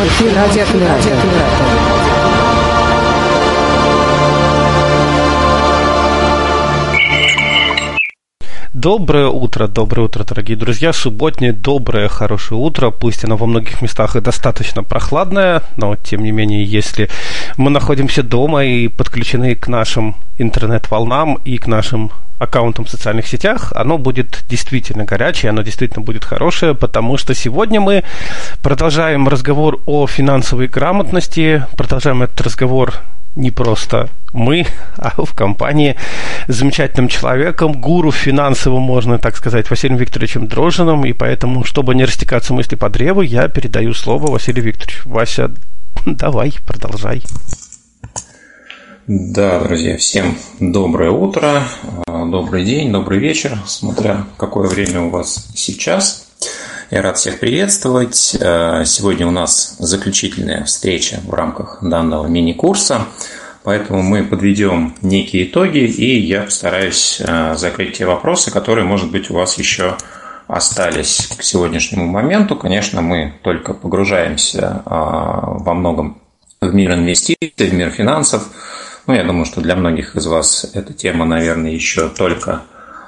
Радиоаккумулятор. Доброе утро, дорогие друзья. Субботнее, доброе, хорошее утро. Пусть оно во многих местах и достаточно прохладное, но, тем не менее, если мы находимся дома и подключены к нашим интернет-волнам и к нашим аккаунтам в социальных сетях, оно будет действительно горячее, оно действительно будет хорошее, потому что сегодня мы продолжаем разговор о финансовой грамотности, продолжаем этот разговор не просто мы, а в компании с замечательным человеком, гуру финансовым, можно так сказать, Василием Викторовичем Дрожжиным. И поэтому, чтобы не растекаться мысли по древу, я передаю слово Василию Викторовичу. Вася, давай, продолжай. Да, друзья, всем доброе утро, добрый день, добрый вечер, смотря какое время у вас сейчас. Я рад всех приветствовать. Сегодня у нас заключительная встреча в рамках данного мини-курса, поэтому мы подведем некие итоги, и я постараюсь закрыть те вопросы, которые, может быть, у вас еще остались к сегодняшнему моменту. Конечно, мы только погружаемся во многом в мир инвестиций, в мир финансов. Я думаю, что для многих из вас эта тема, наверное, еще только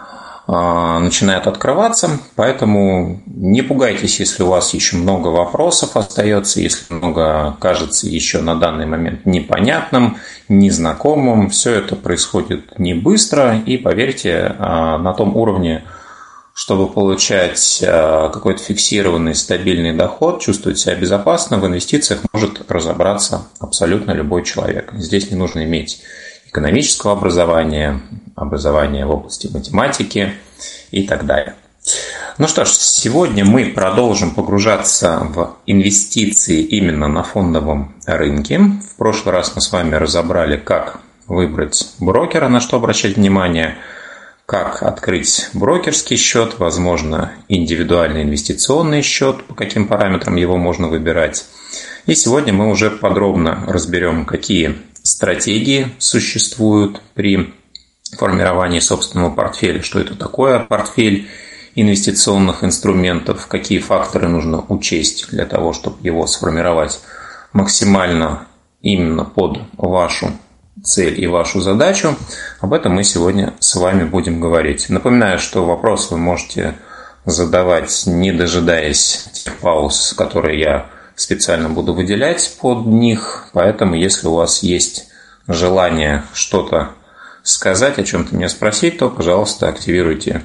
начинает открываться, поэтому не пугайтесь, если у вас еще много вопросов остается, если много кажется еще на данный момент непонятным, незнакомым. Все это происходит не быстро, и поверьте, на том уровне, чтобы получать какой-то фиксированный стабильный доход, чувствовать себя безопасно, в инвестициях может разобраться абсолютно любой человек. Здесь не нужно иметь экономического образования, образования в области математики и так далее. Ну что ж, сегодня мы продолжим погружаться в инвестиции именно на фондовом рынке. В прошлый раз мы с вами разобрали, как выбрать брокера, на что обращать внимание, как открыть брокерский счет, возможно, индивидуальный инвестиционный счет, по каким параметрам его можно выбирать. И сегодня мы уже подробно разберем, какие стратегии существуют при формировании собственного портфеля, что это такое портфель инвестиционных инструментов, какие факторы нужно учесть для того, чтобы его сформировать максимально именно под вашу цель и вашу задачу. Об этом мы сегодня с вами будем говорить. Напоминаю, что вопросы вы можете задавать, не дожидаясь тех пауз, которые я специально буду выделять под них. Поэтому, если у вас есть желание что-то сказать, о чем-то меня спросить, то, пожалуйста, активируйте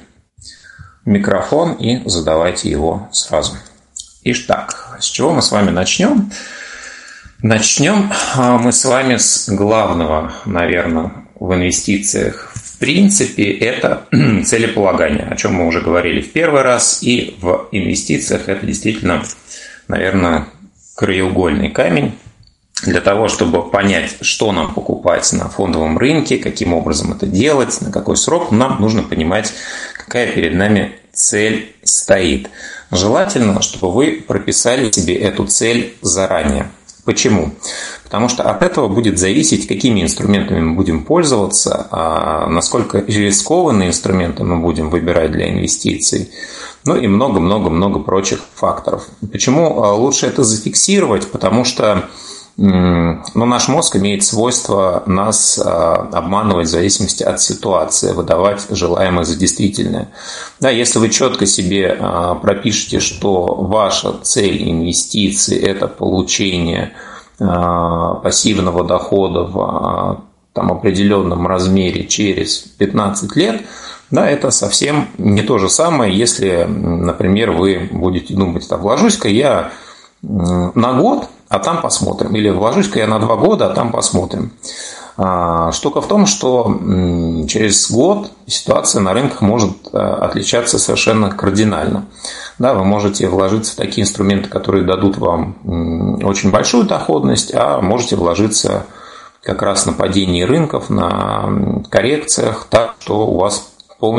микрофон и задавайте его сразу. Итак, с чего мы с вами начнем? Начнем мы с вами с главного, наверное, в инвестициях. В принципе, это целеполагание, о чем мы уже говорили в первый раз. И в инвестициях это действительно, наверное, краеугольный камень для того, чтобы понять, что нам покупать на фондовом рынке, каким образом это делать, на какой срок. Нам нужно понимать, какая перед нами цель стоит. Желательно, чтобы вы прописали себе эту цель заранее. Почему? Потому что от этого будет зависеть, какими инструментами мы будем пользоваться, насколько рискованные инструменты мы будем выбирать для инвестиций, ну и много-много-много прочих факторов. Почему лучше это зафиксировать? Потому что наш мозг имеет свойство нас обманывать в зависимости от ситуации, выдавать желаемое за действительное. Да, если вы четко себе пропишете, что ваша цель инвестиций – это получение пассивного дохода в определенном размере через 15 лет, да, это совсем не то же самое, если, например, вы будете думать, вложусь-ка я на год, а там посмотрим. Или вложусь-ка я на 2 года, а там посмотрим. Штука в том, что через год ситуация на рынках может отличаться совершенно кардинально. Да, вы можете вложиться в такие инструменты, которые дадут вам очень большую доходность, а можете вложиться как раз на падении рынков, на коррекциях, так что у вас полностью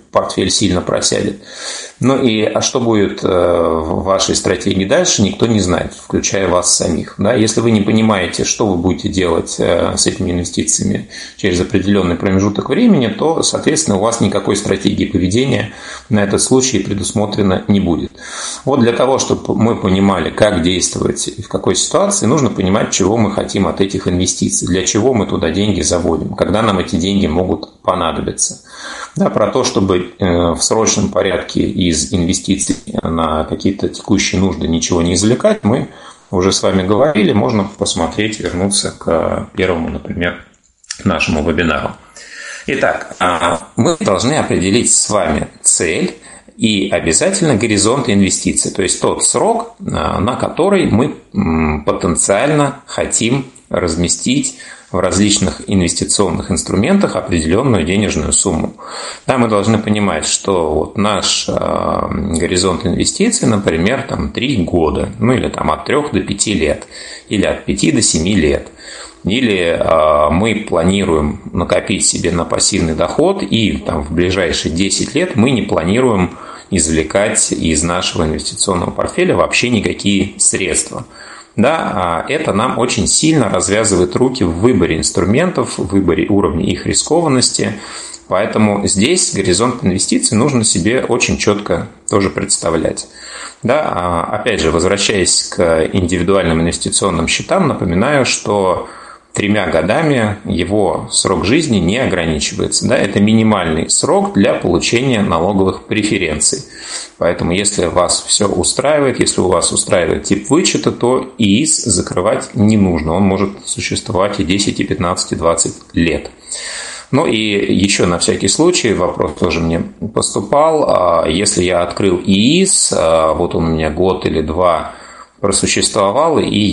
портфель сильно просядет. Ну и а что будет в вашей стратегии дальше, никто не знает, включая вас самих. Да? Если вы не понимаете, что вы будете делать с этими инвестициями через определенный промежуток времени, то, соответственно, у вас никакой стратегии поведения на этот случай предусмотрено не будет. Вот для того, чтобы мы понимали, как действовать и в какой ситуации, нужно понимать, чего мы хотим от этих инвестиций, для чего мы туда деньги заводим, когда нам эти деньги могут понадобиться. Да, про то, чтобы в срочном порядке из инвестиций на какие-то текущие нужды ничего не извлекать, мы уже с вами говорили, можно посмотреть, вернуться к первому, например, нашему вебинару. Итак, мы должны определить с вами цель и обязательно горизонт инвестиций, то есть тот срок, на который мы потенциально хотим разместить в различных инвестиционных инструментах определенную денежную сумму. Да, мы должны понимать, что вот наш горизонт инвестиций, например, 3 года, ну или от 3 до 5 лет, или от 5 до 7 лет. Или мы планируем накопить себе на пассивный доход, и в ближайшие 10 лет мы не планируем извлекать из нашего инвестиционного портфеля вообще никакие средства. Да, это нам очень сильно развязывает руки в выборе инструментов, в выборе уровня их рискованности. Поэтому здесь горизонт инвестиций нужно себе очень четко тоже представлять. Да, опять же, возвращаясь к индивидуальным инвестиционным счетам, напоминаю, что 3 годами его срок жизни не ограничивается. Да, это минимальный срок для получения налоговых преференций. Поэтому, если вас все устраивает, если у вас устраивает тип вычета, то ИИС закрывать не нужно. Он может существовать и 10, и 15, и 20 лет. Ну и еще на всякий случай, вопрос тоже мне поступал. Если я открыл ИИС, вот он у меня год или 2 просуществовал, и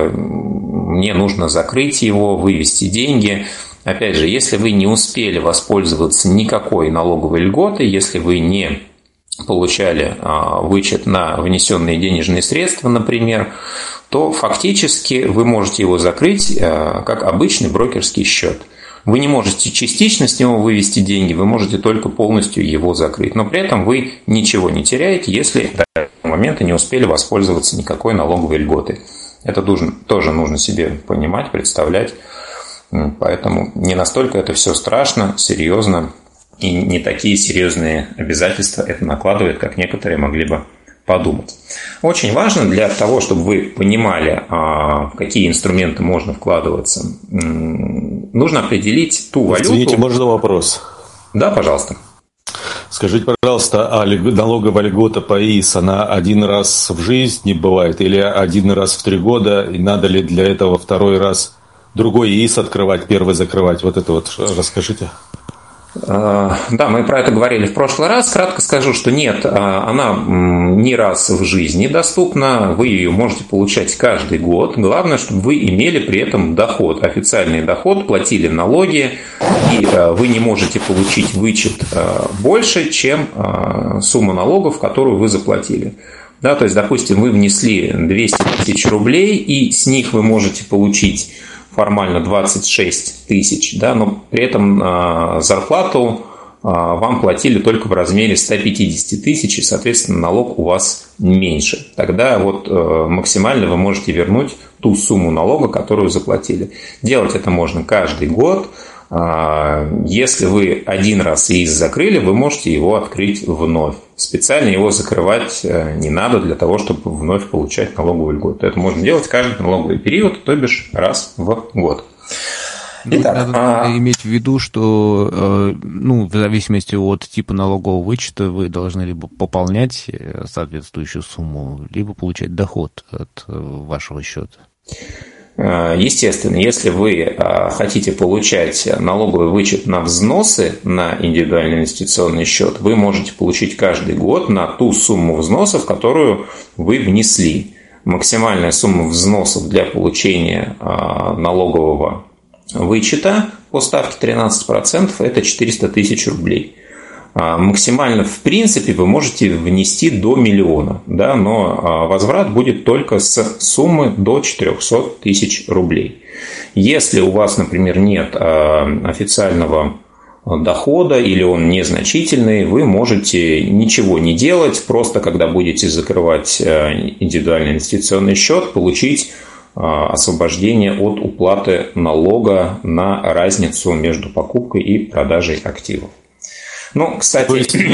мне нужно закрыть его, вывести деньги. Опять же, если вы не успели воспользоваться никакой налоговой льготой, если вы не получали вычет на внесенные денежные средства, например, то фактически вы можете его закрыть как обычный брокерский счет. Вы не можете частично с него вывести деньги, вы можете только полностью его закрыть. Но при этом вы ничего не теряете, если до этого момента не успели воспользоваться никакой налоговой льготой. Это тоже нужно себе понимать, представлять. Поэтому не настолько это все страшно, серьезно, и не такие серьезные обязательства это накладывает, как некоторые могли бы подумать. Очень важно для того, чтобы вы понимали, в какие инструменты можно вкладываться, нужно определить ту валюту. Извините, можно вопрос? Да, пожалуйста. Скажите, пожалуйста, а налоговая льгота по ИИС, она один раз в жизни бывает или один раз в 3 года? И надо ли для этого второй раз другой ИИС открывать, первый закрывать? Вот это вот расскажите. Да, мы про это говорили в прошлый раз. Кратко скажу, что нет, она не раз в жизни доступна. Вы ее можете получать каждый год. Главное, чтобы вы имели при этом доход, официальный доход, платили налоги, и вы не можете получить вычет больше, чем сумма налогов, которую вы заплатили. Да, то есть, допустим, вы внесли 200 тысяч рублей, и с них вы можете получить формально 26 тысяч, да, но при этом зарплату вам платили только в размере 150 тысяч, и, соответственно, налог у вас меньше. Тогда вот максимально вы можете вернуть ту сумму налога, которую заплатили. Делать это можно каждый год. Если вы один раз ИИС закрыли, вы можете его открыть вновь. Специально его закрывать не надо для того, чтобы вновь получать налоговую льготу. Это можно делать каждый налоговый период, то бишь раз в год. Итак, надо иметь в виду, что в зависимости от типа налогового вычета вы должны либо пополнять соответствующую сумму, либо получать доход от вашего счета. Естественно, если вы хотите получать налоговый вычет на взносы на индивидуальный инвестиционный счет, вы можете получить каждый год на ту сумму взносов, которую вы внесли. Максимальная сумма взносов для получения налогового вычета по ставке 13% – это 400 тысяч рублей. Максимально, в принципе, вы можете внести до 1 миллиона, да, но возврат будет только с суммы до 400 тысяч рублей. Если у вас, например, нет официального дохода или он незначительный, вы можете ничего не делать, просто когда будете закрывать индивидуальный инвестиционный счет, получить освобождение от уплаты налога на разницу между покупкой и продажей активов. Ну, кстати,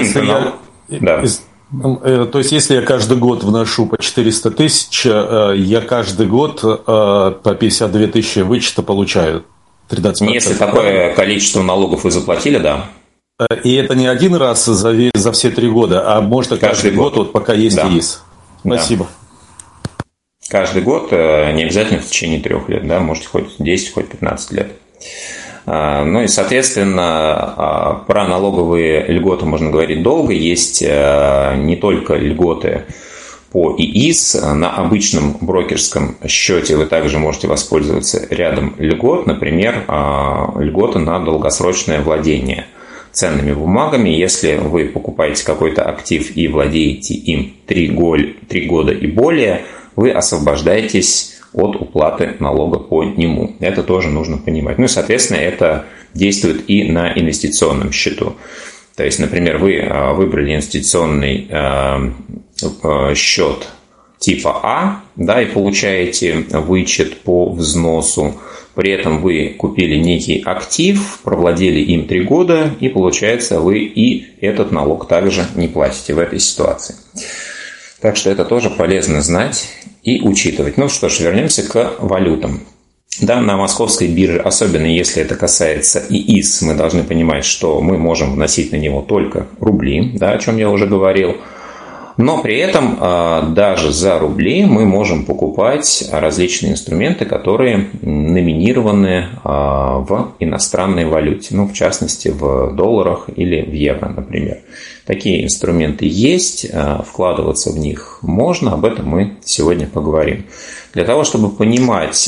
то есть, если я каждый год вношу по 400 тысяч, я каждый год по 52 тысячи вычета получаю 13%. Если такое количество налогов вы заплатили, да. И это не один раз за все 3 года, а может каждый год, вот пока есть ИИС. Спасибо. Да. Каждый год, не обязательно в течение 3 лет, да, можете хоть 10, хоть 15 лет. Ну и, соответственно, про налоговые льготы можно говорить долго. Есть не только льготы по ИИС. На обычном брокерском счете вы также можете воспользоваться рядом льгот. Например, льготы на долгосрочное владение ценными бумагами. Если вы покупаете какой-то актив и владеете им 3 года и более, вы освобождаетесь от уплаты налога по нему. Это тоже нужно понимать. Ну и, соответственно, это действует и на инвестиционном счету. То есть, например, вы выбрали инвестиционный счет типа А, да, и получаете вычет по взносу. При этом вы купили некий актив, провладели им 3 года, и получается, вы и этот налог также не платите в этой ситуации. Так что это тоже полезно знать и учитывать. Ну что ж, вернемся к валютам. Да, на московской бирже, особенно если это касается ИИС, мы должны понимать, что мы можем вносить на него только рубли, да, о чем я уже говорил. Но при этом даже за рубли мы можем покупать различные инструменты, которые номинированы в иностранной валюте. Ну, в частности, в долларах или в евро, например. Такие инструменты есть, вкладываться в них можно, об этом мы сегодня поговорим. Для того, чтобы понимать,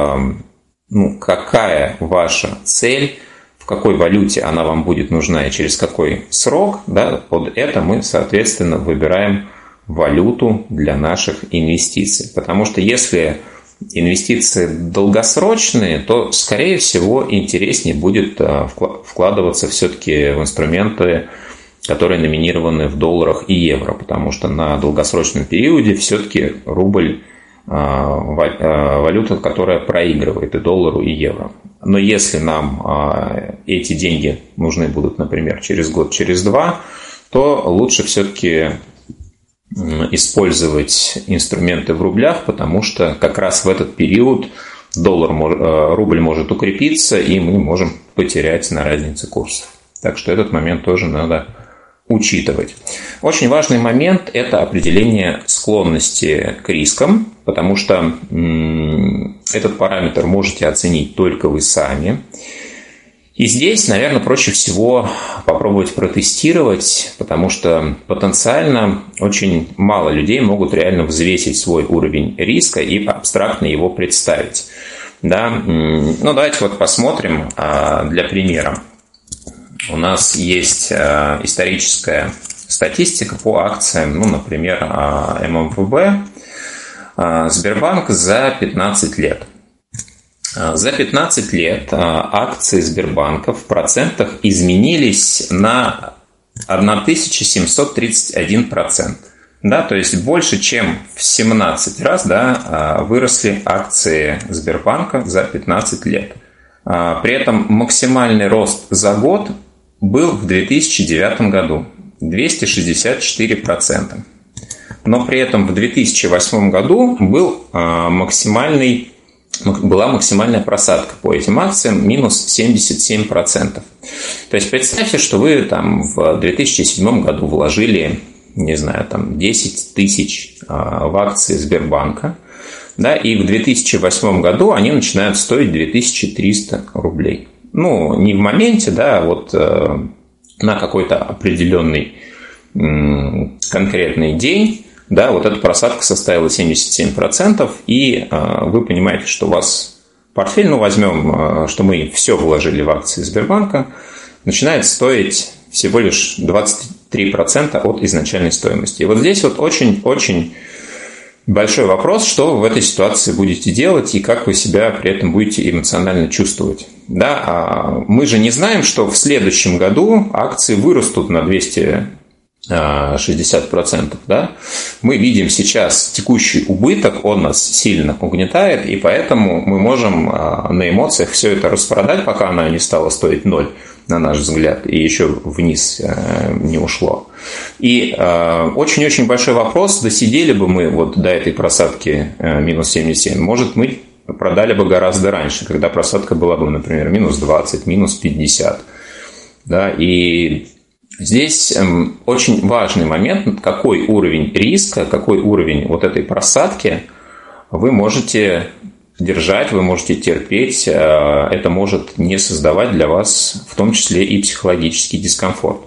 какая ваша цель, в какой валюте она вам будет нужна и через какой срок, да, под это мы, соответственно, выбираем валюту для наших инвестиций. Потому что если инвестиции долгосрочные, то, скорее всего, интереснее будет вкладываться все-таки в инструменты, которые номинированы в долларах и евро, потому что на долгосрочном периоде все-таки рубль – валюта, которая проигрывает и доллару, и евро. Но если нам эти деньги нужны будут, например, через год, через 2, то лучше все-таки использовать инструменты в рублях, потому что как раз в этот период рубль может укрепиться, и мы можем потерять на разнице курсов. Так что этот момент тоже надо учитывать. Очень важный момент – это определение склонности к рискам, потому что этот параметр можете оценить только вы сами. И здесь, наверное, проще всего попробовать протестировать, потому что потенциально очень мало людей могут реально взвесить свой уровень риска и абстрактно его представить. Да? Ну, давайте вот посмотрим для примера. У нас есть историческая статистика по акциям, ну, например, ММВБ, Сбербанк за 15 лет. За 15 лет акции Сбербанка в процентах изменились на 1731%. Да, то есть больше, чем в 17 раз, да, выросли акции Сбербанка за 15 лет. При этом максимальный рост за год был в 2009 году – 264%. Но при этом в 2008 году была максимальная просадка по этим акциям – минус 77%. То есть представьте, что вы там в 2007 году вложили, не знаю, там 10 тысяч в акции Сбербанка, да, и в 2008 году они начинают стоить 2300 рублей. Ну, не в моменте, да, вот на какой-то определенный конкретный день, да, вот эта просадка составила 77%, и вы понимаете, что у вас портфель, ну, возьмем, что мы все вложили в акции Сбербанка, начинает стоить всего лишь 23% от изначальной стоимости. И вот здесь вот очень-очень большой вопрос, что вы в этой ситуации будете делать и как вы себя при этом будете эмоционально чувствовать. Да? Мы же не знаем, что в следующем году акции вырастут на 260%. Да? Мы видим сейчас текущий убыток, он нас сильно угнетает, и поэтому мы можем на эмоциях все это распродать, пока она не стала стоить 0, на наш взгляд, и еще вниз не ушло. И очень-очень большой вопрос, досидели бы мы вот до этой просадки минус 77, может, мы продали бы гораздо раньше, когда просадка была бы, например, минус 20, минус 50. Да? И здесь очень важный момент, какой уровень риска, какой уровень вот этой просадки вы можете держать, вы можете терпеть, это может не создавать для вас в том числе и психологический дискомфорт.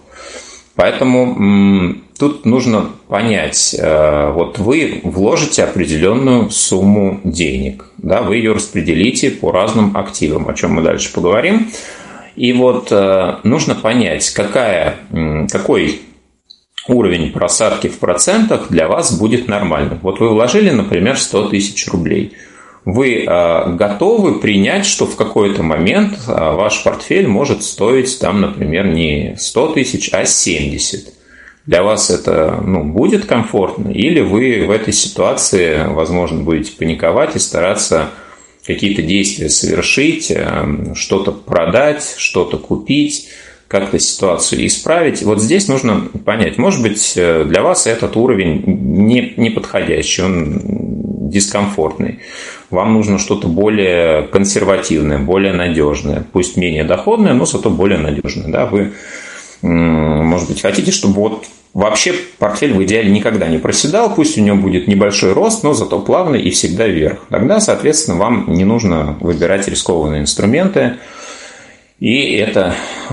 Поэтому тут нужно понять, вот вы вложите определенную сумму денег, да, вы ее распределите по разным активам, о чем мы дальше поговорим. И вот нужно понять, какой уровень просадки в процентах для вас будет нормальным. Вот вы вложили, например, 100 тысяч рублей. Вы готовы принять, что в какой-то момент ваш портфель может стоить, там, например, не 100 тысяч, а 70. Для вас это будет комфортно? Или вы в этой ситуации, возможно, будете паниковать и стараться какие-то действия совершить, что-то продать, что-то купить, как-то ситуацию исправить? Вот здесь нужно понять, может быть, для вас этот уровень не подходящий, он дискомфортный. Вам нужно что-то более консервативное, более надежное, пусть менее доходное, но зато более надежное. Да? Вы, может быть, хотите, чтобы вот вообще портфель в идеале никогда не проседал, пусть у него будет небольшой рост, но зато плавный и всегда вверх. Тогда, соответственно, вам не нужно выбирать рискованные инструменты, и это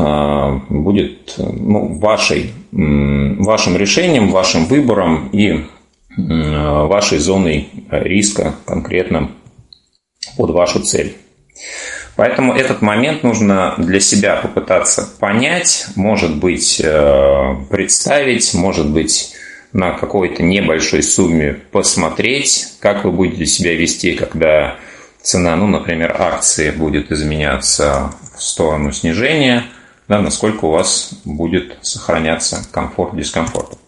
будет вашим решением, вашим выбором и вашей зоной риска конкретно под вашу цель. Поэтому этот момент нужно для себя попытаться понять, может быть, представить, может быть, на какой-то небольшой сумме посмотреть, как вы будете себя вести, когда цена, например, акции будет изменяться в сторону снижения, да, насколько у вас будет сохраняться комфорт, дискомфорт.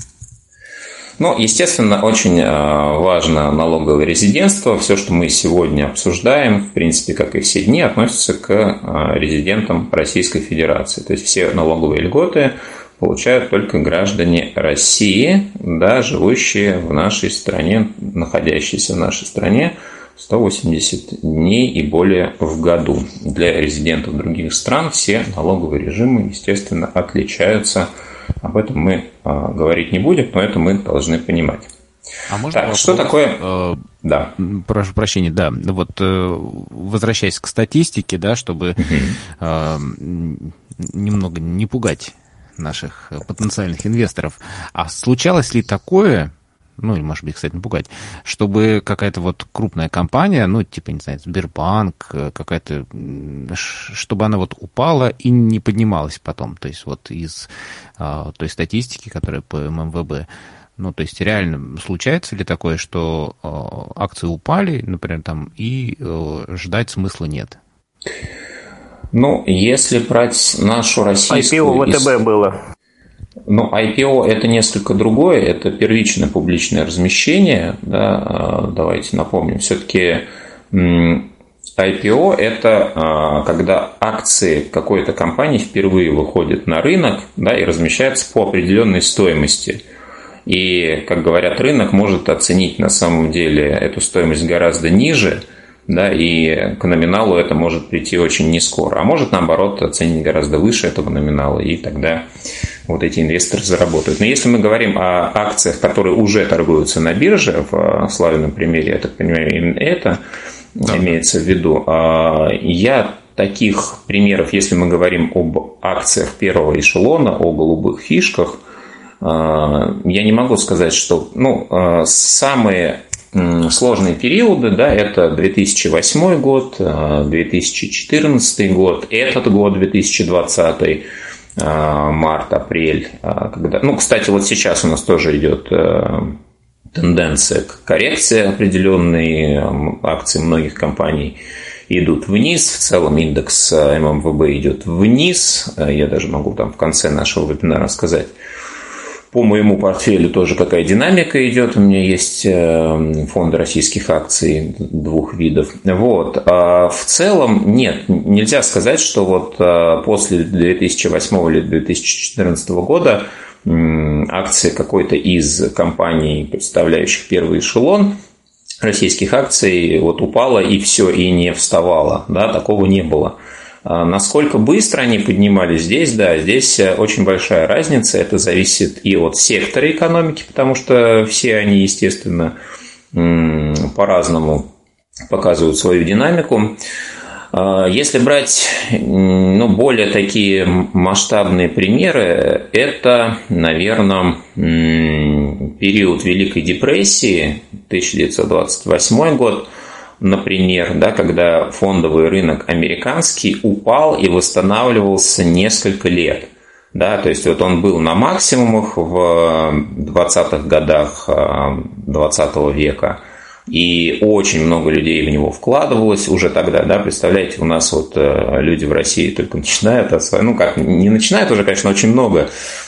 Естественно, очень важно налоговое резидентство. Все, что мы сегодня обсуждаем, в принципе, как и все дни, относится к резидентам Российской Федерации. То есть все налоговые льготы получают только граждане России, да, живущие в нашей стране, находящиеся в нашей стране 180 дней и более в году. Для резидентов других стран все налоговые режимы, естественно, отличаются. Об этом мы говорить не будем, но это мы должны понимать. А можно вопрос? Что такое? Да. Прошу прощения, да. Вот возвращаясь к статистике, да, чтобы немного не пугать наших потенциальных инвесторов. А случалось ли такое, или, может быть, кстати, не пугать, чтобы какая-то вот крупная компания, типа, не знаю, Сбербанк, какая-то, чтобы она вот упала и не поднималась потом, то есть вот из той статистики, которая по ММВБ, то есть реально случается ли такое, что акции упали, например, там, и ждать смысла нет? Если брать нашу российскую... IPO ВТБ было. IPO – это несколько другое, это первичное публичное размещение. Да, давайте напомним, все-таки IPO – это когда акции какой-то компании впервые выходят на рынок, да, и размещаются по определенной стоимости. И, как говорят, рынок может оценить на самом деле эту стоимость гораздо ниже, да, и к номиналу это может прийти очень нескоро, а может, наоборот, оценить гораздо выше этого номинала, и тогда вот эти инвесторы заработают. Но если мы говорим о акциях, которые уже торгуются на бирже, в славянном примере, я так понимаю, именно это имеется в виду, я таких примеров, если мы говорим об акциях первого эшелона, о голубых фишках, я не могу сказать, что самые сложные периоды, да, это 2008 год, 2014 год, этот год, 2020, март-апрель. Кстати, вот сейчас у нас тоже идет тенденция к коррекции определенной, акции многих компаний идут вниз, в целом индекс ММВБ идет вниз, я даже могу там в конце нашего вебинара сказать, по моему портфелю тоже какая динамика идет. У меня есть фонды российских акций двух видов. Вот. А в целом нет, нельзя сказать, что вот после 2008 или 2014 года акции какой-то из компаний, представляющих первый эшелон российских акций, вот упала и все, и не вставала. Да, такого не было. Насколько быстро они поднимались здесь, да, здесь очень большая разница. Это зависит и от сектора экономики, потому что все они, естественно, по-разному показывают свою динамику. Если брать более такие масштабные примеры, это, наверное, период Великой депрессии, 1928 год, например, да, когда фондовый рынок американский упал и восстанавливался несколько лет. Да, то есть вот он был на максимумах в 20-х годах 20 века, и очень много людей в него вкладывалось уже тогда. Да, представляете, у нас вот люди в России только начинают осваивать, не начинают уже, конечно, очень много.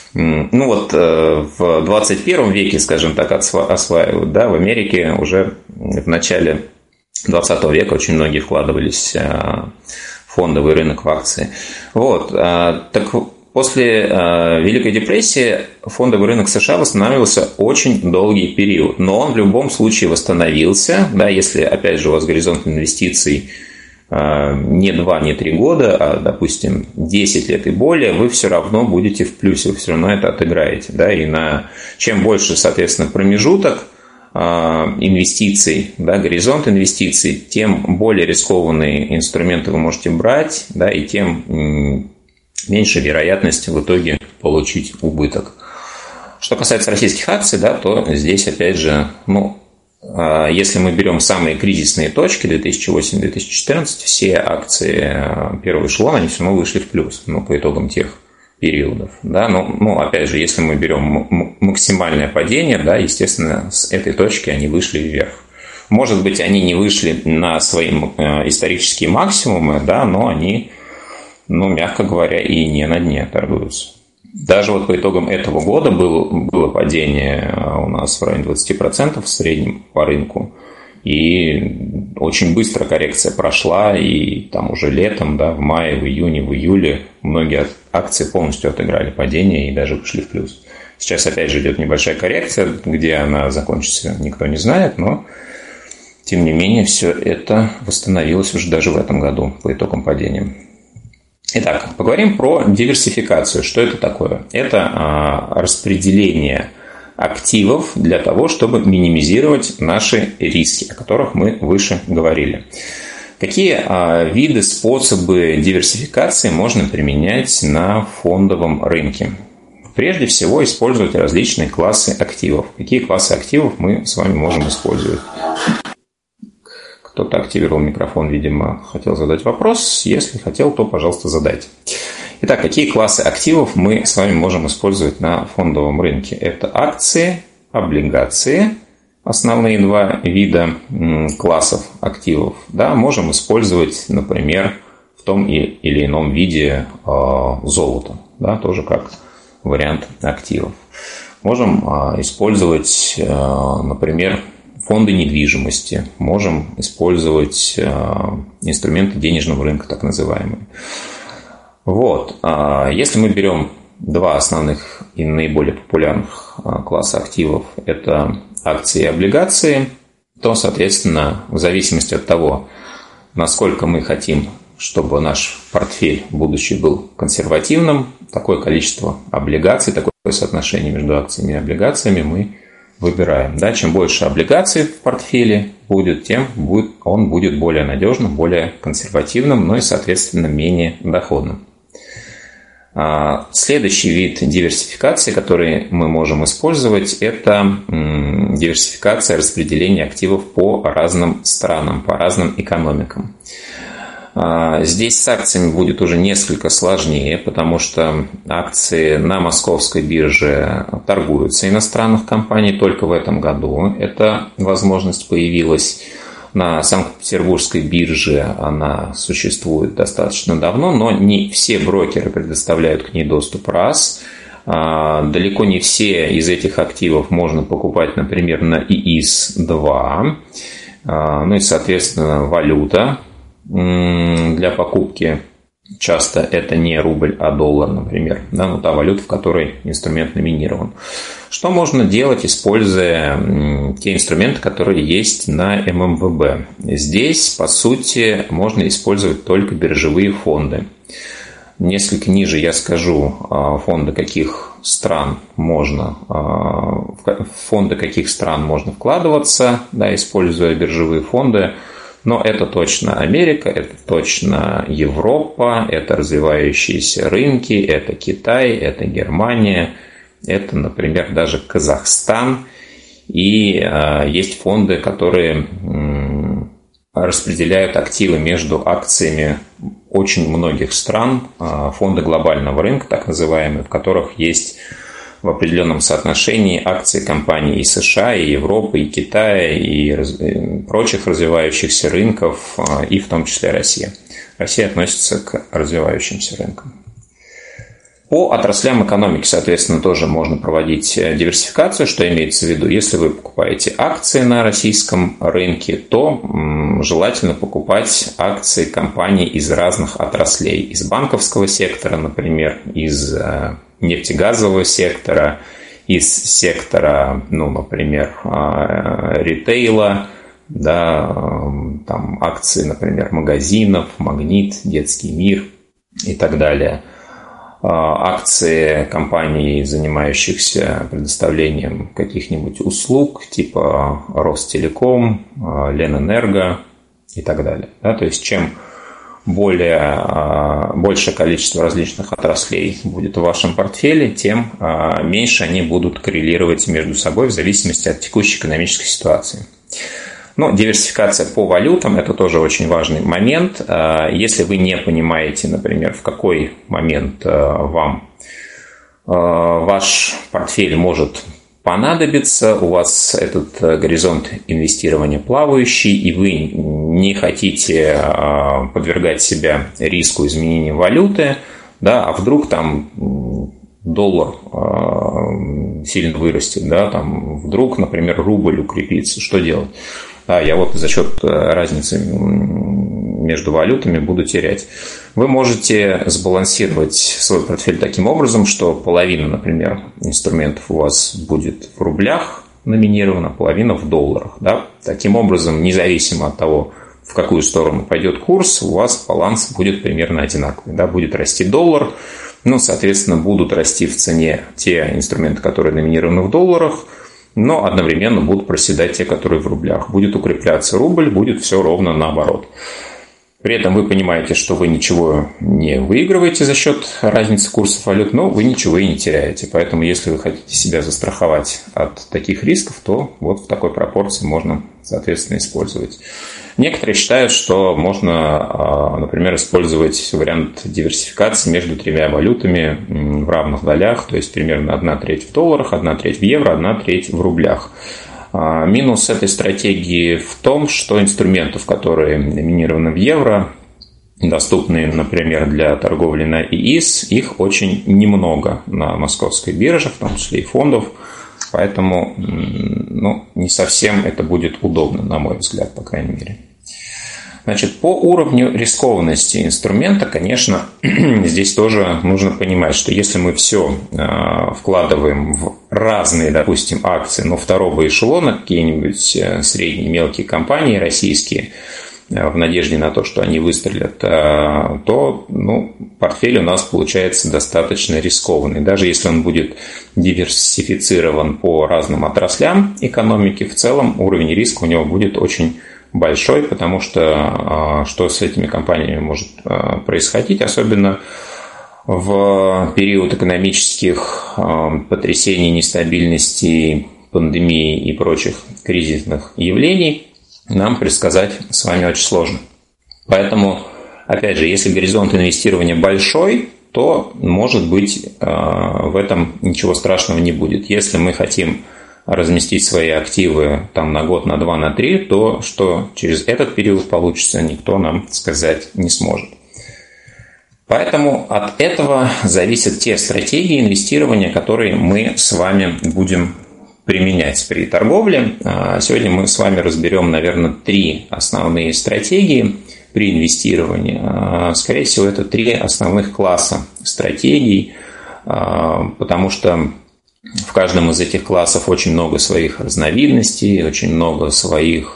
В 21 веке, скажем так, осваивают. Да, в Америке уже в начале 20 века очень многие вкладывались в фондовый рынок, в акции. Вот. Так после Великой депрессии фондовый рынок США восстанавливался очень долгий период. Но он в любом случае восстановился. Да, если, опять же, у вас горизонт инвестиций не 2, не 3 года, а, допустим, 10 лет и более, вы все равно будете в плюсе, вы все равно это отыграете. Да, и чем больше, соответственно, промежуток инвестиций, да, горизонт инвестиций, тем более рискованные инструменты вы можете брать, да, и тем меньше вероятность в итоге получить убыток. Что касается российских акций, да, то здесь, опять же, если мы берем самые кризисные точки 2008-2014, все акции первого эшелона, они все равно вышли в плюс, по итогам тех периодов. Да? Опять же, если мы берем максимальное падение, да, естественно, с этой точки они вышли вверх. Может быть, они не вышли на свои исторические максимумы, да, но они, мягко говоря, и не на дне торгуются. Даже вот по итогам этого года было падение у нас в районе 20% в среднем по рынку. И очень быстро коррекция прошла, и там уже летом, да, в мае, в июне, в июле многие акции полностью отыграли падение и даже вышли в плюс. Сейчас опять же идет небольшая коррекция, где она закончится, никто не знает, но тем не менее все это восстановилось уже даже в этом году по итогам падения. Итак, поговорим про диверсификацию. Что это такое? Это распределение активов для того, чтобы минимизировать наши риски, о которых мы выше говорили. Какие виды, способы диверсификации можно применять на фондовом рынке? Прежде всего, использовать различные классы активов. Какие классы активов мы с вами можем использовать? Кто-то активировал микрофон, видимо, хотел задать вопрос. Если хотел, то, пожалуйста, задайте. Итак, какие классы активов мы с вами можем использовать на фондовом рынке? Это акции, облигации, основные два вида классов активов. Да, можем использовать, например, в том или ином виде золото, да, тоже как вариант активов. Можем использовать, например, фонды недвижимости, можем использовать инструменты денежного рынка, так называемые. Вот. Если мы берем два основных и наиболее популярных класса активов, это акции и облигации, то, соответственно, в зависимости от того, насколько мы хотим, чтобы наш портфель будущий был консервативным, такое количество облигаций, такое соотношение между акциями и облигациями мы выбираем. Да, чем больше облигаций в портфеле будет, тем он будет более надежным, более консервативным, но и, соответственно, менее доходным. Следующий вид диверсификации, который мы можем использовать, это диверсификация распределения активов по разным странам, по разным экономикам. Здесь с акциями будет уже несколько сложнее, потому что акции на московской бирже торгуются иностранных компаний только в этом году. Эта возможность появилась. На Санкт-Петербургской бирже она существует достаточно давно, но не все брокеры предоставляют к ней доступ, раз. Далеко не все из этих активов можно покупать, например, на ИИС-2. Ну и, соответственно, валюта для покупки часто это не рубль, а доллар, например. Да, ну, та валюта, в которой инструмент номинирован. Что можно делать, используя те инструменты, которые есть на ММВБ? Здесь, по сути, можно использовать только биржевые фонды. Несколько ниже я скажу, фонды каких стран можно вкладываться, да, используя биржевые фонды. Но это точно Америка, это точно Европа, это развивающиеся рынки, это Китай, это Германия, это, например, даже Казахстан. И есть фонды, которые распределяют активы между акциями очень многих стран, фонды глобального рынка, так называемые, в которых есть в определенном соотношении акции компаний и США, и Европы, и Китая, и прочих развивающихся рынков, и в том числе Россия. Россия относится к развивающимся рынкам. По отраслям экономики, соответственно, тоже можно проводить диверсификацию. Что имеется в виду? Если вы покупаете акции на российском рынке, то желательно покупать акции компаний из разных отраслей. Из банковского сектора, например, из нефтегазового сектора, из сектора, ну, например, ритейла, да, там акции, например, магазинов, Магнит, Детский мир и так далее. Акции компаний, занимающихся предоставлением каких-нибудь услуг, типа Ростелеком, Ленэнерго и так далее. Да, то есть, чем большее количество различных отраслей будет в вашем портфеле, тем меньше они будут коррелировать между собой в зависимости от текущей экономической ситуации. Но диверсификация по валютам – это тоже очень важный момент. Если вы не понимаете, например, в какой момент вам ваш портфель может понадобиться, у вас этот горизонт инвестирования плавающий, и вы не хотите подвергать себя риску изменения валюты, да, а вдруг там доллар сильно вырастет, да, там вдруг, например, рубль укрепится, что делать? Я вот за счет разницы между валютами буду терять. Вы можете сбалансировать свой портфель таким образом, что половина, например, инструментов у вас будет в рублях номинирована, половина в долларах. Да? Таким образом, независимо от того, в какую сторону пойдет курс, у вас баланс будет примерно одинаковый. Да? Будет расти доллар, ну, соответственно, будут расти в цене те инструменты, которые номинированы в долларах, но одновременно будут проседать те, которые в рублях. Будет укрепляться рубль, будет все ровно наоборот. При этом вы понимаете, что вы ничего не выигрываете за счет разницы курсов валют, но вы ничего и не теряете. Поэтому, если вы хотите себя застраховать от таких рисков, то вот в такой пропорции можно, соответственно, использовать. Некоторые считают, что можно, например, использовать вариант диверсификации между тремя валютами в равных долях, то есть примерно 1/3 в долларах, 1/3 в евро, 1/3 в рублях. Минус этой стратегии в том, что инструментов, которые номинированы в евро, доступны, например, для торговли на ИИС, их очень немного на московской бирже, в том числе и фондов, поэтому не совсем это будет удобно, на мой взгляд, по крайней мере. Значит, по уровню рискованности инструмента, конечно, здесь тоже нужно понимать, что если мы все вкладываем в разные, допустим, акции, но второго эшелона, какие-нибудь средние мелкие компании российские, в надежде на то, что они выстрелят, то портфель у нас получается достаточно рискованный. Даже если он будет диверсифицирован по разным отраслям экономики, в целом уровень риска у него будет очень большой, потому что с этими компаниями может происходить, особенно в период экономических потрясений, нестабильности, пандемии и прочих кризисных явлений, нам предсказать с вами очень сложно. Поэтому Опять же, если горизонт инвестирования большой, то, может быть, в этом ничего страшного не будет. Если мы хотим разместить свои активы там, на год, на 2, на 3, то что через этот период получится, никто нам сказать не сможет. Поэтому от этого зависят те стратегии инвестирования, которые мы с вами будем применять при торговле. Сегодня мы с вами разберем, наверное, 3 основные стратегии при инвестировании. Скорее всего, это 3 основных класса стратегий, потому что в каждом из этих классов очень много своих разновидностей, очень много своих,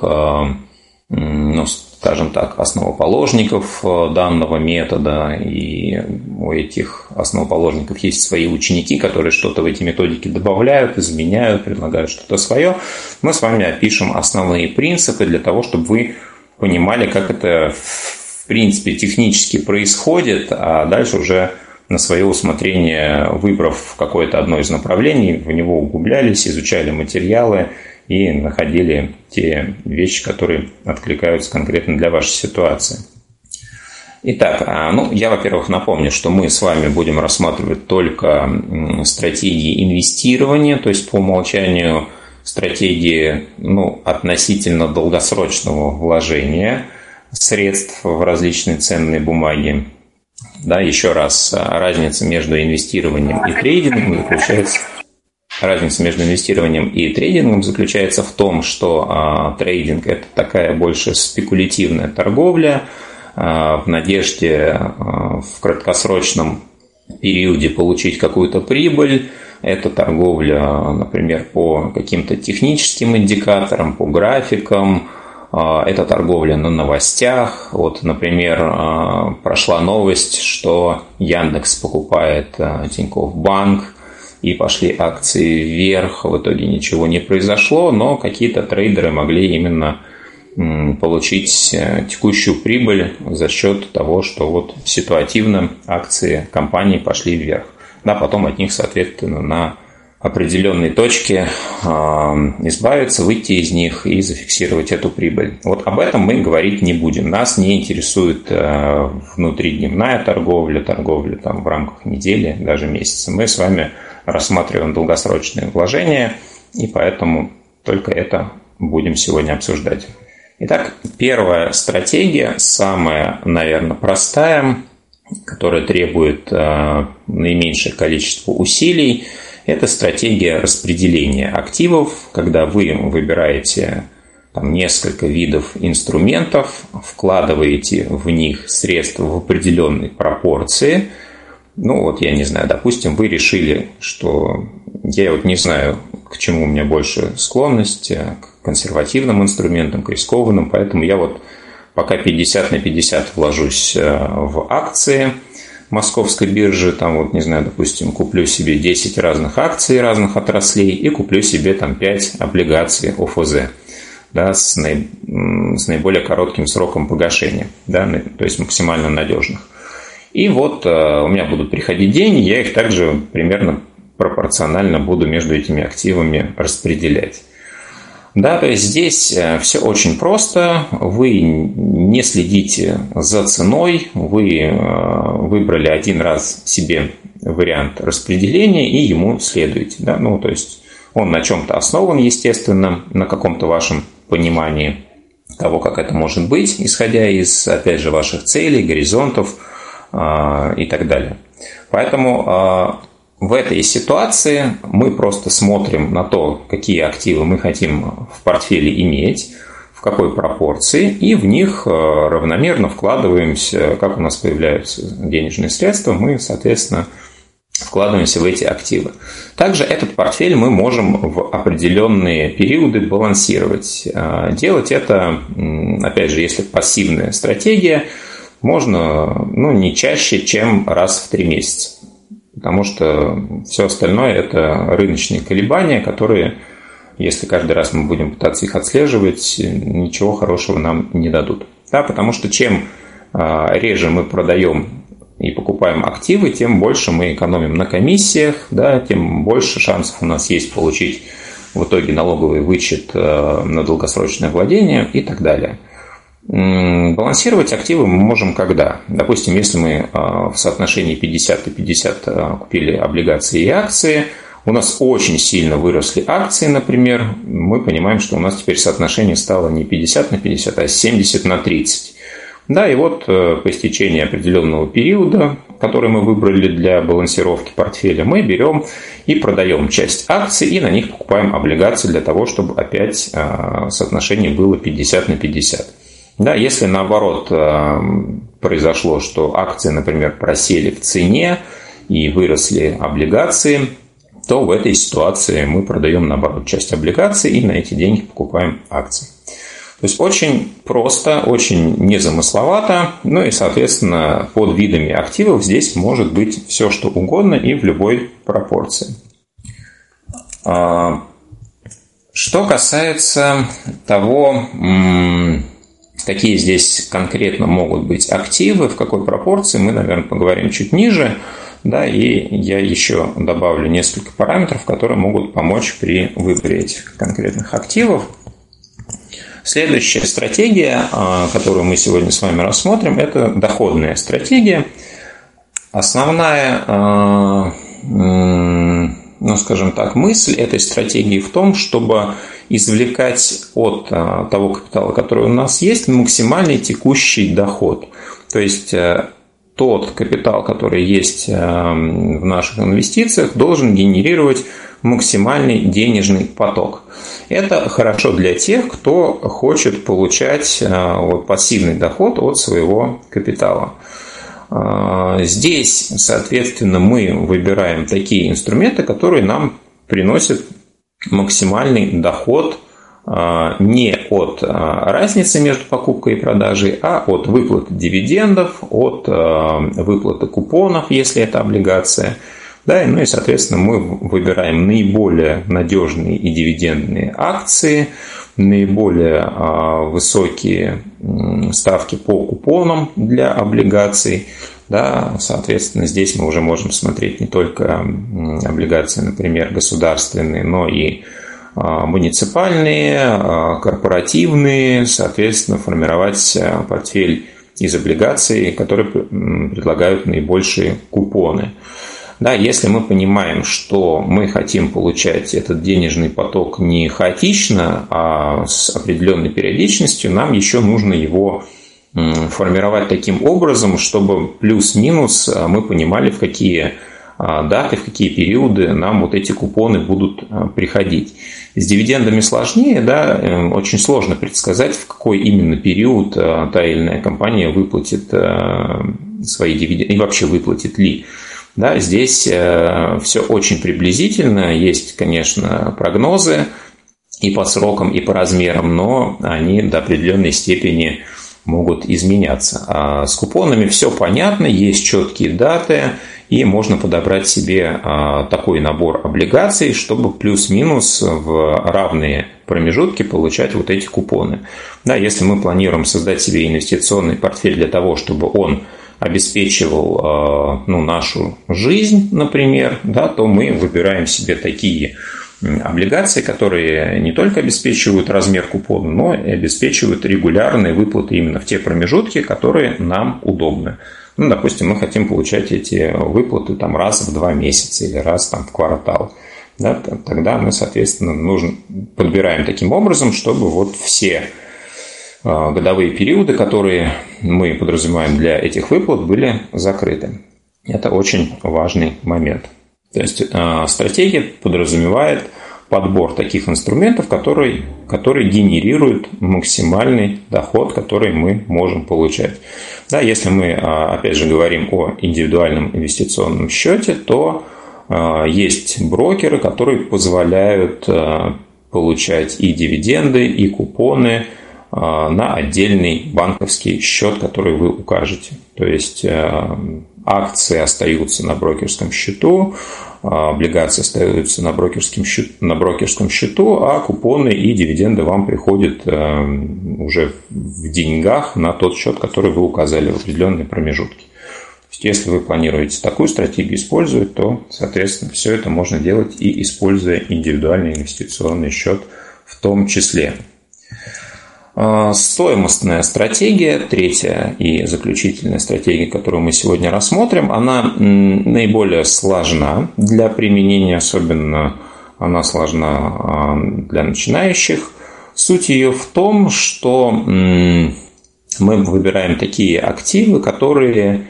скажем так, основоположников данного метода. И у этих основоположников есть свои ученики, которые что-то в эти методики добавляют, изменяют, предлагают что-то свое. Мы с вами опишем основные принципы для того, чтобы вы понимали, как это в принципе технически происходит, а дальше уже на свое усмотрение, выбрав какое-то одно из направлений, в него углублялись, изучали материалы и находили те вещи, которые откликаются конкретно для вашей ситуации. Итак, я, во-первых, напомню, что мы с вами будем рассматривать только стратегии инвестирования, то есть по умолчанию стратегии относительно долгосрочного вложения средств в различные ценные бумаги. Да, еще раз, разница между инвестированием и трейдингом заключается в том, что трейдинг – это такая больше спекулятивная торговля в надежде в краткосрочном периоде получить какую-то прибыль. Это торговля, например, по каким-то техническим индикаторам, по графикам. Это торговля на новостях. Вот, например, прошла новость, что Яндекс покупает Тинькофф Банк, и пошли акции вверх. В итоге ничего не произошло, но какие-то трейдеры могли именно получить текущую прибыль за счет того, что вот ситуативно акции компании пошли вверх. Да, потом от них, соответственно, на определенные точки избавиться, выйти из них и зафиксировать эту прибыль. Вот об этом мы говорить не будем. Нас не интересует внутридневная торговля там, в рамках недели, даже месяца. Мы с вами рассматриваем долгосрочные вложения, и поэтому только это будем сегодня обсуждать. Итак, первая стратегия, самая, наверное, простая, которая требует наименьшее количество усилий, это стратегия распределения активов, когда вы выбираете там несколько видов инструментов, вкладываете в них средства в определенной пропорции. Я не знаю, допустим, вы решили, что я не знаю, к чему у меня больше склонность, к консервативным инструментам, к рискованным, поэтому я пока 50 на 50 вложусь в акции московской биржи, допустим, куплю себе 10 разных акций разных отраслей и куплю себе 5 облигаций ОФЗ, да, с наиболее коротким сроком погашения, да, то есть максимально надежных. И у меня будут приходить деньги, я их также примерно пропорционально буду между этими активами распределять. Да, то есть здесь все очень просто. Вы не следите за ценой, вы выбрали один раз себе вариант распределения и ему следуете. Да? То есть он на чем-то основан, естественно, на каком-то вашем понимании того, как это может быть, исходя из, опять же, ваших целей, горизонтов и так далее. Поэтому в этой ситуации мы просто смотрим на то, какие активы мы хотим в портфеле иметь, в какой пропорции, и в них равномерно вкладываемся. Как у нас появляются денежные средства, мы, соответственно, вкладываемся в эти активы. Также этот портфель мы можем в определенные периоды балансировать. Делать это, опять же, если пассивная стратегия, можно не чаще, чем раз в 3 месяца. Потому что все остальное – это рыночные колебания, которые, если каждый раз мы будем пытаться их отслеживать, ничего хорошего нам не дадут. Да, потому что чем реже мы продаем и покупаем активы, тем больше мы экономим на комиссиях, да, тем больше шансов у нас есть получить в итоге налоговый вычет на долгосрочное владение и так далее. Балансировать активы мы можем когда? Допустим, если мы в соотношении 50 и 50 купили облигации и акции, у нас очень сильно выросли акции, например, мы понимаем, что у нас теперь соотношение стало не 50 на 50, а 70 на 30. Да, и вот по истечении определенного периода, который мы выбрали для балансировки портфеля, мы берем и продаем часть акций и на них покупаем облигации для того, чтобы опять соотношение было 50 на 50. Да, если наоборот произошло, что акции, например, просели в цене и выросли облигации, то в этой ситуации мы продаем наоборот часть облигаций и на эти деньги покупаем акции. То есть очень просто, очень незамысловато, ну и, соответственно, под видами активов здесь может быть все, что угодно и в любой пропорции. Что касается того, какие здесь конкретно могут быть активы, в какой пропорции, мы, наверное, поговорим чуть ниже. Да, и я еще добавлю несколько параметров, которые могут помочь при выборе этих конкретных активов. Следующая стратегия, которую мы сегодня с вами рассмотрим, это доходная стратегия. Основная, скажем так, мысль этой стратегии в том, чтобы извлекать от того капитала, который у нас есть, максимальный текущий доход. То есть тот капитал, который есть в наших инвестициях, должен генерировать максимальный денежный поток. Это хорошо для тех, кто хочет получать пассивный доход от своего капитала. Здесь, соответственно, мы выбираем такие инструменты, которые нам приносят максимальный доход не от разницы между покупкой и продажей, а от выплаты дивидендов, от выплаты купонов, если это облигация. Да, ну и, соответственно, мы выбираем наиболее надежные и дивидендные акции, наиболее высокие ставки по купонам для облигаций. Да, соответственно, здесь мы уже можем смотреть не только облигации, например, государственные, но и муниципальные, корпоративные, соответственно, формировать портфель из облигаций, которые предлагают наибольшие купоны. Да, если мы понимаем, что мы хотим получать этот денежный поток не хаотично, а с определенной периодичностью, нам еще нужно его формировать таким образом, чтобы плюс-минус мы понимали, в какие даты, в какие периоды нам вот эти купоны будут приходить. С дивидендами сложнее, да, очень сложно предсказать, в какой именно период та или иная компания выплатит свои дивиденды и вообще выплатит ли. Да, здесь все очень приблизительно, есть, конечно, прогнозы и по срокам, и по размерам, но они до определенной степени могут изменяться. А с купонами все понятно, есть четкие даты, и можно подобрать себе такой набор облигаций, чтобы плюс-минус в равные промежутки получать вот эти купоны. Да, если мы планируем создать себе инвестиционный портфель для того, чтобы он обеспечивал нашу жизнь, например, да, то мы выбираем себе такие облигации, которые не только обеспечивают размер купона, но и обеспечивают регулярные выплаты именно в те промежутки, которые нам удобны. Ну, допустим, мы хотим получать эти выплаты там, раз в 2 месяца или раз там, в квартал. Да, тогда мы, соответственно, подбираем таким образом, чтобы вот все годовые периоды, которые мы подразумеваем для этих выплат, были закрыты. Это очень важный момент. То есть стратегия подразумевает подбор таких инструментов, которые генерируют максимальный доход, который мы можем получать. Да, если мы, опять же, говорим о индивидуальном инвестиционном счете, то есть брокеры, которые позволяют получать и дивиденды, и купоны на отдельный банковский счет, который вы укажете. То есть акции остаются на брокерском счету, облигации остаются на брокерском счету, а купоны и дивиденды вам приходят уже в деньгах на тот счет, который вы указали в определенные промежутки. То есть, если вы планируете такую стратегию использовать, то, соответственно, все это можно делать и используя индивидуальный инвестиционный счет в том числе. Стоимостная стратегия, третья и заключительная стратегия, которую мы сегодня рассмотрим, она наиболее сложна для применения, особенно она сложна для начинающих. Суть ее в том, что мы выбираем такие активы, которые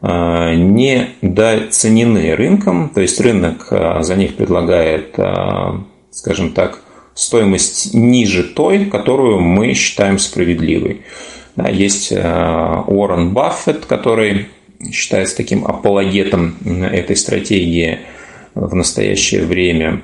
недооценены рынком, то есть рынок за них предлагает, скажем так, стоимость ниже той, которую мы считаем справедливой. Да, есть Уоррен Баффет, который считается таким апологетом этой стратегии в настоящее время.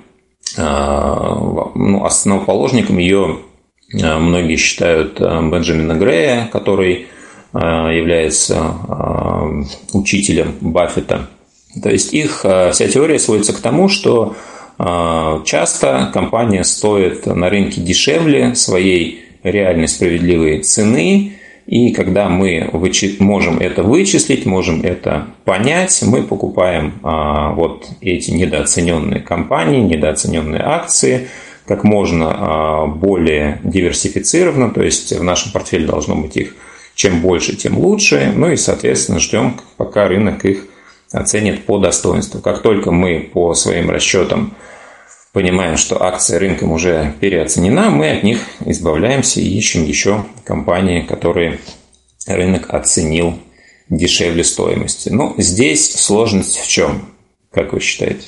Основоположником ее многие считают Бенджамина Грея, который является учителем Баффета. То есть их вся теория сводится к тому, что часто компания стоит на рынке дешевле своей реальной справедливой цены, и когда мы можем это вычислить, можем это понять, мы покупаем вот эти недооцененные компании, недооцененные акции как можно более диверсифицированно, то есть в нашем портфеле должно быть их чем больше, тем лучше, ну и, соответственно, ждем, пока рынок их оценит по достоинству. Как только мы по своим расчетам понимаем, что акция рынком уже переоценена, мы от них избавляемся и ищем еще компании, которые рынок оценил дешевле стоимости. Но здесь сложность в чем, как вы считаете?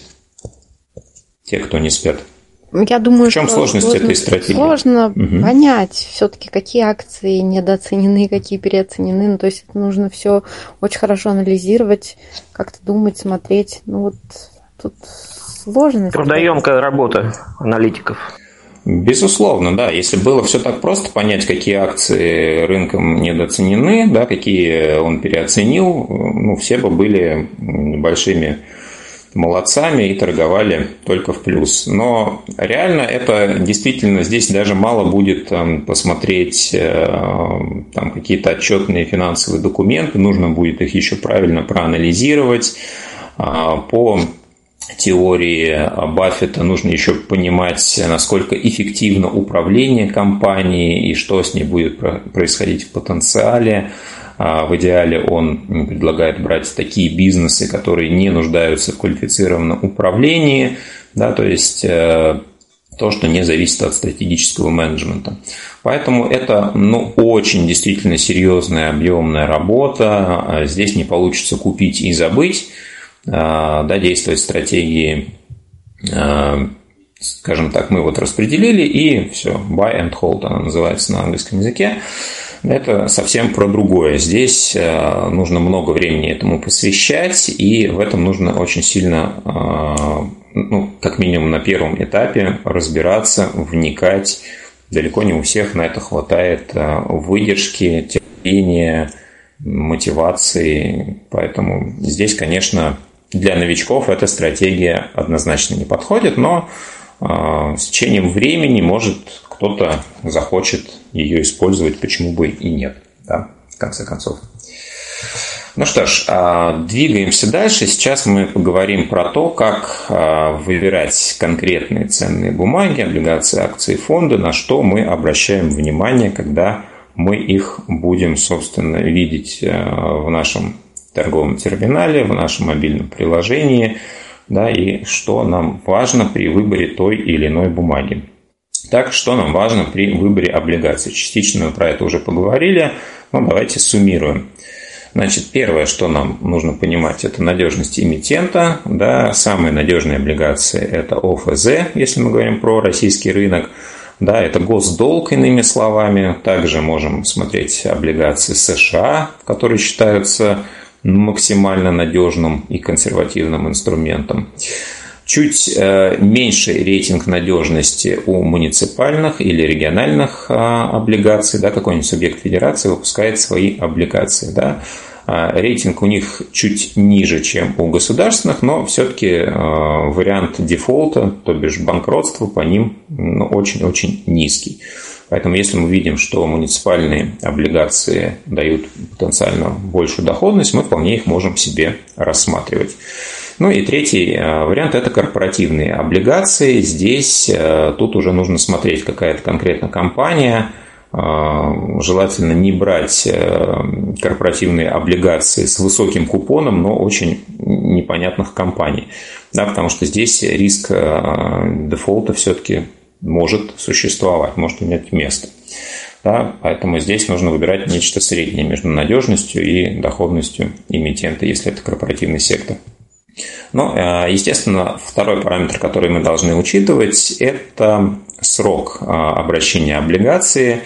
Те, кто не спят. Я думаю, в чем сложность этой стратегии? Сложно понять все-таки, какие акции недооценены, какие переоценены. Ну, то есть это нужно все очень хорошо анализировать, как-то думать, смотреть. Ну вот тут сложность. Трудоемкая работа аналитиков. Безусловно, да. Если было все так просто понять, какие акции рынком недооценены, да, какие он переоценил, ну, все бы были большими молодцами и торговали только в плюс. Но реально это действительно здесь даже мало будет посмотреть там какие-то отчетные финансовые документы, нужно будет их еще правильно проанализировать. По теории Баффета нужно еще понимать, насколько эффективно управление компанией и что с ней будет происходить в потенциале. В идеале он предлагает брать такие бизнесы, которые не нуждаются в квалифицированном управлении, да, то есть то, что не зависит от стратегического менеджмента. Поэтому это очень действительно серьезная, объемная работа. Здесь не получится купить и забыть. Да, действовать стратегии, скажем так, мы вот распределили, и все, buy and hold она называется на английском языке. Это совсем про другое. Здесь нужно много времени этому посвящать, и в этом нужно очень сильно, как минимум на первом этапе, разбираться, вникать. Далеко не у всех на это хватает выдержки, терпения, мотивации. Поэтому здесь, конечно, для новичков эта стратегия однозначно не подходит, но с течением времени, может, кто-то захочет ее использовать, почему бы и нет, да, в конце концов. Ну что ж, двигаемся дальше. Сейчас мы поговорим про то, как выбирать конкретные ценные бумаги, облигации, акции, фонды, на что мы обращаем внимание, когда мы их будем, собственно, видеть в нашем торговом терминале, в нашем мобильном приложении, да, и что нам важно при выборе той или иной бумаги. Так, что нам важно при выборе облигаций? Частично мы про это уже поговорили, но давайте суммируем. Значит, первое, что нам нужно понимать, это надежность эмитента. Да, самые надежные облигации – это ОФЗ, если мы говорим про российский рынок. Да, это госдолг, иными словами. Также можем смотреть облигации США, которые считаются максимально надежным и консервативным инструментом. Чуть меньший рейтинг надежности у муниципальных или региональных облигаций. Да, какой-нибудь субъект федерации выпускает свои облигации. Да. Рейтинг у них чуть ниже, чем у государственных, но все-таки вариант дефолта, то бишь банкротства, по ним очень-очень низкий. Поэтому если мы видим, что муниципальные облигации дают потенциально большую доходность, мы вполне их можем себе рассматривать. Ну и третий вариант – это корпоративные облигации. Здесь тут уже нужно смотреть, какая-то конкретно компания, желательно не брать корпоративные облигации с высоким купоном, но очень непонятных компаний. Да, потому что здесь риск дефолта все-таки может существовать, может иметь место. Да, поэтому здесь нужно выбирать нечто среднее между надежностью и доходностью эмитента, если это корпоративный сектор. Но, естественно, второй параметр, который мы должны учитывать, это срок обращения облигации.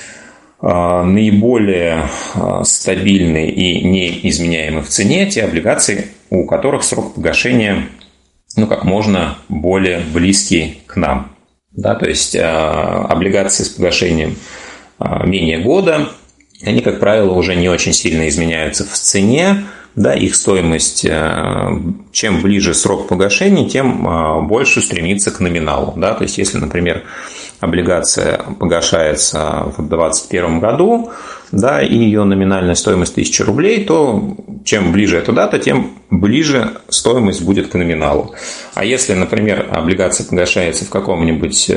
Наиболее стабильные и неизменяемые в цене те облигации, у которых срок погашения как можно более близкий к нам. Да, то есть облигации с погашением менее года, они, как правило, уже не очень сильно изменяются в цене. Да, их стоимость, чем ближе срок погашения, тем больше стремится к номиналу. Да? То есть, если, например, облигация погашается в 2021 году, да, и ее номинальная стоимость 1000 рублей, то чем ближе эта дата, тем ближе стоимость будет к номиналу. А если, например, облигация погашается в каком-нибудь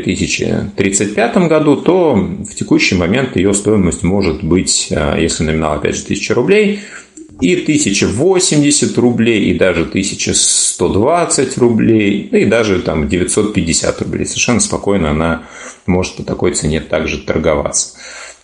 2035 году, то в текущий момент ее стоимость может быть, если номинал опять же 1000 рублей, и 1080 рублей, и даже 1120 рублей, и даже 950 рублей. Совершенно спокойно она может по такой цене также торговаться.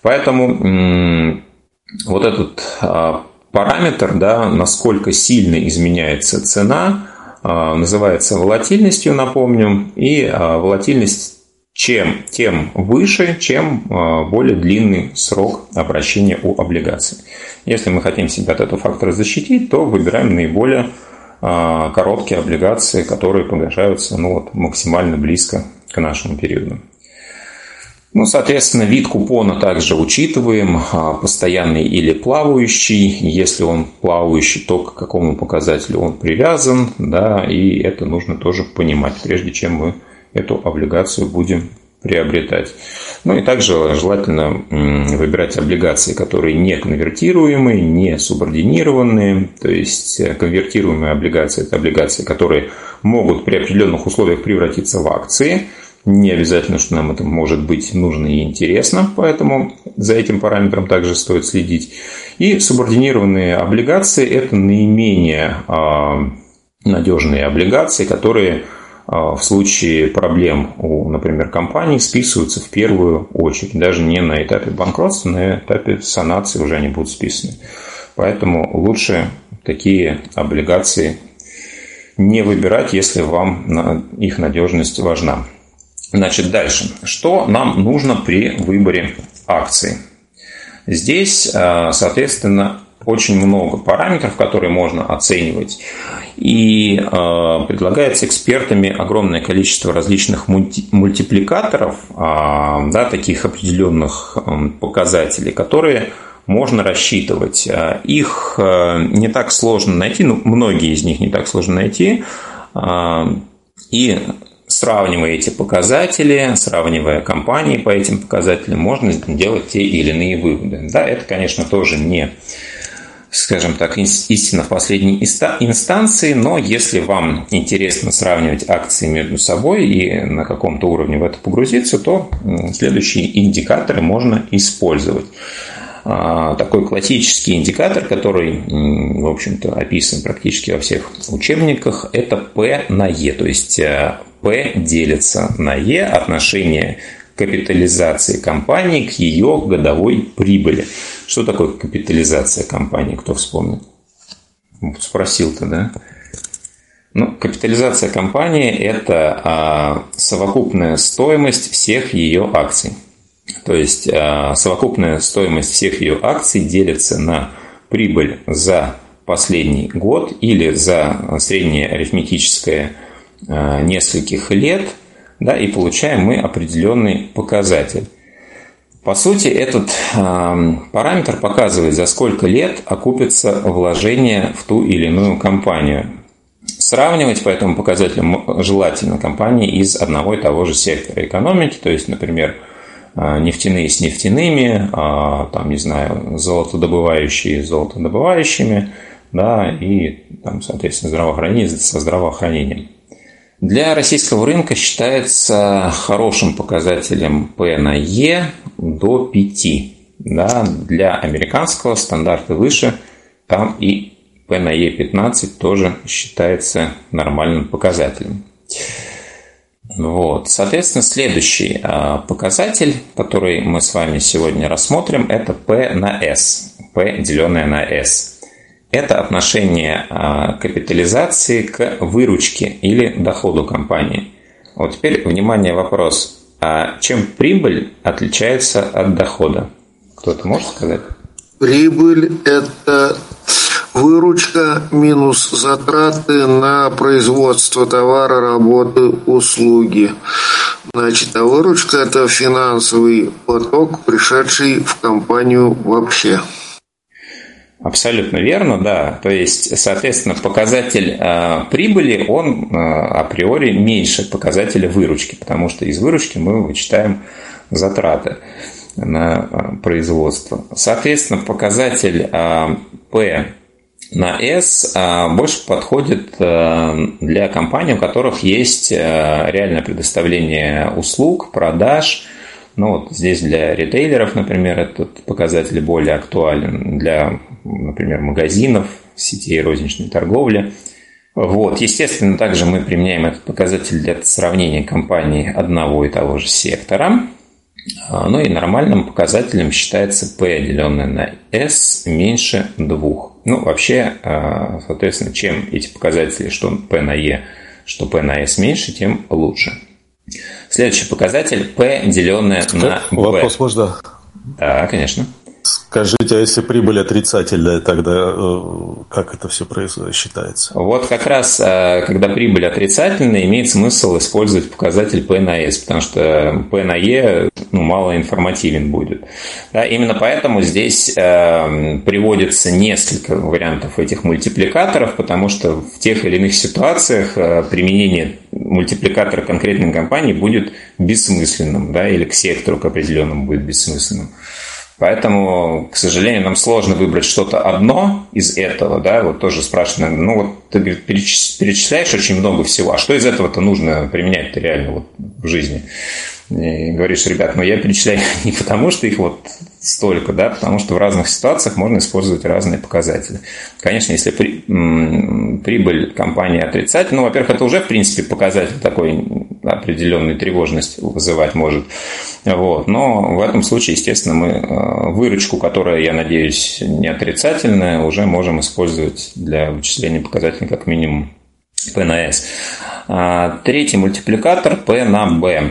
Поэтому вот этот параметр, да, насколько сильно изменяется цена, называется волатильностью, напомню. И волатильность тем выше, чем более длинный срок обращения у облигаций. Если мы хотим себя от этого фактора защитить, то выбираем наиболее короткие облигации, которые погашаются максимально близко к нашему периоду. Соответственно, вид купона также учитываем, постоянный или плавающий. Если он плавающий, то к какому показателю он привязан, да, и это нужно тоже понимать, прежде чем мы эту облигацию будем приобретать. И также желательно выбирать облигации, которые не конвертируемые, не субординированные. То есть конвертируемые облигации – это облигации, которые могут при определенных условиях превратиться в акции. Не обязательно, что нам это может быть нужно и интересно, поэтому за этим параметром также стоит следить. И субординированные облигации – это наименее надежные облигации, которые в случае проблем у, например, компаний списываются в первую очередь. Даже не на этапе банкротства, на этапе санации уже они будут списаны. Поэтому лучше такие облигации не выбирать, если вам их надежность важна. Значит, дальше. Что нам нужно при выборе акций? Здесь, соответственно, очень много параметров, которые можно оценивать. И предлагается экспертами огромное количество различных мультипликаторов, да, таких определенных показателей, которые можно рассчитывать. Их не так сложно найти, многие из них не так сложно найти. И сравнивая эти показатели, сравнивая компании по этим показателям, можно делать те или иные выводы. Да, это, конечно, тоже не, скажем так, истина в последней инстанции, но если вам интересно сравнивать акции между собой и на каком-то уровне в это погрузиться, то следующие индикаторы можно использовать. Такой классический индикатор, который, в общем-то, описан практически во всех учебниках, это P на E, то есть P делится на E, отношение капитализации компании к ее годовой прибыли. Что такое капитализация компании, кто вспомнит? Спросил-то, да? Капитализация компании – это совокупная стоимость всех ее акций. То есть совокупная стоимость всех ее акций делится на прибыль за последний год или за среднее арифметическое нескольких лет, да, и получаем мы определенный показатель. По сути, этот параметр показывает, за сколько лет окупится вложение в ту или иную компанию. Сравнивать по этому показателю желательно компании из одного и того же сектора экономики, то есть, например, нефтяные с нефтяными, там, не знаю, золотодобывающие с золотодобывающими, да, и, там, соответственно, здравоохранение со здравоохранением. Для российского рынка считается хорошим показателем P на E до 5. Да, для американского стандарта выше, там и P на E 15 тоже считается нормальным показателем. Вот. Соответственно, следующий показатель, который мы с вами сегодня рассмотрим, это P на S. P, деленное на S. Это отношение капитализации к выручке или доходу компании. Вот теперь, внимание, вопрос. А чем прибыль отличается от дохода? Кто-то может сказать? Прибыль – это выручка минус затраты на производство товара, работы, услуги. Значит, а выручка – это финансовый поток, пришедший в компанию вообще. Абсолютно верно, да. То есть, соответственно, показатель прибыли, он априори меньше показателя выручки, потому что из выручки мы вычитаем затраты на производство. Соответственно, показатель P на S больше подходит для компаний, у которых есть реальное предоставление услуг, продаж. Ну, вот здесь для ритейлеров, например, этот показатель более актуален. Для, например, магазинов, сетей розничной торговли. Вот. Естественно, также мы применяем этот показатель для сравнения компаний одного и того же сектора. Ну и нормальным показателем считается P, деленное на S, меньше 2. Ну, вообще, соответственно, чем эти показатели, что P на E, что P на S меньше, тем лучше. Следующий показатель P, деленное на B. Вопрос можно? Да, конечно. Скажите, а если прибыль отрицательная, тогда как это все считается? Вот как раз, когда прибыль отрицательная, имеет смысл использовать показатель P на S, потому что P на E мало информативен будет. Да, именно поэтому здесь приводится несколько вариантов этих мультипликаторов, потому что в тех или иных ситуациях применение мультипликатора конкретной компании будет бессмысленным, да, или к сектору к определенному будет бессмысленным. Поэтому, к сожалению, нам сложно выбрать что-то одно из этого, да, вот тоже спрашивают, ну вот ты, говорит, перечисляешь очень много всего, а что из этого-то нужно применять-то реально вот в жизни? И говоришь, ребят, я перечисляю не потому, что их вот столько, да, потому что в разных ситуациях можно использовать разные показатели. Конечно, если прибыль компании отрицательная, во-первых, это уже, в принципе, показатель такой определенную тревожность вызывать может. Вот. Но в этом случае, естественно, мы выручку, которая, я надеюсь, не отрицательная, уже можем использовать для вычисления показателя как минимум P на S. Третий мультипликатор P на B.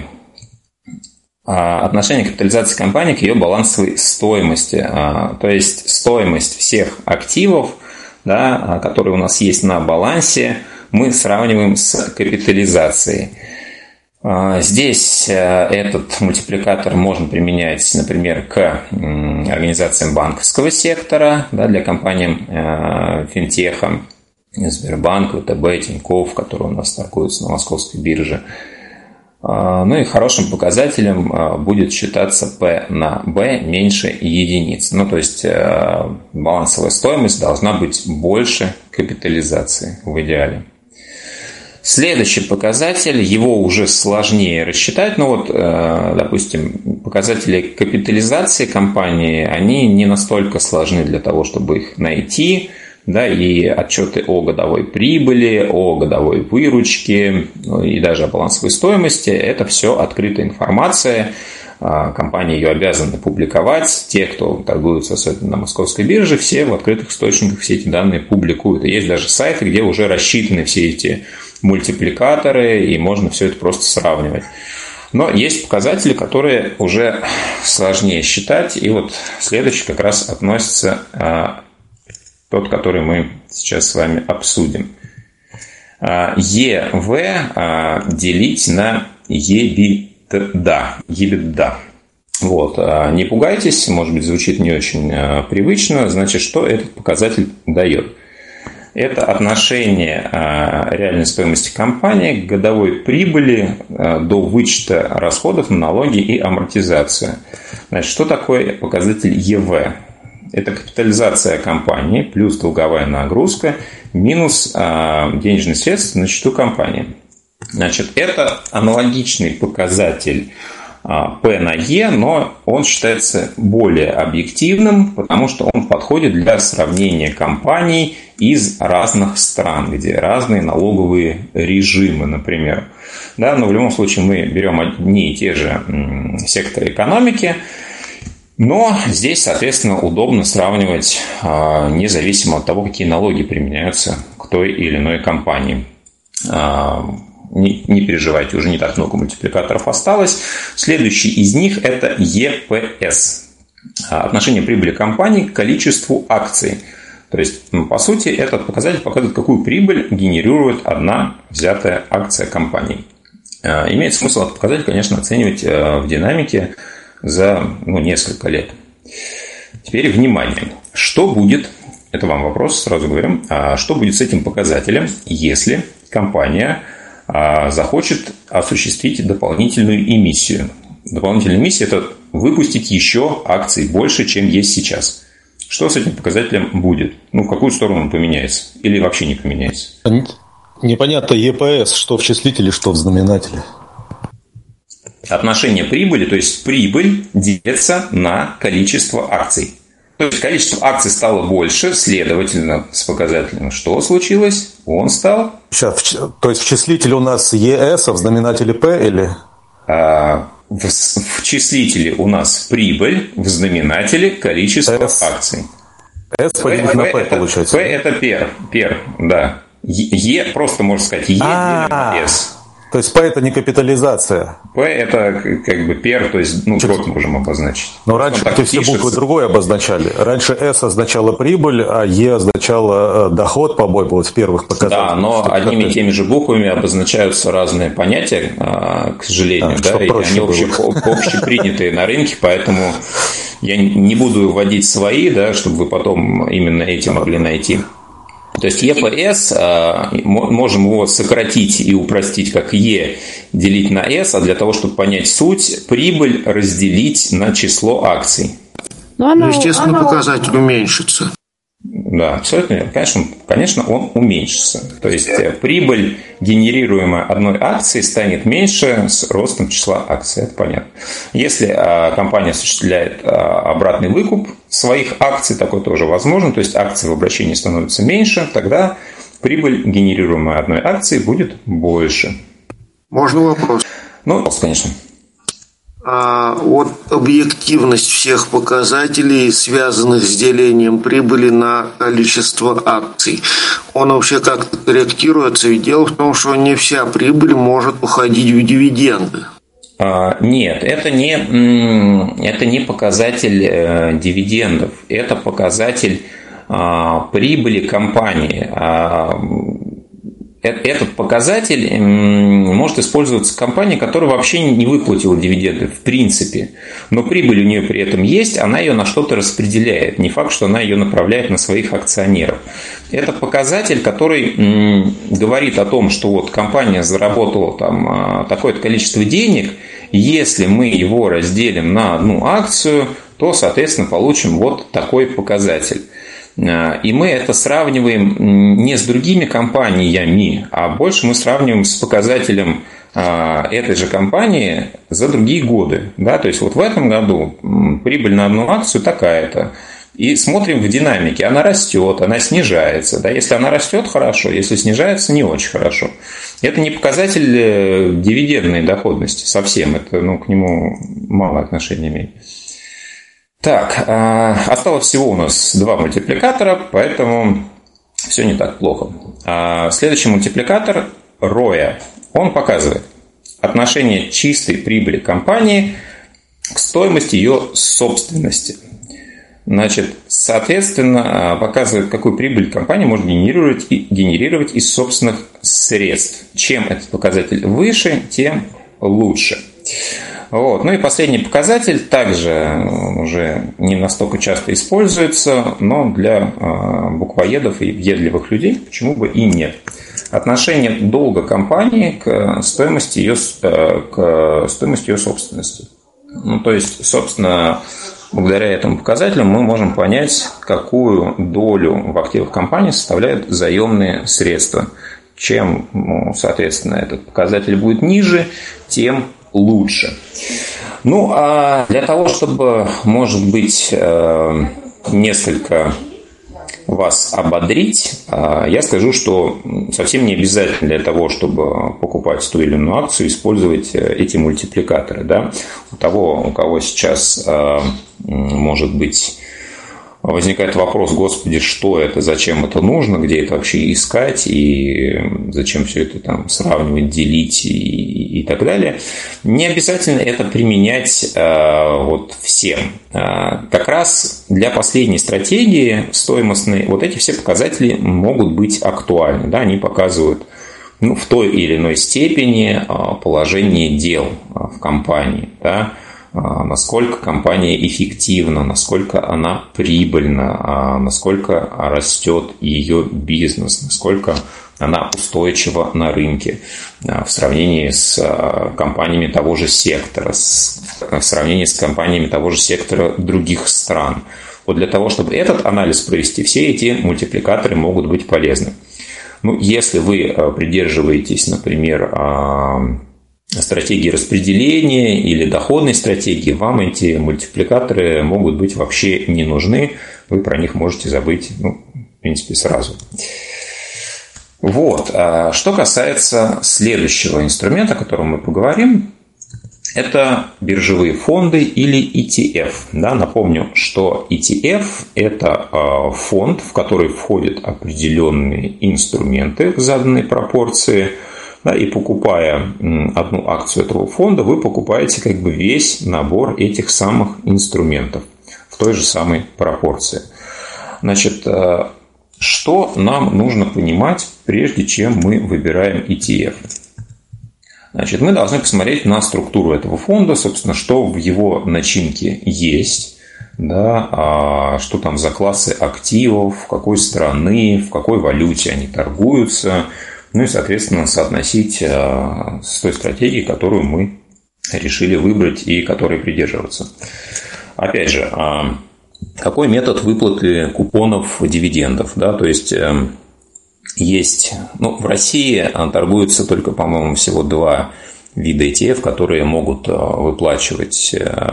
Отношение капитализации компании к ее балансовой стоимости. То есть стоимость всех активов, да, которые у нас есть на балансе, мы сравниваем с капитализацией. Здесь этот мультипликатор можно применять, например, к организациям банковского сектора, да, для компаниям финтеха, Сбербанк, ВТБ, Тинькофф, которые у нас торгуются на московской бирже. Ну и хорошим показателем будет считаться P на B меньше единиц. Ну, то есть балансовая стоимость должна быть больше капитализации в идеале. Следующий показатель, его уже сложнее рассчитать. Ну вот, допустим, показатели капитализации компании, они не настолько сложны для того, чтобы их найти. Да, и отчеты о годовой прибыли, о годовой выручке и даже о балансовой стоимости – это все открытая информация. Компании ее обязаны публиковать. Те, кто торгуются особенно на московской бирже, все в открытых источниках все эти данные публикуют. И есть даже сайты, где уже рассчитаны все эти мультипликаторы, и можно все это просто сравнивать. Но есть показатели, которые уже сложнее считать. И вот следующий как раз относится тот, который мы сейчас с вами обсудим. ЕВ делить на EBITDA. Вот. Не пугайтесь, может быть, звучит не очень привычно. Значит, что этот показатель дает? Это отношение реальной стоимости компании к годовой прибыли до вычета расходов на налоги и амортизацию. Значит, что такое показатель ЕВ? Это капитализация компании плюс долговая нагрузка минус денежные средства на счету компании. Значит, это аналогичный показатель P на E, но он считается более объективным, потому что он подходит для сравнения компаний из разных стран, где разные налоговые режимы, например. Да, но в любом случае мы берем одни и те же секторы экономики, но здесь, соответственно, удобно сравнивать независимо от того, какие налоги применяются к той или иной компании. Не переживайте, уже не так много мультипликаторов осталось. Следующий из них – это EPS. Отношение прибыли компании к количеству акций. То есть, по сути, этот показатель показывает, какую прибыль генерирует одна взятая акция компании. Имеет смысл этот показатель, конечно, оценивать в динамике за несколько лет. Теперь внимание. Что будет, это вам вопрос, сразу говорим, что будет с этим показателем, если компания захочет осуществить дополнительную эмиссию? Дополнительная эмиссия – это выпустить еще акций больше, чем есть сейчас. Что с этим показателем будет? В какую сторону он поменяется? Или вообще не поменяется? Непонятно, EPS, что в числителе, что в знаменателе. Отношение прибыли, то есть прибыль делится на количество акций. То есть количество акций стало больше, следовательно, с показателем что случилось? Он стал... Сейчас, то есть в числителе у нас ES, а в знаменателе P или... В числителе у нас прибыль, в знаменателе количество акций. S поделить на P получается. P это пер, да. E просто можно сказать E делим на S. То есть P это не капитализация. P это как бы пер, то есть крот можем обозначить. Но раньше эти все буквы другое обозначали. Раньше S означало прибыль, а E означало доход, по-моему, в первых показателях. Да, но одними и теми же буквами обозначаются разные понятия, к сожалению, да, и они общепринятые на рынке, поэтому я не буду вводить свои, да, чтобы вы потом именно эти могли найти. То есть EPS, можем его сократить и упростить как E делить на S, а для того, чтобы понять суть, прибыль разделить на число акций. Естественно, показатель уменьшится. Да, абсолютно верно. Конечно, он уменьшится. То есть прибыль, генерируемая одной акцией, станет меньше с ростом числа акций. Это понятно. Если компания осуществляет обратный выкуп своих акций, такое тоже возможно, то есть акции в обращении становятся меньше, тогда прибыль, генерируемая одной акцией, будет больше. Можно вопрос? Конечно. Вот объективность всех показателей, связанных с делением прибыли на количество акций, он вообще как-то корректируется? Ведь дело в том, что не вся прибыль может уходить в дивиденды. Нет, это не показатель дивидендов, это показатель прибыли компании. Этот показатель может использоваться компанией, которая вообще не выплатила дивиденды в принципе, но прибыль у нее при этом есть, она ее на что-то распределяет. Не факт, что она ее направляет на своих акционеров. Это показатель, который говорит о том, что вот компания заработала там такое-то количество денег, если мы его разделим на одну акцию, то, соответственно, получим вот такой показатель. И мы это сравниваем не с другими компаниями, а больше мы сравниваем с показателем этой же компании за другие годы. Да? То есть вот в этом году прибыль на одну акцию такая-то. И смотрим в динамике. Она растет, она снижается. Да? Если она растет, хорошо. Если снижается, не очень хорошо. Это не показатель дивидендной доходности совсем. Это к нему мало отношения имеет. Так, осталось всего у нас 2 мультипликатора, поэтому все не так плохо. Следующий мультипликатор ROE. Он показывает отношение чистой прибыли компании к стоимости ее собственности. Значит, соответственно, показывает, какую прибыль компания может генерировать из собственных средств. Чем этот показатель выше, тем лучше. Вот. И последний показатель также уже не настолько часто используется, но для буквоедов и въедливых людей почему бы и нет. Отношение долга компании к стоимости ее собственности. То есть, собственно, благодаря этому показателю мы можем понять, какую долю в активах компании составляют заемные средства. Чем, соответственно, этот показатель будет ниже, тем лучше. Ну, а для того, чтобы, может быть, несколько вас ободрить, я скажу, что совсем не обязательно для того, чтобы покупать ту или иную акцию, использовать эти мультипликаторы. Да? У кого сейчас, может быть, возникает вопрос: Господи, что это, зачем это нужно, где это вообще искать, и зачем все это там сравнивать, делить и так далее. Не обязательно это применять вот всем. Как раз для последней стратегии стоимостной вот эти все показатели могут быть актуальны. Да? Они показывают в той или иной степени положение дел в компании. Да? Насколько компания эффективна, насколько она прибыльна, насколько растет ее бизнес, насколько она устойчива на рынке в сравнении с компаниями того же сектора, в сравнении с компаниями того же сектора других стран. Вот для того, чтобы этот анализ провести, все эти мультипликаторы могут быть полезны. Ну, если вы придерживаетесь, например, стратегии распределения или доходной стратегии, вам эти мультипликаторы могут быть вообще не нужны. Вы про них можете забыть, в принципе, сразу. Вот. Что касается следующего инструмента, о котором мы поговорим, это биржевые фонды или ETF. Да, напомню, что ETF – это фонд, в который входят определенные инструменты в заданной пропорции. Да, и покупая одну акцию этого фонда, вы покупаете как бы весь набор этих самых инструментов в той же самой пропорции. Значит, что нам нужно понимать, прежде чем мы выбираем ETF? Значит, мы должны посмотреть на структуру этого фонда, собственно, что в его начинке есть, да, что там за классы активов, какой страны, в какой валюте они торгуются. Ну и, соответственно, соотносить с той стратегией, которую мы решили выбрать и которой придерживаться. Опять же, какой метод выплаты купонов дивидендов? Да? То есть, в России торгуются только, по-моему, всего 2 вида ETF, которые могут выплачивать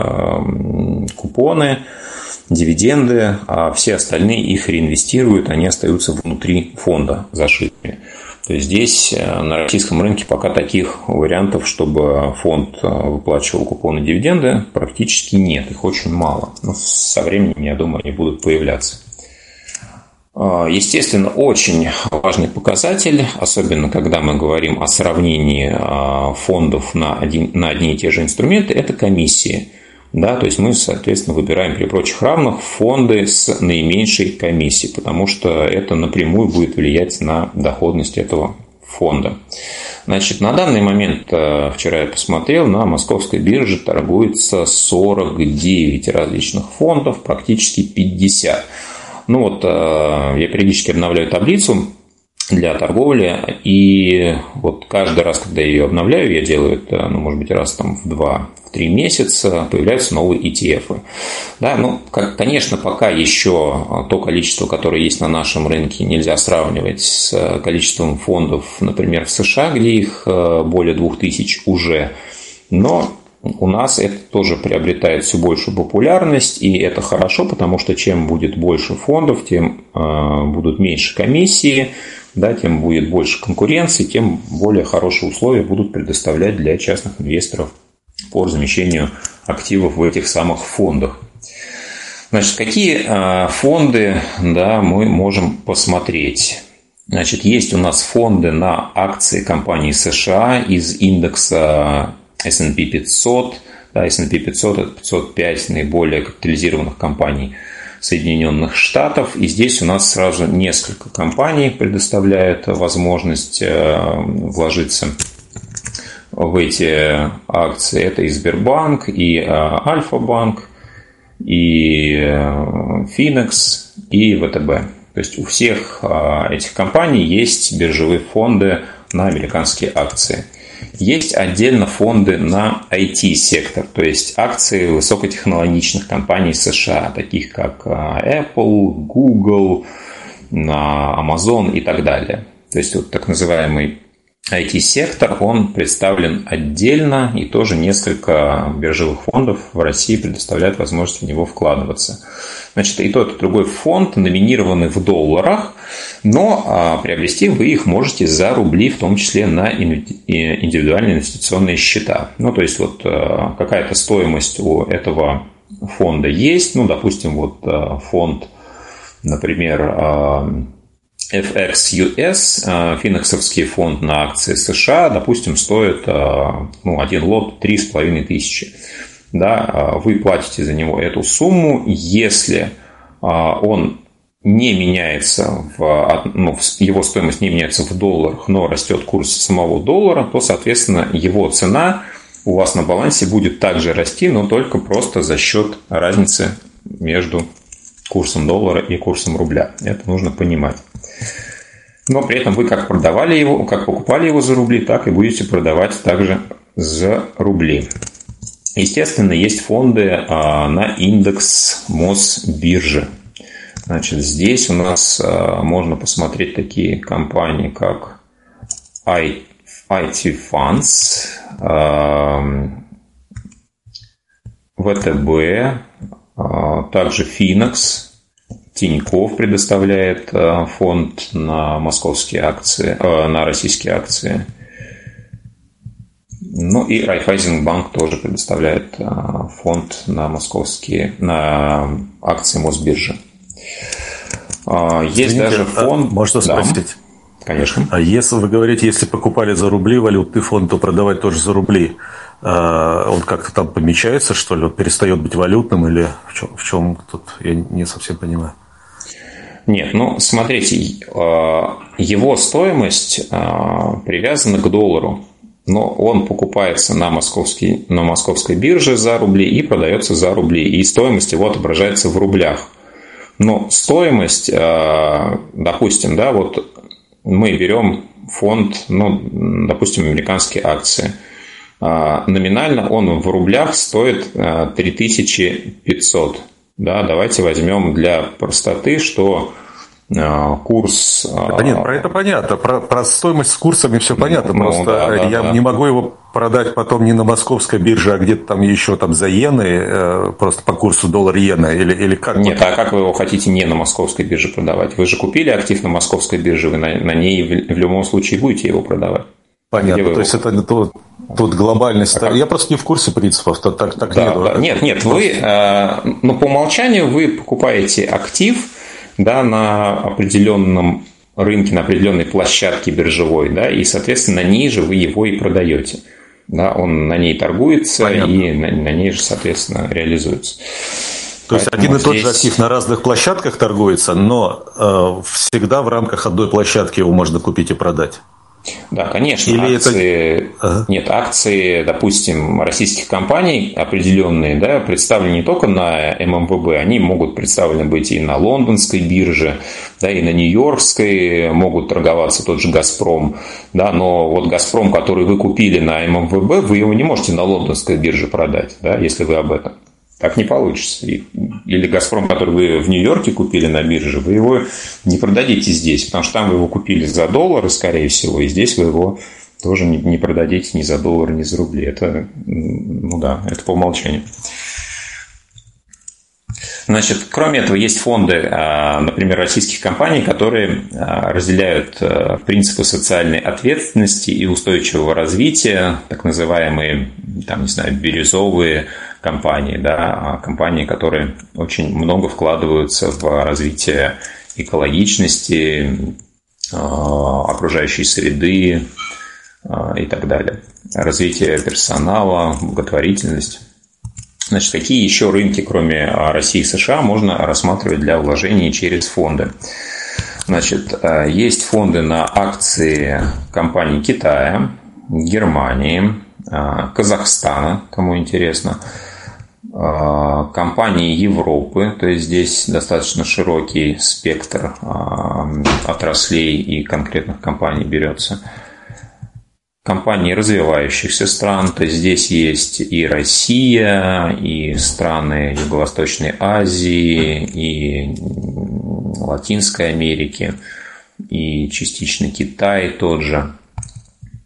купоны, дивиденды, а все остальные их реинвестируют, они остаются внутри фонда зашитыми. То есть здесь на российском рынке пока таких вариантов, чтобы фонд выплачивал купоны и дивиденды, практически нет. Их очень мало. Но со временем, я думаю, они будут появляться. Естественно, очень важный показатель, особенно когда мы говорим о сравнении фондов на одни и те же инструменты, это комиссии. Да, то есть мы, соответственно, выбираем при прочих равных фонды с наименьшей комиссией, потому что это напрямую будет влиять на доходность этого фонда. Значит, на данный момент, вчера я посмотрел, на московской бирже торгуется 49 различных фондов, практически 50. Я периодически обновляю таблицу для торговли, и вот каждый раз, когда я ее обновляю, я делаю это, может быть, раз в 2-3 месяца, появляются новые ETF. Да, конечно, пока еще то количество, которое есть на нашем рынке, нельзя сравнивать с количеством фондов, например, в США, где их более 2000 уже, но у нас это тоже приобретает все большую популярность, и это хорошо, потому что чем будет больше фондов, тем будут меньше комиссии, да, тем будет больше конкуренции, тем более хорошие условия будут предоставлять для частных инвесторов по размещению активов в этих самых фондах. Значит, какие фонды, да, мы можем посмотреть? Значит, есть у нас фонды на акции компаний США из индекса S&P 500. Да, S&P 500 – это 505 наиболее капитализированных компаний Соединенных Штатов. И здесь у нас сразу несколько компаний предоставляют возможность вложиться в эти акции. Это и Сбербанк, и Альфа-банк, и Финекс, и ВТБ. То есть у всех этих компаний есть биржевые фонды на американские акции. Есть отдельно фонды на IT-сектор, то есть акции высокотехнологичных компаний США, таких как Apple, Google, Amazon и так далее. То есть вот так называемый IT-сектор, он представлен отдельно, и тоже несколько биржевых фондов в России предоставляют возможность в него вкладываться. Значит, и тот, и другой фонд номинированы в долларах, но приобрести вы их можете за рубли, в том числе на индивидуальные инвестиционные счета. Ну, то есть, вот какая-то стоимость у этого фонда есть. Ну, допустим, вот фонд, например, FXUS, финексовский фонд на акции США, допустим, стоит один лот 3500. Да, вы платите за него эту сумму. Если он не меняется, его стоимость не меняется в долларах, но растет курс самого доллара, то, соответственно, его цена у вас на балансе будет также расти, но только просто за счет разницы между курсом доллара и курсом рубля. Это нужно понимать. Но при этом вы как продавали его, как покупали его за рубли, так и будете продавать также за рубли. Естественно, есть фонды на индекс Мосбиржи. Значит, здесь у нас можно посмотреть такие компании, как IT Funds, ВТБ, также Финекс, Тинькофф предоставляет фонд на московские акции, на российские акции. Ну и Райфайзенбанк тоже предоставляет фонд на акции Мосбиржи. Есть Извините, даже фонд... Можно спросить? Конечно. А если вы говорите, если покупали за рубли валютный фонд, то продавать тоже за рубли, он как-то там помечается, что ли? Он перестает быть валютным или в чем тут? Я не совсем понимаю. Нет, смотрите, его стоимость привязана к доллару, но он покупается на московской бирже за рубли и продается за рубли, и стоимость его отображается в рублях. Но стоимость, допустим, да, вот мы берем фонд, допустим, американские акции. Номинально он в рублях стоит 3500. Да, давайте возьмем для простоты, что курс... Нет, про это понятно. Про стоимость с курсами все понятно. Просто я не могу его продать потом не на московской бирже, а где-то там еще за иены, просто по курсу доллар-иена или как? Нет, а как вы его хотите не на московской бирже продавать? Вы же купили актив на московской бирже, вы на ней в любом случае будете его продавать. Понятно, то есть это тут глобальность. Я просто не в курсе принципов, так да, нет. Нет, вы, по умолчанию вы покупаете актив, да, на определенном рынке, на определенной площадке биржевой, да, и, соответственно, на ней же вы его и продаете. Да, он на ней торгуется. Понятно. И на ней же, соответственно, реализуется. То есть один и тот же актив на разных площадках торгуется, но всегда в рамках одной площадки его можно купить и продать. Да, конечно. Нет, акции, допустим, российских компаний определенные, да, представлены не только на ММВБ, они могут представлены быть и на лондонской бирже, да, и на нью-йоркской могут торговаться тот же «Газпром», да, но вот «Газпром», который вы купили на ММВБ, вы его не можете на лондонской бирже продать, да, если вы об этом. Так не получится. Или «Газпром», который вы в Нью-Йорке купили на бирже, вы его не продадите здесь, потому что там вы его купили за доллары, скорее всего, и здесь вы его тоже не продадите ни за доллар, ни за рубли. Это, это по умолчанию. Значит, кроме этого, есть фонды, например, российских компаний, которые разделяют принципы социальной ответственности и устойчивого развития, так называемые, бирюзовые компании, да, компании, которые очень много вкладываются в развитие экологичности, окружающей среды и так далее. Развитие персонала, благотворительность. Значит, какие еще рынки, кроме России и США, можно рассматривать для вложений через фонды? Значит, есть фонды на акции компаний Китая, Германии, Казахстана, кому интересно, компании Европы, то есть здесь достаточно широкий спектр отраслей и конкретных компаний берется. Компании развивающихся стран, то есть здесь есть и Россия, и страны Юго-Восточной Азии, и Латинской Америки, и частично Китай тот же.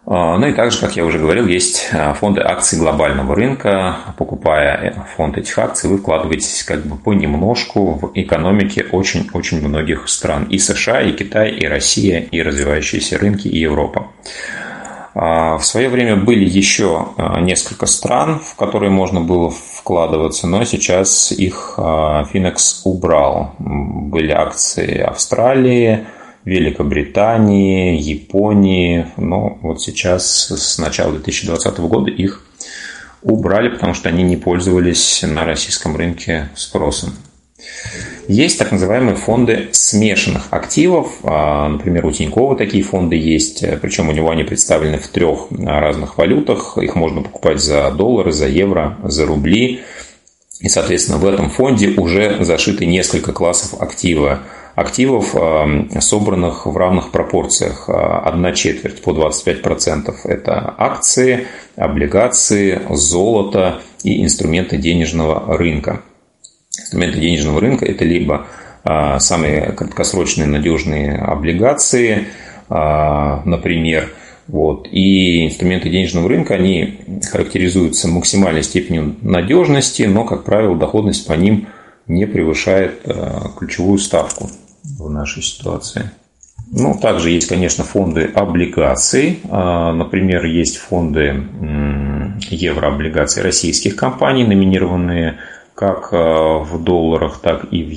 Ну и также, как я уже говорил, есть фонды акций глобального рынка. Покупая фонд этих акций, вы вкладываетесь как бы понемножку в экономики очень-очень многих стран. И США, и Китай, и Россия, и развивающиеся рынки, и Европа. В свое время были еще несколько стран, в которые можно было вкладываться, но сейчас их Finex убрал. Были акции Австралии, Великобритании, Японии, но вот сейчас с начала 2020 года их убрали, потому что они не пользовались на российском рынке спросом. Есть так называемые фонды смешанных активов, например, у Тинькова такие фонды есть, причем у него они представлены в 3 разных валютах, их можно покупать за доллары, за евро, за рубли, и, соответственно, в этом фонде уже зашиты несколько классов активов, собранных в равных пропорциях. 1/4 по 25% – это акции, облигации, золото и инструменты денежного рынка. Инструменты денежного рынка – это либо самые краткосрочные надежные облигации, например, и инструменты денежного рынка, они характеризуются максимальной степенью надежности, но, как правило, доходность по ним не превышает ключевую ставку в нашей ситуации. Также есть, конечно, фонды облигаций. Например, есть фонды еврооблигаций российских компаний, номинированные как в долларах, так и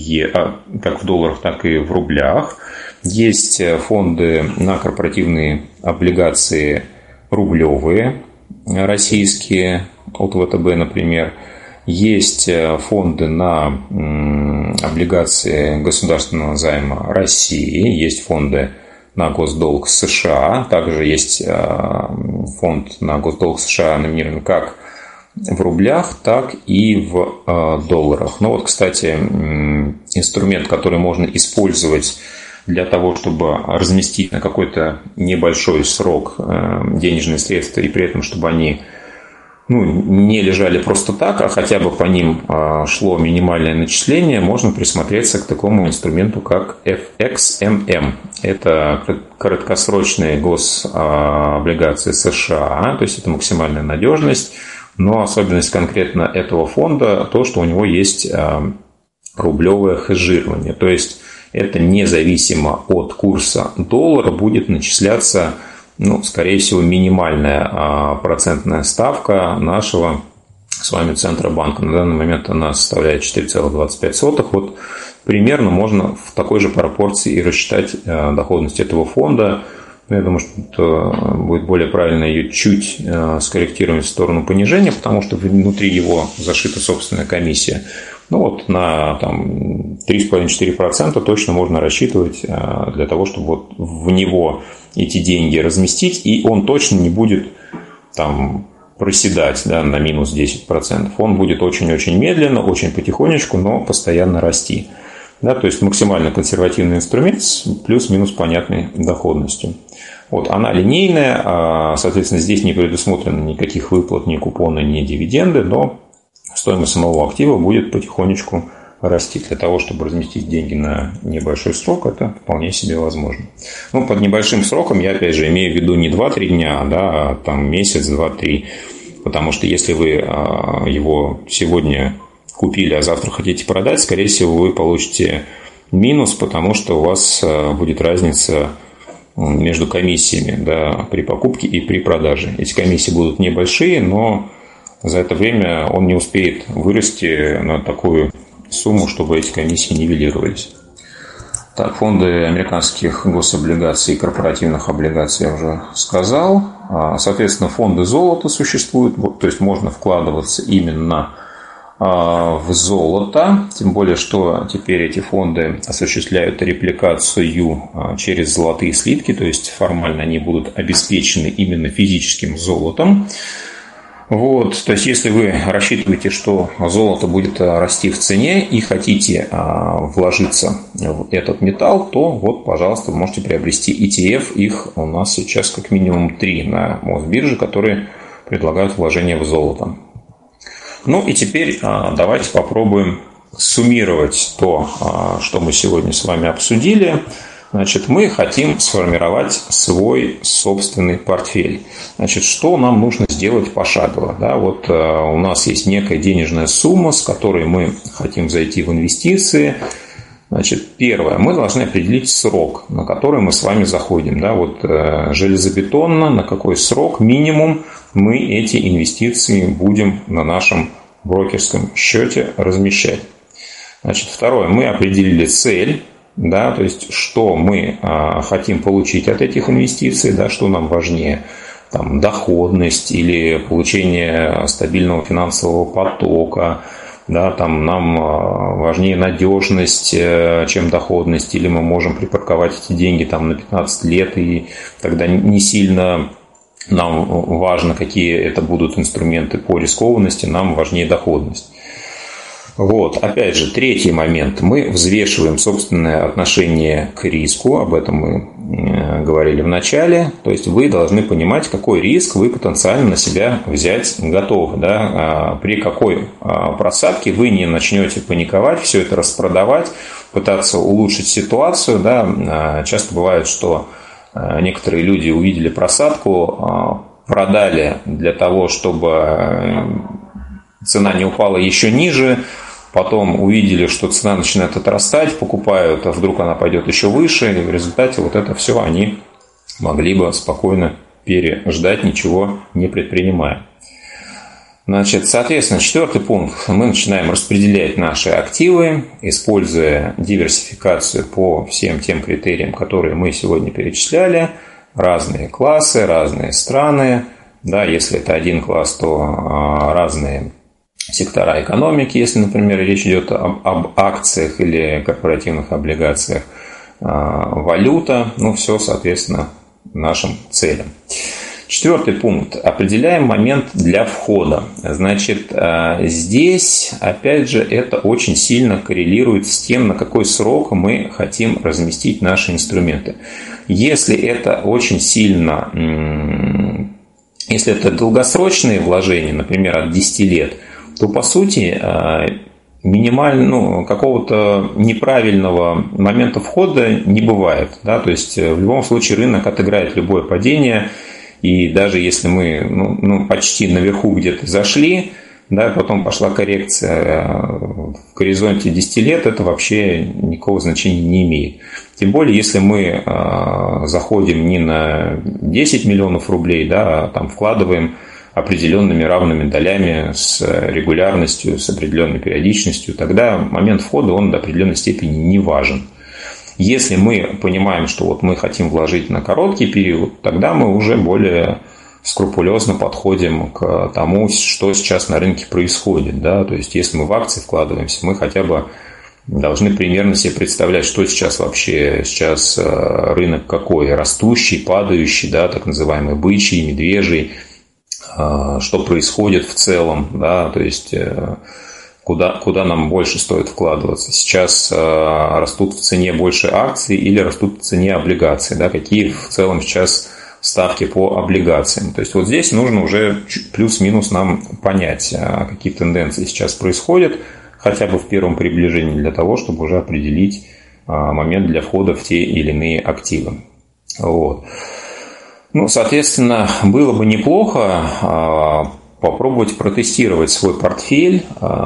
в рублях. Есть фонды на корпоративные облигации рублевые, российские, от ВТБ, например. Есть фонды на облигации государственного займа России, есть фонды на госдолг США, также есть фонд на госдолг США, номинирован как в рублях, так и в долларах. Кстати, инструмент, который можно использовать для того, чтобы разместить на какой-то небольшой срок денежные средства, и при этом, чтобы они не лежали просто так, а хотя бы по ним шло минимальное начисление, можно присмотреться к такому инструменту, как FXMM. Это краткосрочные гособлигации США, то есть это максимальная надежность, но особенность конкретно этого фонда то, что у него есть рублевое хеджирование, то есть это независимо от курса доллара будет начисляться, скорее всего, минимальная процентная ставка нашего с вами Центробанка. На данный момент она составляет 4,25. Примерно можно в такой же пропорции и рассчитать доходность этого фонда. Я думаю, что это будет более правильно ее чуть скорректировать в сторону понижения, потому что внутри его зашита собственная комиссия. На 3,5-4% точно можно рассчитывать для того, чтобы в него эти деньги разместить, и он точно не будет проседать на минус 10%. Он будет очень-очень медленно, очень потихонечку, но постоянно расти. То есть максимально консервативный инструмент с плюс-минус понятной доходностью. Она линейная, соответственно, здесь не предусмотрено никаких выплат, ни купоны, ни дивиденды, но стоимость самого актива будет потихонечку расти. Для того, чтобы разместить деньги на небольшой срок, это вполне себе возможно. Под небольшим сроком я, опять же, имею в виду не 2-3 дня, а месяц, 2-3. Потому что если вы его сегодня купили, а завтра хотите продать, скорее всего, вы получите минус, потому что у вас будет разница между комиссиями при покупке и при продаже. Эти комиссии будут небольшие, но за это время он не успеет вырасти на такую сумму, чтобы эти комиссии нивелировались. Фонды американских гособлигаций и корпоративных облигаций я уже сказал. Соответственно, фонды золота существуют, то есть можно вкладываться именно в золото, тем более, что теперь эти фонды осуществляют репликацию через золотые слитки, то есть формально они будут обеспечены именно физическим золотом. То есть, если вы рассчитываете, что золото будет расти в цене и хотите вложиться в этот металл, то пожалуйста, вы можете приобрести ETF. Их у нас сейчас как минимум 3 на Мосбирже, которые предлагают вложение в золото. И теперь давайте попробуем суммировать то, что мы сегодня с вами обсудили. Значит, мы хотим сформировать свой собственный портфель. Значит, что нам нужно сделать пошагово? Да, вот у нас есть некая денежная сумма, с которой мы хотим зайти в инвестиции. Значит, первое, мы должны определить срок, на который мы с вами заходим. Да, вот железобетонно, на какой срок минимум мы эти инвестиции будем на нашем брокерском счете размещать. Значит, второе, мы определили цель. Да, то есть, что мы хотим получить от этих инвестиций, да, что нам важнее, там, доходность или получение стабильного финансового потока, да, там, нам важнее надежность, чем доходность, или мы можем припарковать эти деньги там, на 15 лет, и тогда не сильно нам важно, какие это будут инструменты по рискованности, нам важнее доходность. Вот, опять же, третий момент. Мы взвешиваем собственное отношение к риску, об этом мы говорили в начале. То есть вы должны понимать, какой риск вы потенциально на себя взять готовы. Да? При какой просадке вы не начнете паниковать, все это распродавать, пытаться улучшить ситуацию. Да? Часто бывает, что некоторые люди увидели просадку, продали для того, чтобы цена не упала еще ниже. Потом увидели, что цена начинает отрастать, покупают, а вдруг она пойдет еще выше. И в результате вот это все они могли бы спокойно переждать, ничего не предпринимая. Значит, соответственно, четвертый пункт. Мы начинаем распределять наши активы, используя диверсификацию по всем тем критериям, которые мы сегодня перечисляли. Разные классы, разные страны. Да, если это один класс, то разные сектора экономики, если, например, речь идет об акциях или корпоративных облигациях, валюта, ну, все, соответственно, нашим целям. Четвертый пункт. Определяем момент для входа. Значит, здесь, опять же, это очень сильно коррелирует с тем, на какой срок мы хотим разместить наши инструменты. Если это очень сильно, если это долгосрочные вложения, например, от 10 лет, то, по сути, минимально, какого-то неправильного момента входа не бывает. Да? То есть, в любом случае, рынок отыграет любое падение, и даже если мы почти наверху где-то зашли, да, потом пошла коррекция в горизонте 10 лет, это вообще никакого значения не имеет. Тем более, если мы заходим не на 10 миллионов рублей, да, а там вкладываем определенными равными долями с регулярностью, с определенной периодичностью, тогда момент входа, он до определенной степени не важен. Если мы понимаем, что вот мы хотим вложить на короткий период, тогда мы уже более скрупулезно подходим к тому, что сейчас на рынке происходит. Да? То есть, если мы в акции вкладываемся, мы хотя бы должны примерно себе представлять, что сейчас вообще, сейчас рынок какой, растущий, падающий, да, так называемый бычий, медвежий, что происходит в целом, да, то есть куда нам больше стоит вкладываться. Сейчас растут в цене больше акций или растут в цене облигаций, да, какие в целом сейчас ставки по облигациям. То есть вот здесь нужно уже плюс-минус нам понять, какие тенденции сейчас происходят, хотя бы в первом приближении, для того, чтобы уже определить момент для входа в те или иные активы. Вот. Соответственно, было бы неплохо попробовать протестировать свой портфель,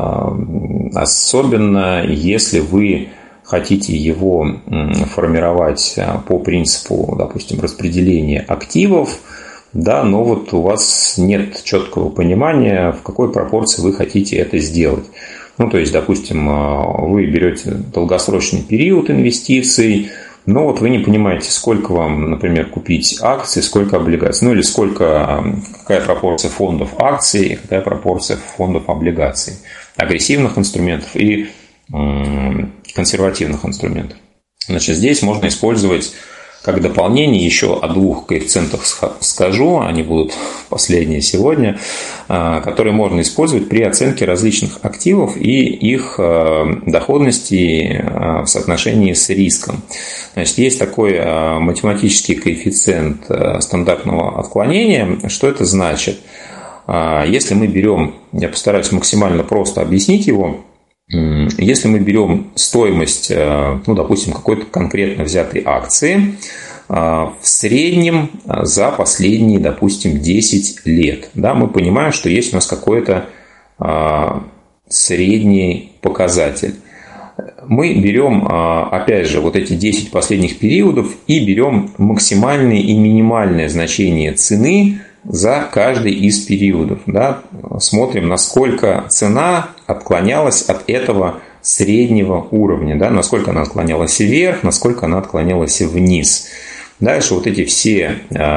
особенно если вы хотите его формировать по принципу, допустим, распределения активов, да, но вот у вас нет четкого понимания, в какой пропорции вы хотите это сделать. То есть, допустим, вы берете долгосрочный период инвестиций, но вот вы не понимаете, сколько вам, например, купить акций, сколько облигаций, или какая пропорция фондов акций, какая пропорция фондов облигаций, агрессивных инструментов и консервативных инструментов. Значит, здесь можно использовать как дополнение еще о двух коэффициентах скажу, они будут последние сегодня, которые можно использовать при оценке различных активов и их доходности в соотношении с риском. Значит, есть такой математический коэффициент стандартного отклонения. Что это значит? Если мы берем, я постараюсь максимально просто объяснить его, Если мы берем стоимость, допустим, какой-то конкретно взятой акции, в среднем за последние, допустим, 10 лет, да, мы понимаем, что есть у нас какой-то средний показатель. Мы берем, опять же, вот эти 10 последних периодов и берем максимальное и минимальное значение цены за каждый из периодов. Да? Смотрим, насколько цена отклонялась от этого среднего уровня, да? Насколько она отклонялась вверх, насколько она отклонялась вниз. Дальше вот эти все,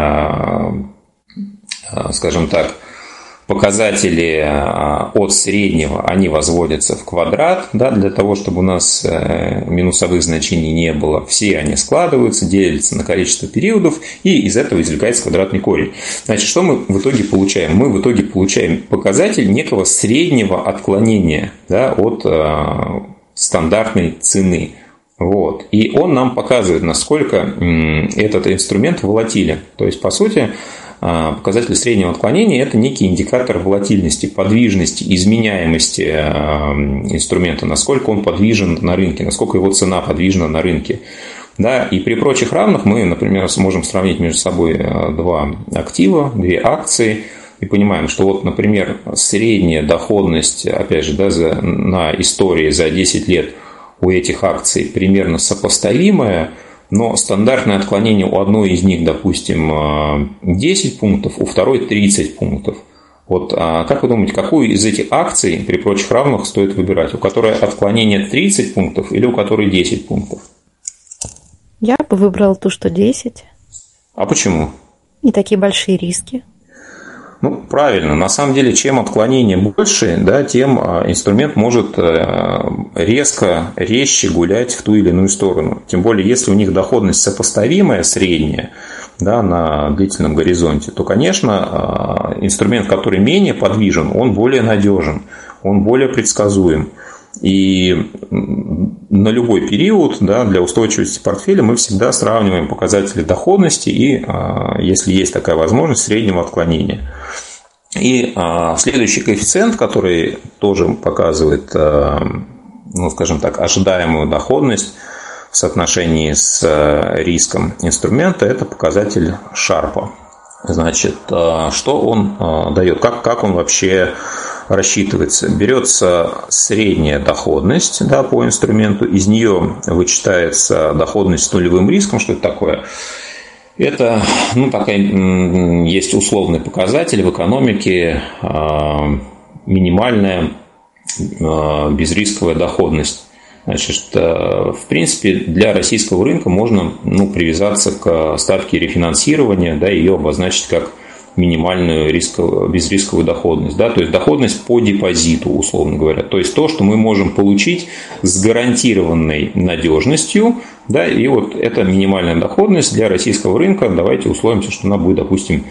скажем так, показатели от среднего, они возводятся в квадрат, да, для того, чтобы у нас минусовых значений не было. Все они складываются, делятся на количество периодов, и из этого извлекается квадратный корень. Значит, что мы в итоге получаем? Мы в итоге получаем показатель некого среднего отклонения, да, от стандартной цены. Вот. И он нам показывает, насколько этот инструмент волатилен. То есть, по сути, показатель среднего отклонения – это некий индикатор волатильности, подвижности, изменяемости инструмента, насколько он подвижен на рынке, насколько его цена подвижна на рынке. Да, и при прочих равных мы, например, сможем сравнить между собой два актива, две акции, и понимаем, что вот, например, средняя доходность, опять же, да, на истории за 10 лет у этих акций примерно сопоставимая, но стандартное отклонение у одной из них, допустим, 10 пунктов, у второй 30 пунктов. Вот как вы думаете, какую из этих акций при прочих равных стоит выбирать? У которой отклонение 30 пунктов или у которой 10 пунктов? Я бы выбрала ту, что 10. А почему? Не такие большие риски. Ну, правильно. На самом деле, чем отклонение больше, да, тем инструмент может резче гулять в ту или иную сторону. Тем более, если у них доходность сопоставимая, средняя, да, на длительном горизонте, то, конечно, инструмент, который менее подвижен, он более надежен, он более предсказуем. И на любой период, да, для устойчивости портфеля мы всегда сравниваем показатели доходности и, если есть такая возможность, среднего отклонения. И следующий коэффициент, который тоже показывает, ну, скажем так, ожидаемую доходность в соотношении с риском инструмента, это показатель Шарпа. Значит, что он дает, как он вообще рассчитывается? Берется средняя доходность, да, по инструменту, из нее вычитается доходность с нулевым риском. Что это такое? Это, ну, такая, есть условный показатель в экономике, минимальная безрисковая доходность. Значит, в принципе, для российского рынка можно, ну, привязаться к ставке рефинансирования, да, ее обозначить как минимальную безрисковую доходность, да, то есть доходность по депозиту, условно говоря, то есть то, что мы можем получить с гарантированной надежностью, да, и вот эта минимальная доходность для российского рынка, давайте условимся, что она будет, допустим,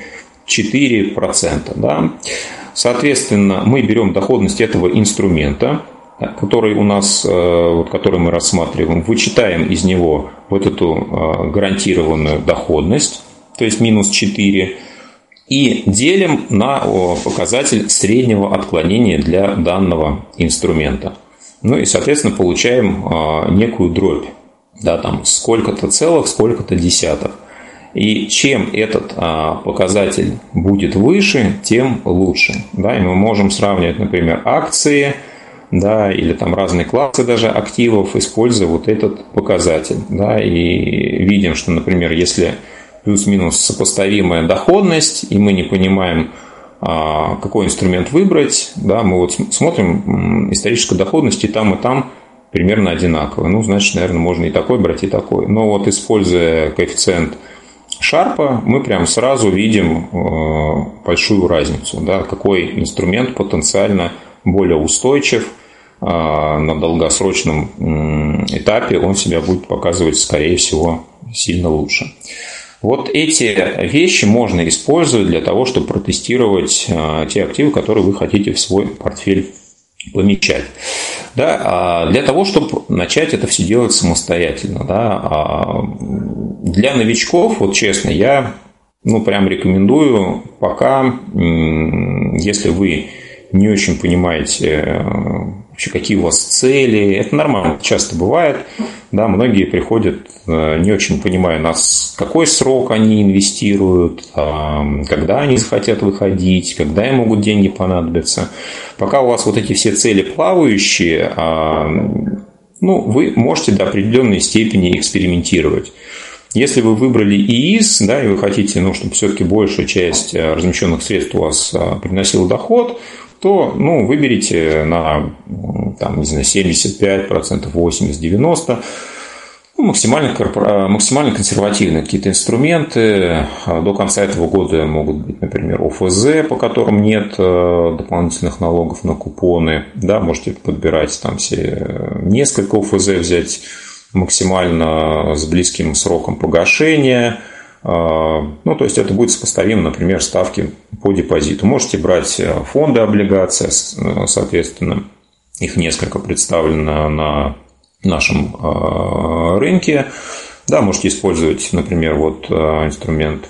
4%, да. Соответственно, мы берем доходность этого инструмента, который у нас, вот, который мы рассматриваем, вычитаем из него вот эту гарантированную доходность, то есть минус 4, и делим на показатель среднего отклонения для данного инструмента. Ну и, соответственно, получаем некую дробь, да, там сколько-то целых, сколько-то десятых. И чем этот показатель будет выше, тем лучше. Да, и мы можем сравнивать, например, акции, да, или там разные классы даже активов, используя вот этот показатель. Да, и видим, что, например, если плюс-минус сопоставимая доходность, и мы не понимаем, какой инструмент выбрать, да, мы вот смотрим, историческая доходность и там примерно одинаковая. Ну, значит, наверное, можно и такой брать, и такой. Но вот, используя коэффициент Шарпа, мы прям сразу видим большую разницу, да, какой инструмент потенциально более устойчив на долгосрочном этапе, он себя будет показывать, скорее всего, сильно лучше. Вот эти вещи можно использовать для того, чтобы протестировать те активы, которые вы хотите в свой портфель помещать. Да, для того, чтобы начать это все делать самостоятельно. Да, для новичков, вот честно, я, ну, прям рекомендую пока, если вы не очень понимаете вообще какие у вас цели. Это нормально, часто бывает. Да, многие приходят, не очень понимая, на какой срок они инвестируют, когда они захотят выходить, когда им могут деньги понадобиться. Пока у вас вот эти все цели плавающие, вы можете до определенной степени экспериментировать. Если вы выбрали ИИС, да, и вы хотите, чтобы все-таки большая часть размещенных средств у вас приносила доход, то выберите на 75%, 80%, 90%. Максимально консервативные какие-то инструменты. До конца этого года могут быть, например, ОФЗ, по которым нет дополнительных налогов на купоны. Да, можете подбирать несколько ОФЗ взять максимально с близким сроком погашения. То есть это будет сопоставимо, например, ставки по депозиту. Можете брать фонды облигаций, соответственно, их несколько представлено на нашем рынке. Да, можете использовать, например, инструмент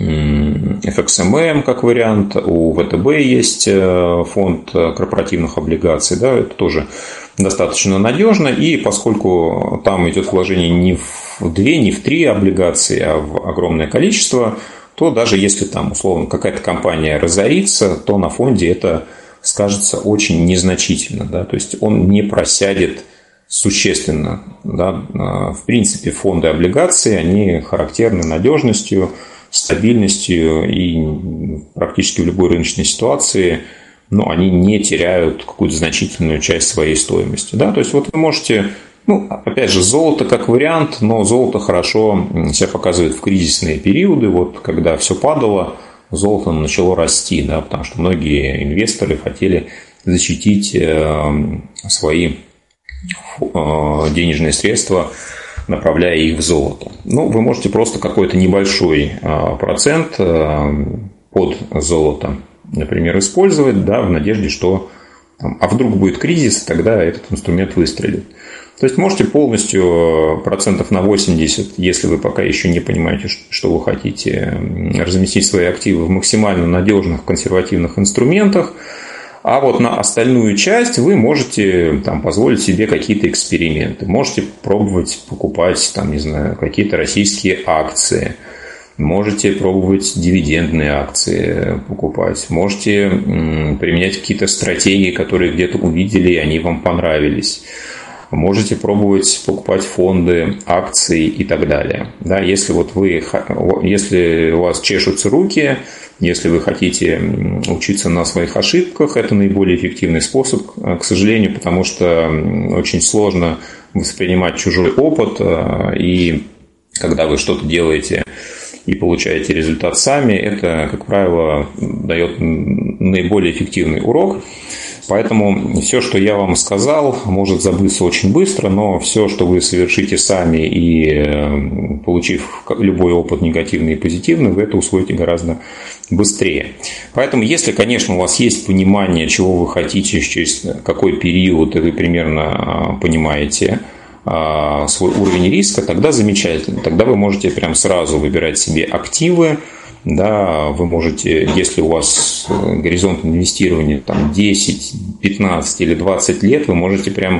FXMM как вариант. У ВТБ есть фонд корпоративных облигаций. Да, это тоже достаточно надежно. И поскольку там идет вложение не в 2, не в 3 облигации, а в огромное количество, то даже если там, условно, какая-то компания разорится, то на фонде это скажется очень незначительно. Да? То есть он не просядет существенно. Да? В принципе, фонды облигации, они характерны надежностью, стабильностью, и практически в любой рыночной ситуации они не теряют какую-то значительную часть своей стоимости. Да? То есть вы можете, опять же, золото как вариант, но золото хорошо себя показывает в кризисные периоды. Когда все падало, золото начало расти, да? Потому что многие инвесторы хотели защитить свои денежные средства, направляя их в золото. Вы можете просто какой-то небольшой процент под золото, например, использовать, да, в надежде, что вдруг будет кризис, тогда этот инструмент выстрелит. То есть можете полностью процентов на 80, если вы пока еще не понимаете, что вы хотите, разместить свои активы в максимально надежных консервативных инструментах. А на остальную часть вы можете позволить себе какие-то эксперименты. Можете пробовать покупать какие-то российские акции. Можете пробовать дивидендные акции покупать. Можете применять какие-то стратегии, которые где-то увидели, и они вам понравились. Можете пробовать покупать фонды, акции и так далее. Да, если если у вас чешутся руки, если вы хотите учиться на своих ошибках, это наиболее эффективный способ, к сожалению, потому что очень сложно воспринимать чужой опыт, и когда вы что-то делаете и получаете результат сами, это, как правило, дает наиболее эффективный урок. Поэтому все, что я вам сказал, может забыться очень быстро, но все, что вы совершите сами и получив любой опыт негативный и позитивный, вы это усвоите гораздо быстрее. Поэтому, если, конечно, у вас есть понимание, чего вы хотите, через какой период, и вы примерно понимаете свой уровень риска, тогда замечательно. Тогда вы можете прям сразу выбирать себе активы. Да, вы можете, если у вас горизонт инвестирования 10, 15 или 20 лет, вы можете прям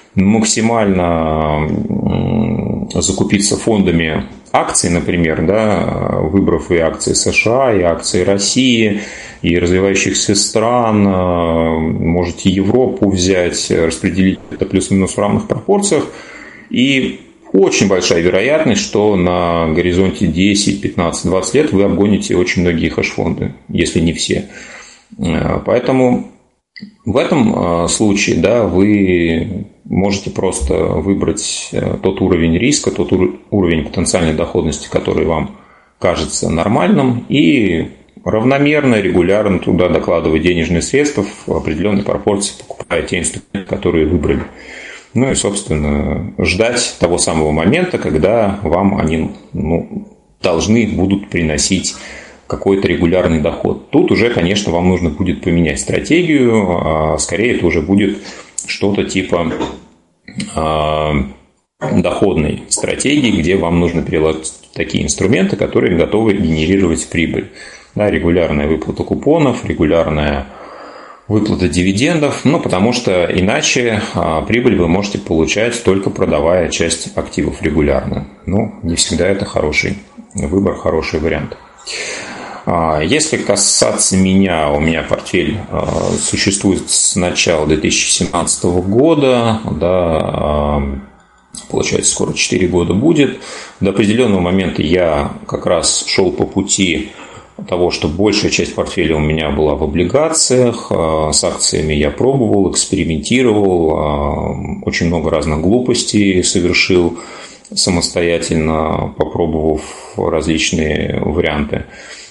максимально закупиться фондами акций, например, да, выбрав и акции США, и акции России, и развивающихся стран, можете Европу взять, распределить это плюс-минус в равных пропорциях, и очень большая вероятность, что на горизонте 10, 15, 20 лет вы обгоните очень многие хэш-фонды, если не все. Поэтому в этом случае, да, вы можете просто выбрать тот уровень риска, тот уровень потенциальной доходности, который вам кажется нормальным, и равномерно, регулярно туда докладывать денежные средства в определенной пропорции, покупая те инструменты, которые выбрали. И, собственно, ждать того самого момента, когда вам они должны будут приносить какой-то регулярный доход. Тут уже, конечно, вам нужно будет поменять стратегию, а скорее это уже будет что-то типа доходной стратегии, где вам нужно прилагать такие инструменты, которые готовы генерировать прибыль. Да, регулярная выплата купонов, регулярная выплаты дивидендов, потому что иначе прибыль вы можете получать, только продавая часть активов регулярно. Не всегда это хороший выбор, хороший вариант. Если касаться меня, у меня портфель существует с начала 2017 года, получается, скоро 4 года будет. До определенного момента я как раз шел по пути того, что большая часть портфеля у меня была в облигациях, с акциями я пробовал, экспериментировал, очень много разных глупостей совершил самостоятельно, попробовав различные варианты.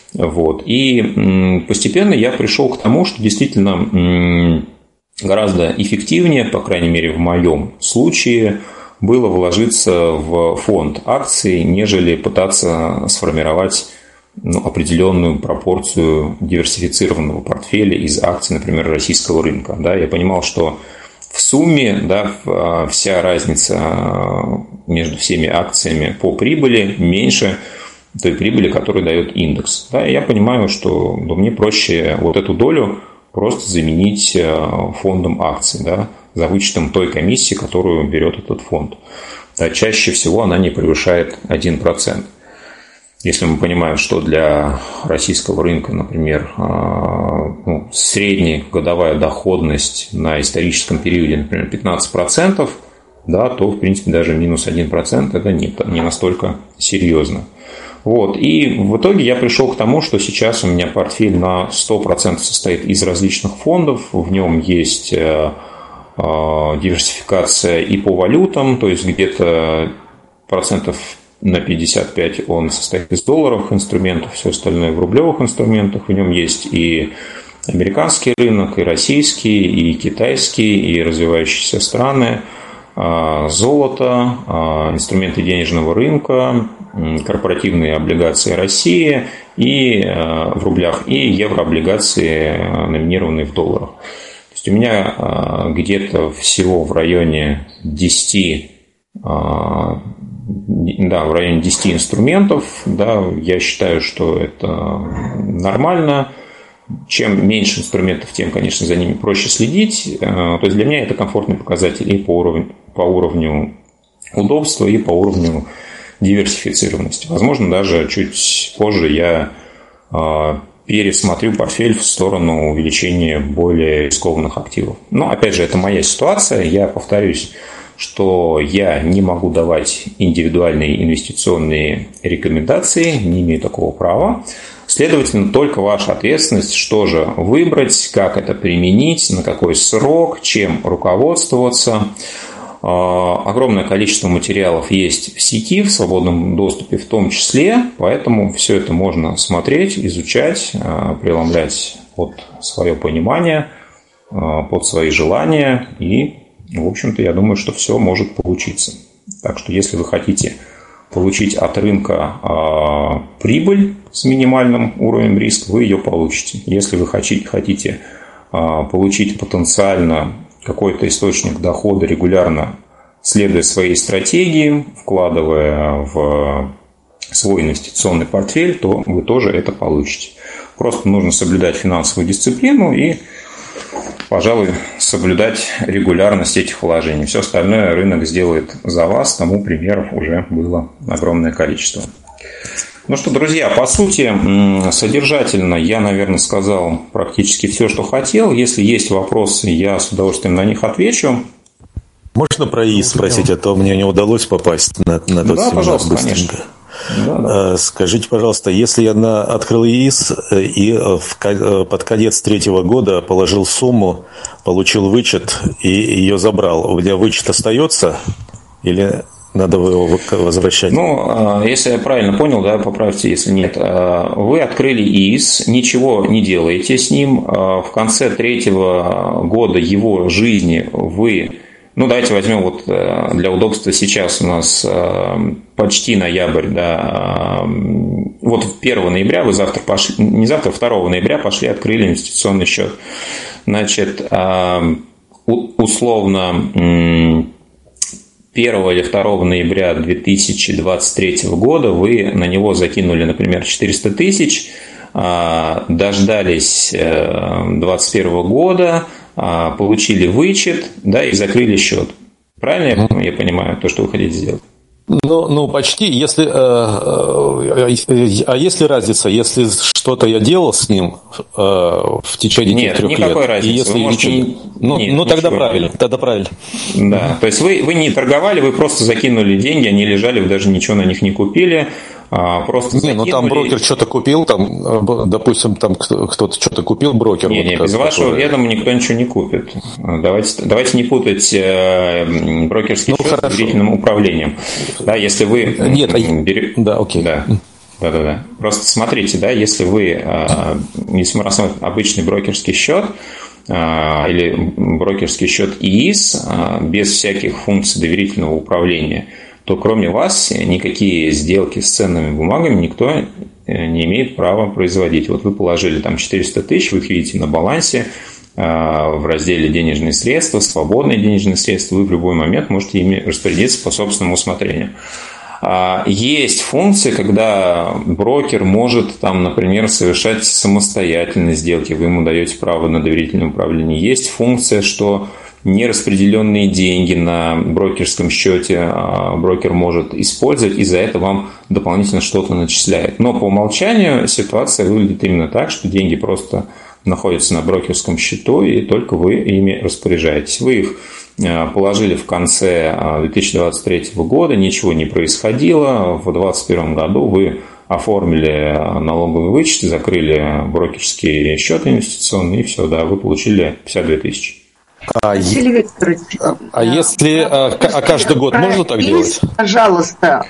И постепенно я пришел к тому, что действительно гораздо эффективнее, по крайней мере в моем случае, было вложиться в фонд акций, нежели пытаться сформировать определенную пропорцию диверсифицированного портфеля из акций, например, российского рынка. Я понимал, что в сумме вся разница между всеми акциями по прибыли меньше той прибыли, которую дает индекс. И я понимаю, что мне проще эту долю просто заменить фондом акций, за вычетом той комиссии, которую берет этот фонд. Чаще всего она не превышает 1%. Если мы понимаем, что для российского рынка, например, средняя годовая доходность на историческом периоде, например, 15%, то, в принципе, даже минус 1% это не настолько серьезно. И в итоге я пришел к тому, что сейчас у меня портфель на 100% состоит из различных фондов, в нем есть диверсификация и по валютам, то есть где-то процентов на 55 он состоит из долларовых инструментов, все остальное в рублевых инструментах. В нем есть и американский рынок, и российский, и китайский, и развивающиеся страны, золото, инструменты денежного рынка, корпоративные облигации России и в рублях, и еврооблигации, номинированные в долларах. То есть у меня где-то всего в районе 10 инструментов. Я считаю, что это нормально. Чем меньше инструментов, тем, конечно, за ними проще следить. То есть для меня это комфортный показатель и по уровню удобства, и по уровню диверсифицированности. Возможно, даже чуть позже я пересмотрю портфель в сторону увеличения более рискованных активов. Но, опять же, это моя ситуация. Я повторюсь, что я не могу давать индивидуальные инвестиционные рекомендации, не имею такого права. Следовательно, только ваша ответственность, что же выбрать, как это применить, на какой срок, чем руководствоваться. Огромное количество материалов есть в сети, в свободном доступе в том числе, поэтому все это можно смотреть, изучать, преломлять под свое понимание, под свои желания, и, в общем-то, я думаю, что все может получиться. Так что, если вы хотите получить от рынка прибыль с минимальным уровнем риска, вы ее получите. Если вы хотите получить потенциально какой-то источник дохода регулярно, следуя своей стратегии, вкладывая в свой инвестиционный портфель, то вы тоже это получите. Просто нужно соблюдать финансовую дисциплину и, пожалуй, соблюдать регулярность этих вложений. Все остальное рынок сделает за вас, тому примеров уже было огромное количество. Ну что, друзья, по сути, содержательно я, наверное, сказал практически все, что хотел. Если есть вопросы, я с удовольствием на них отвечу. Можно про ИИС спросить, а то мне не удалось попасть на тот семинар. Пожалуйста, быстренько. Конечно. Да. Скажите, пожалуйста, если я открыл ИИС и под конец 3-го года положил сумму, получил вычет и ее забрал, у меня вычет остается или надо его возвращать? Если я правильно понял, поправьте, если нет. Вы открыли ИИС, ничего не делаете с ним. В конце 3-го года его жизни вы... давайте возьмем для удобства сейчас у нас почти ноябрь, 1 ноября вы 2 ноября пошли, открыли инвестиционный счет. Значит, условно 1 или 2 ноября 2023 года вы на него закинули, например, 400 тысяч, дождались 2021 года, получили вычет, да, и закрыли счет. Правильно я понимаю то, что вы хотите сделать? Ну, почти. Если, а есть ли разница, если что-то я делал с ним в течение 3 лет? Нет, никакой разницы. Нет, тогда правильно. Да, то есть вы не торговали, вы просто закинули деньги, они лежали, вы даже ничего на них не купили. Просто там брокер что-то купил, допустим, там кто-то что-то купил, брокер. Без вашего ведома никто ничего не купит. Давайте не путать брокерский счет с доверительным управлением. Да, если вы... окей. Да. Просто смотрите, да, если мы рассмотрим обычный брокерский счет или брокерский счет ИИС без всяких функций доверительного управления, то кроме вас никакие сделки с ценными бумагами никто не имеет права производить. Вот вы положили там 400 тысяч, вы их видите на балансе в разделе «Денежные средства», «Свободные денежные средства», вы в любой момент можете ими распорядиться по собственному усмотрению. Есть функции, когда брокер может, например, совершать самостоятельно сделки, вы ему даете право на доверительное управление. Есть функция, что нераспределенные деньги на брокерском счете брокер может использовать, и за это вам дополнительно что-то начисляет. Но по умолчанию ситуация выглядит именно так, что деньги просто находятся на брокерском счету, и только вы ими распоряжаетесь. Вы их положили в конце 2023 года, ничего не происходило. В 2021 году вы оформили налоговый вычет, закрыли брокерский счет инвестиционный, и все, да, вы получили 52 тысячи. Василий Викторович, если каждый год можно так делать? Пожалуйста,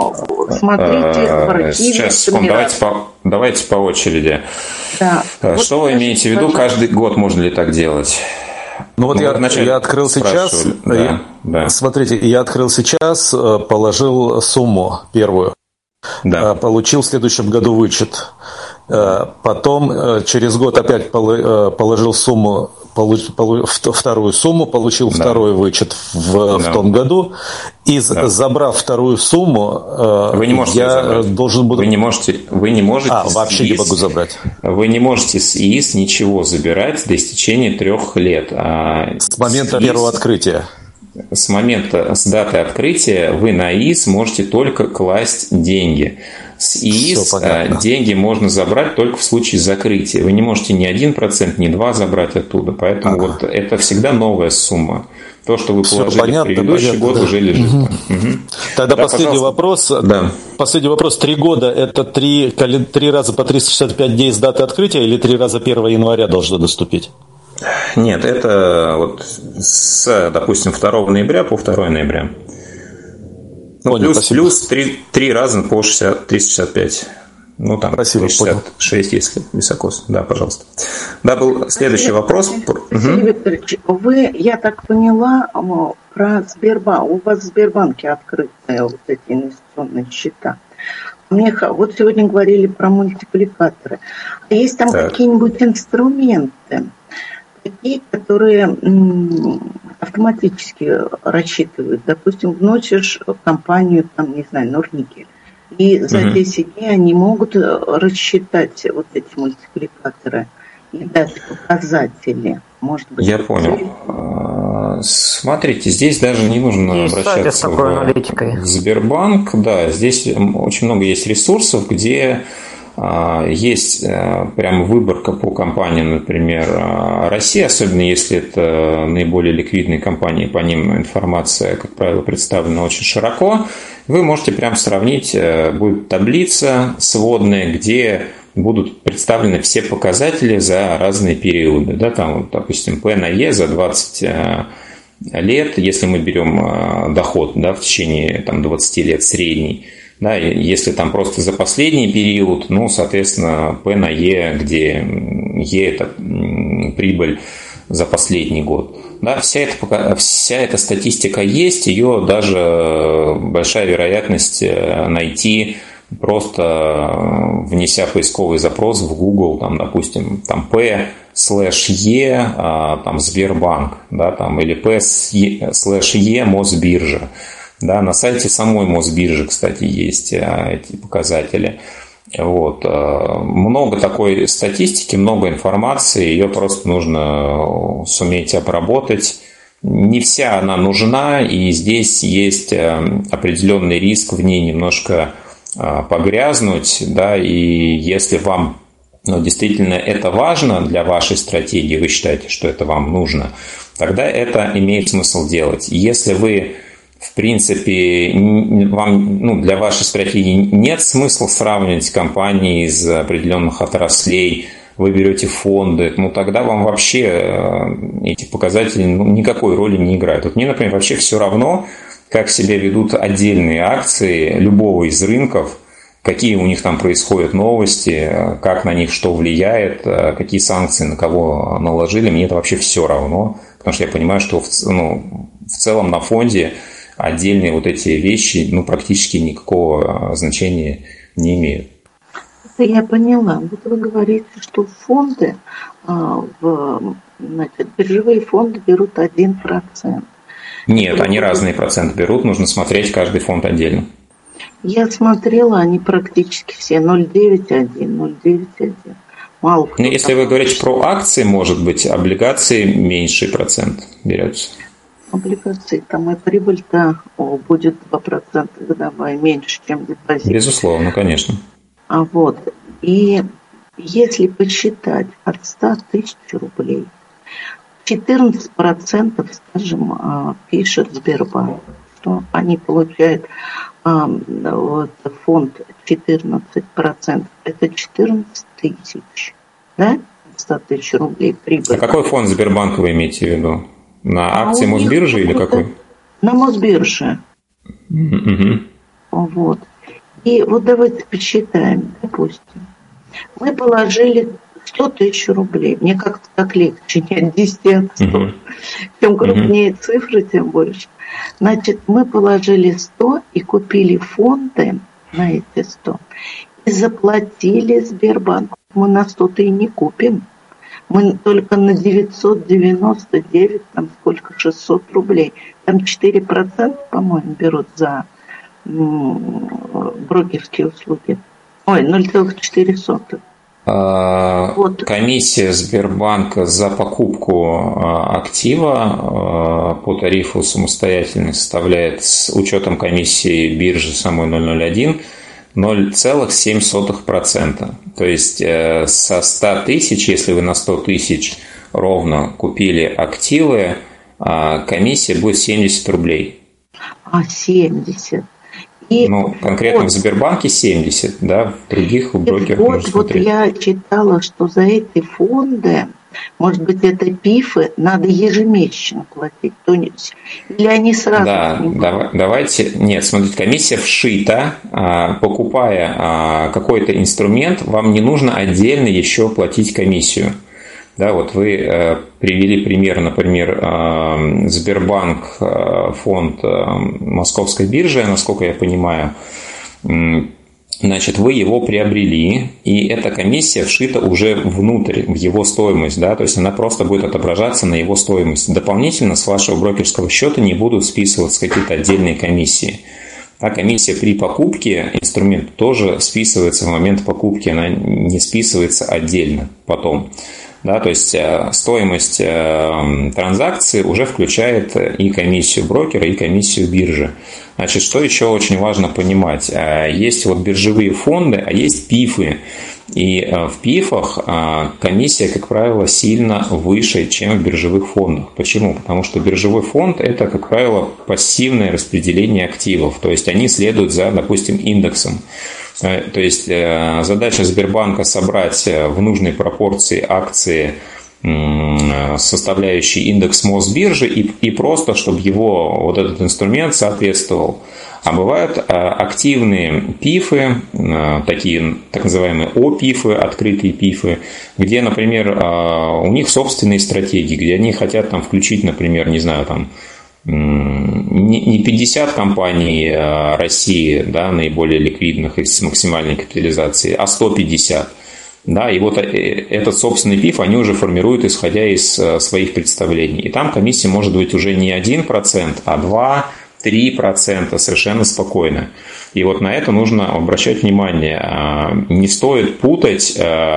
смотрите. Сейчас, секунду, давайте по очереди. Да. Что вы имеете в виду, каждый год можно ли так делать? Я открыл сейчас. Да. Смотрите, я открыл сейчас, положил сумму первую. Да. Получил в следующем году вычет. Потом через год опять положил сумму, вторую сумму, получил второй вычет в том году. И забрав вторую сумму, вы не можете должен буду... Вы не можете вообще не могу забрать. Вы не можете с ИИС ничего забирать до истечения 3 лет. С момента первого открытия. С даты открытия вы на ИИС можете только класть деньги. С ИИС деньги можно забрать только в случае закрытия. Вы не можете ни 1%, ни 2% забрать оттуда. Поэтому это всегда новая сумма. То, что вы положили в предыдущий год, уже лежит. Тогда последний вопрос. Последний вопрос. 3 года – это 3 раза по 365 дней с даты открытия или 3 раза 1 января должно наступить? Нет, это с, допустим, 2 ноября по 2 ноября. Плюс 3 раза по 365. Спасибо, 66, если високос. Да, пожалуйста. Да, был следующий вопрос. Василий Викторович, вы, я так поняла, про Сбербанк. У вас в Сбербанке открытые эти инвестиционные счета. Вот сегодня говорили про мультипликаторы. А есть там какие-нибудь инструменты, такие, которые автоматически рассчитывают? Допустим, вносишь в компанию, Норникель, и за 10 дней они могут рассчитать вот эти мультипликаторы и дать показатели. Может быть, я понял. Смотрите, здесь даже не нужно обращаться в Сбербанк. Да, здесь очень много есть ресурсов, где есть прямо выборка по компаниям, например, России, особенно если это наиболее ликвидные компании, по ним информация, как правило, представлена очень широко. Вы можете прям сравнить, будет таблица сводная, где будут представлены все показатели за разные периоды. Да, там, допустим, P на E за 20 лет, если мы берем доход, да, в течение 20 лет средний. Да, если там просто за последний период, соответственно, P на E, где E – это прибыль за последний год. Да, вся эта статистика есть, ее даже большая вероятность найти, просто внеся поисковый запрос в Google, допустим, P/E, Сбербанк, да, или P/E Мосбиржа. Да, на сайте самой Мосбиржи, кстати, есть эти показатели. Вот. Много такой статистики, много информации, ее просто нужно суметь обработать. Не вся она нужна, и здесь есть определенный риск в ней немножко погрязнуть, да, и если вам действительно это важно для вашей стратегии, вы считаете, что это вам нужно, тогда это имеет смысл делать. Если вы, в принципе, вам, для вашей стратегии нет смысла сравнивать компании из определенных отраслей, вы берете фонды, тогда вам вообще эти показатели никакой роли не играют. Вот мне, например, вообще все равно, как себя ведут отдельные акции любого из рынков, какие у них там происходят новости, как на них что влияет, какие санкции на кого наложили, мне это вообще все равно, потому что я понимаю, что в целом на фонде отдельные вот эти вещи практически никакого значения не имеют. Это я поняла. Вот вы говорите, что фонды, биржевые фонды берут 1%. Нет, они разные проценты берут, нужно смотреть каждый фонд отдельно. Я смотрела, они практически все 0,9,1. Мало кто. Если вы говорите про акции, может быть, облигации меньший процент берется. Облигации, там и прибыль-то будет 2% годовая меньше, чем депозит. Безусловно, конечно. И если посчитать от 100 тысяч рублей, 14%, скажем, пишет Сбербанк, что они получают фонд 14%, это 14 тысяч, да? 100 тысяч рублей прибыль. А какой фонд Сбербанка вы имеете в виду? На акции Мосбиржи или какой? На Мосбирже. Угу. И давайте посчитаем, допустим, мы положили 100 тысяч рублей. Мне как-то так легче, не от 10, а от 100. Чем крупнее цифры, тем больше. Значит, мы положили 100 и купили фонды на эти 100. И заплатили Сбербанку. Мы на 100-то и не купим. Мы только на 999, там сколько, 600 рублей. Там 4%, по-моему, берут за брокерские услуги. 0,4. Комиссия Сбербанка за покупку актива по тарифу самостоятельно составляет с учетом комиссии биржи самой 0,01 0,7%. То есть со 100 тысяч, если вы на 100 тысяч ровно купили активы, комиссия будет 70 рублей. 70. Конкретно в Сбербанке 70, да, в других брокерах можно смотреть. Я читала, что за эти фонды, может быть, это ПИФы, надо ежемесячно платить. Или они сразу? Да, давайте. Нет, смотрите, комиссия вшита. Покупая какой-то инструмент, вам не нужно отдельно еще платить комиссию. Да, вы привели пример, например, Сбербанк, фонд Московской биржи, насколько я понимаю. Значит, вы его приобрели, и эта комиссия вшита уже внутрь, в его стоимость, да, то есть она просто будет отображаться на его стоимость. Дополнительно с вашего брокерского счета не будут списываться какие-то отдельные комиссии. А комиссия при покупке инструмента тоже списывается в момент покупки, она не списывается отдельно потом. Да, то есть стоимость транзакции уже включает и комиссию брокера, и комиссию биржи. Значит, что еще очень важно понимать? Есть биржевые фонды, а есть ПИФы. И в ПИФах комиссия, как правило, сильно выше, чем в биржевых фондах. Почему? Потому что биржевой фонд – это, как правило, пассивное распределение активов. То есть они следуют за, допустим, индексом. То есть задача Сбербанка собрать в нужной пропорции акции, составляющие индекс Мосбиржи, и просто, чтобы его этот инструмент соответствовал. А бывают активные ПИФы, такие так называемые ОПИФы, открытые ПИФы, где, например, у них собственные стратегии, где они хотят включить, например, не знаю, не 50 компаний России, да, наиболее ликвидных и с максимальной капитализацией, а 150. Да, и этот собственный ПИФ они уже формируют, исходя из своих представлений. И там комиссия может быть уже не 1%, а 2%, 3% совершенно спокойно. И вот на это нужно обращать внимание. Не стоит путать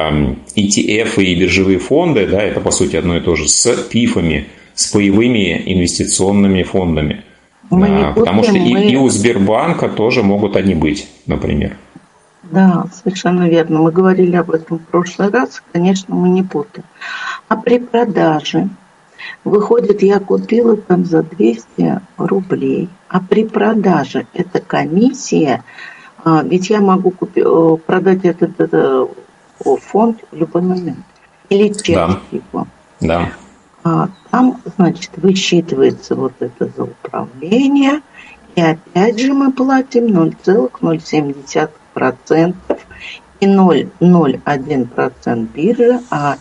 ETF и биржевые фонды, да, это по сути одно и то же, с ПИФами, с паевыми инвестиционными фондами. Потому что и у Сбербанка тоже могут они быть, например. Да, совершенно верно. Мы говорили об этом в прошлый раз. Конечно, мы не путаем. А при продаже выходит, я купила там за 200 рублей. А при продаже это комиссия. Ведь я могу продать этот фонд в любой момент. Или часть его. Да. Там, значит, высчитывается вот это за управление. И опять же мы платим 0,07%. И 0,01% биржа, а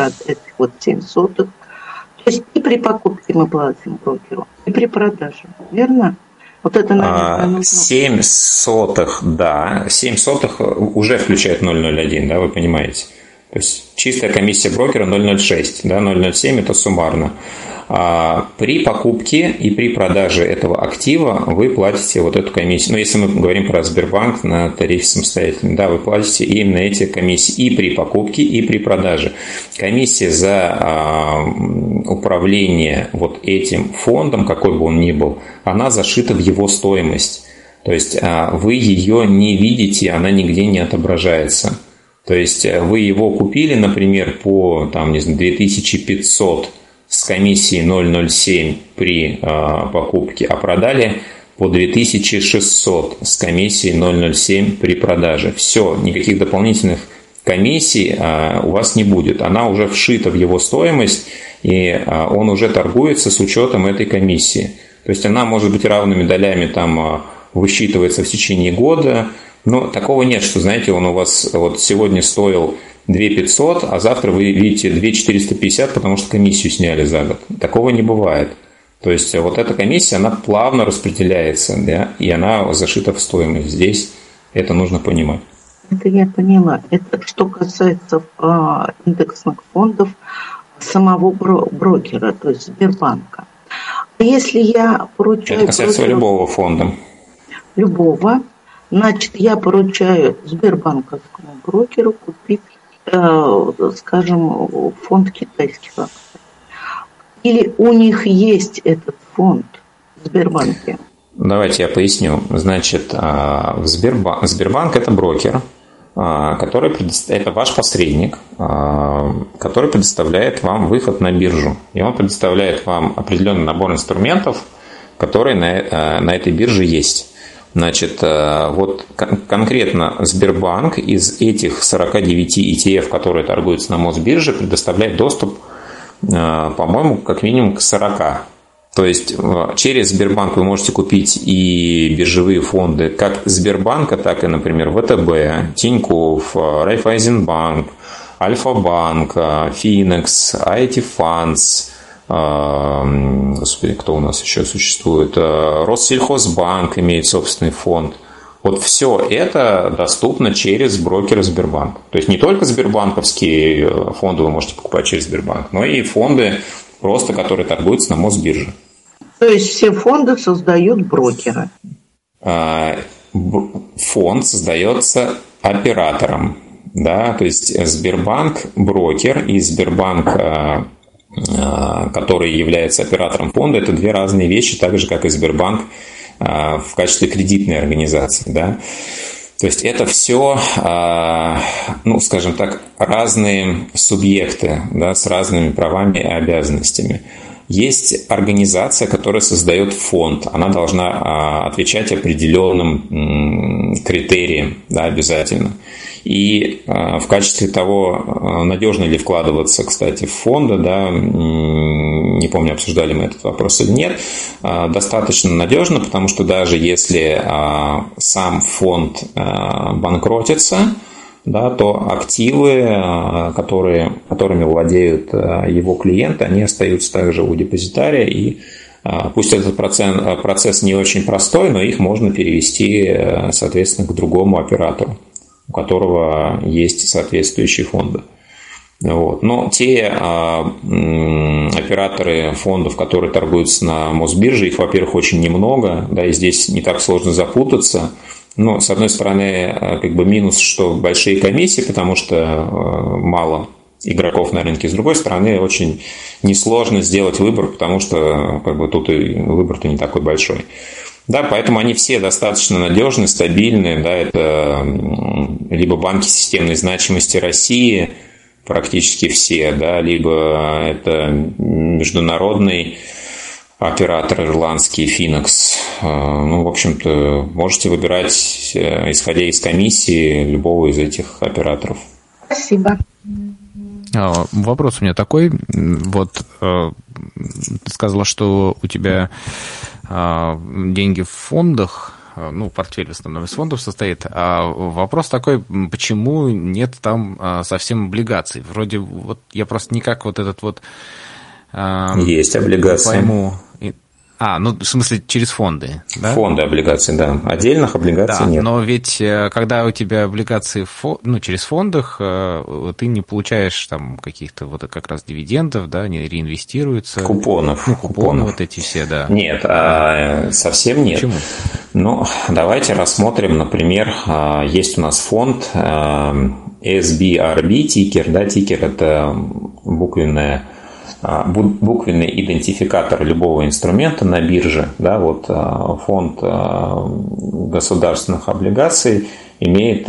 7 сотых. То есть и при покупке мы платим брокеру, и при продаже. Верно? Вот это, наверное, нужно. 7 сотых, да. 7 сотых уже включает 0,01, да, вы понимаете. То есть чистая комиссия брокера 0,06, да, 0,07 это суммарно. При покупке и при продаже этого актива вы платите вот эту комиссию. Но если мы говорим про Сбербанк на тарифе самостоятельно, да, вы платите именно эти комиссии и при покупке, и при продаже. Комиссия за управление вот этим фондом, какой бы он ни был, она зашита в его стоимость. То есть вы ее не видите, она нигде не отображается. То есть вы его купили, например, по там, не знаю, 2500 с комиссией 0,07 при покупке, а продали по 2600 с комиссией 0,07 при продаже. Все, никаких дополнительных комиссий у вас не будет. Она уже вшита в его стоимость, и он уже торгуется с учетом этой комиссии. То есть она может быть равными долями там высчитывается в течение года, но такого нет, что, знаете, он у вас вот сегодня стоил 2500, а завтра вы видите 2450, потому что комиссию сняли за год. Такого не бывает. То есть вот эта комиссия, она плавно распределяется, да, и она зашита в стоимость. Здесь это нужно понимать. Это я поняла. Это что касается индексных фондов самого брокера, то есть Сбербанка. А если я поручаю... Это касается любого фонда. Любого. Значит, я поручаю сбербанковскому брокеру купить, скажем, фонд китайских акций. Или у них есть этот фонд в Сбербанке? Давайте я поясню. Значит, Сбербанк – это брокер, это ваш посредник, который предоставляет вам выход на биржу. И он предоставляет вам определенный набор инструментов, которые на этой бирже есть. Значит, вот конкретно Сбербанк из этих 49 ETF, которые торгуются на Мосбирже, предоставляет доступ, по-моему, как минимум к 40. То есть через Сбербанк вы можете купить и биржевые фонды как Сбербанка, так и, например, ВТБ, Тинькофф, Райффайзенбанк, Альфа-банк, Финекс, IT Funds. Господи, кто у нас еще существует? Россельхозбанк имеет собственный фонд. Вот все это доступно через брокера Сбербанк. То есть не только сбербанковские фонды вы можете покупать через Сбербанк, но и фонды просто, которые торгуются на Мосбирже. То есть все фонды создают брокеры? Фонд создается оператором. Да? То есть Сбербанк брокер и Сбербанк, который является оператором фонда, это две разные вещи, так же, как и Сбербанк в качестве кредитной организации. Да? То есть это все, ну, скажем так, разные субъекты, да, с разными правами и обязанностями. Есть организация, которая создает фонд. Она должна отвечать определенным критериям, да, обязательно. И в качестве того, надежно ли вкладываться, кстати, в фонды, да, не помню, обсуждали мы этот вопрос или нет, достаточно надежно, потому что даже если сам фонд банкротится, да, то активы, которыми владеют его клиенты, они остаются также у депозитария, и пусть этот процесс не очень простой, но их можно перевести, соответственно, к другому оператору, у которого есть соответствующие фонды. Вот. Но те операторы фондов, которые торгуются на Мосбирже, их, во-первых, очень немного, да, и здесь не так сложно запутаться. Но, с одной стороны, как бы минус, что большие комиссии, потому что мало игроков на рынке. С другой стороны, очень несложно сделать выбор, потому что как бы тут и выбор-то не такой большой. Да, поэтому они все достаточно надежны, стабильны. Да, это либо банки системной значимости России, практически все, да, либо это международный оператор ирландский Finex. Ну, в общем-то, можете выбирать, исходя из комиссии, любого из этих операторов. Спасибо. Вопрос у меня такой. Вот ты сказала, что у тебя деньги в фондах, ну, портфель в основном из фондов состоит. А вопрос такой, почему нет там совсем облигаций? Вроде вот я просто никак вот этот вот... Есть облигации. Пойму. Ну, в смысле, через фонды, да? Фонды, облигации, да. Отдельных облигаций нет. Но ведь, когда у тебя облигации через фондах, ты не получаешь там каких-то вот как раз дивидендов, да, не реинвестируются. Купонов. Купоны вот эти все, да. Нет, совсем нет. Почему? Ну, давайте рассмотрим, например, есть у нас фонд SBRB, тикер, да, тикер – это буквенный идентификатор любого инструмента на бирже. Да, вот фонд государственных облигаций имеет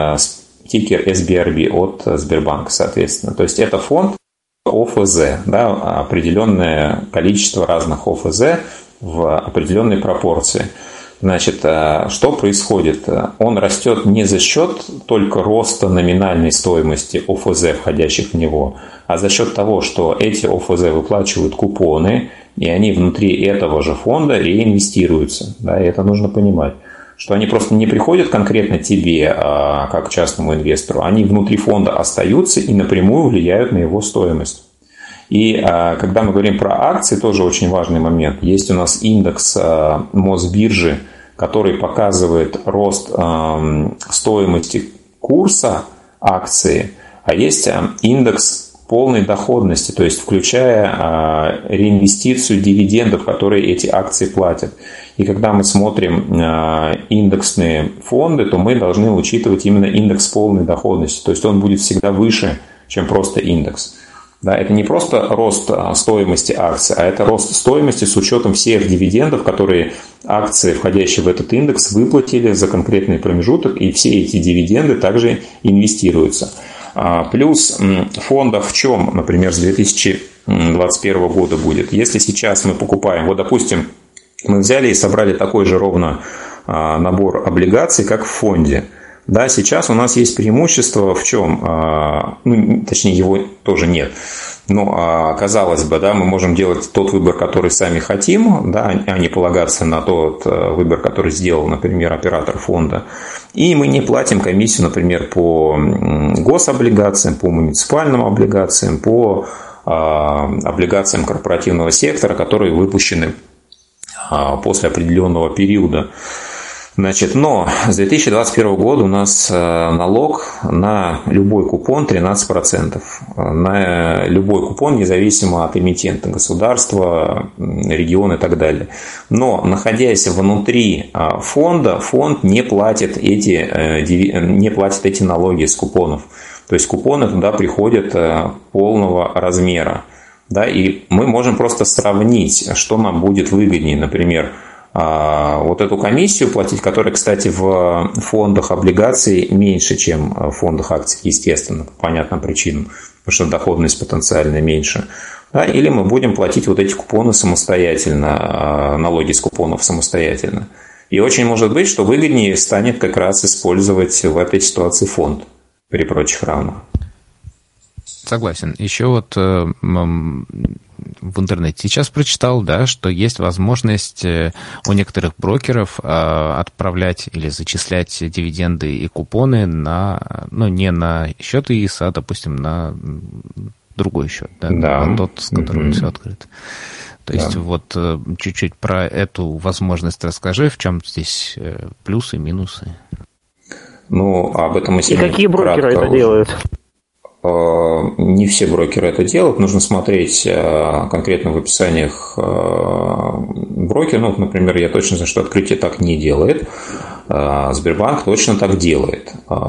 тикер SBRB от Сбербанка, соответственно. То есть это фонд ОФЗ, да, определенное количество разных ОФЗ в определенной пропорции. Значит, что происходит? Он растет не за счет только роста номинальной стоимости ОФЗ, входящих в него, а за счет того, что эти ОФЗ выплачивают купоны, и они внутри этого же фонда реинвестируются. Да, и это нужно понимать, что они просто не приходят конкретно тебе, как частному инвестору, они внутри фонда остаются и напрямую влияют на его стоимость. И когда мы говорим про акции, тоже очень важный момент. Есть у нас индекс Мосбиржи, который показывает рост стоимости курса акции, а есть индекс полной доходности, то есть включая реинвестицию дивидендов, которые эти акции платят. И когда мы смотрим индексные фонды, то мы должны учитывать именно индекс полной доходности, то есть он будет всегда выше, чем просто индекс. Да, это не просто рост стоимости акций, а это рост стоимости с учетом всех дивидендов, которые акции, входящие в этот индекс, выплатили за конкретный промежуток, и все эти дивиденды также инвестируются. Плюс фондов в чем, например, с 2021 года будет. Если сейчас мы покупаем, вот допустим, мы взяли и собрали такой же ровно набор облигаций, как в фонде. Да, сейчас у нас есть преимущество в чем? Ну, точнее, его тоже нет. Но, казалось бы, да, мы можем делать тот выбор, который сами хотим, да, а не полагаться на тот выбор, который сделал, например, оператор фонда. И мы не платим комиссию, например, по гособлигациям, по муниципальным облигациям, по облигациям корпоративного сектора, которые выпущены после определенного периода. Значит, но с 2021 года у нас налог на любой купон 13%. На любой купон, независимо от эмитента, государства, региона и так далее. Но, находясь внутри фонда, фонд не платит эти налоги с купонов. То есть купоны туда приходят полного размера. Да, и мы можем просто сравнить, что нам будет выгоднее, например, вот эту комиссию платить, которая, кстати, в фондах облигаций меньше, чем в фондах акций, естественно, по понятным причинам, потому что доходность потенциально меньше. Да, или мы будем платить вот эти купоны самостоятельно, налоги с купонов самостоятельно. И очень может быть, что выгоднее станет как раз использовать в этой ситуации фонд при прочих равных. Согласен. Еще вот в интернете сейчас прочитал, да, что есть возможность у некоторых брокеров отправлять или зачислять дивиденды и купоны на, ну, не на счет ИИС, а, допустим, на другой счет, да, да. На тот, с которым все открыто. То есть вот чуть-чуть про эту возможность расскажи, в чем здесь плюсы и минусы. Ну, об этом мы сегодня и какие брокеры это делают? не все брокеры это делают. Нужно смотреть конкретно в описаниях брокера. Ну, например, я точно знаю, что Открытие так не делает. Сбербанк точно так делает.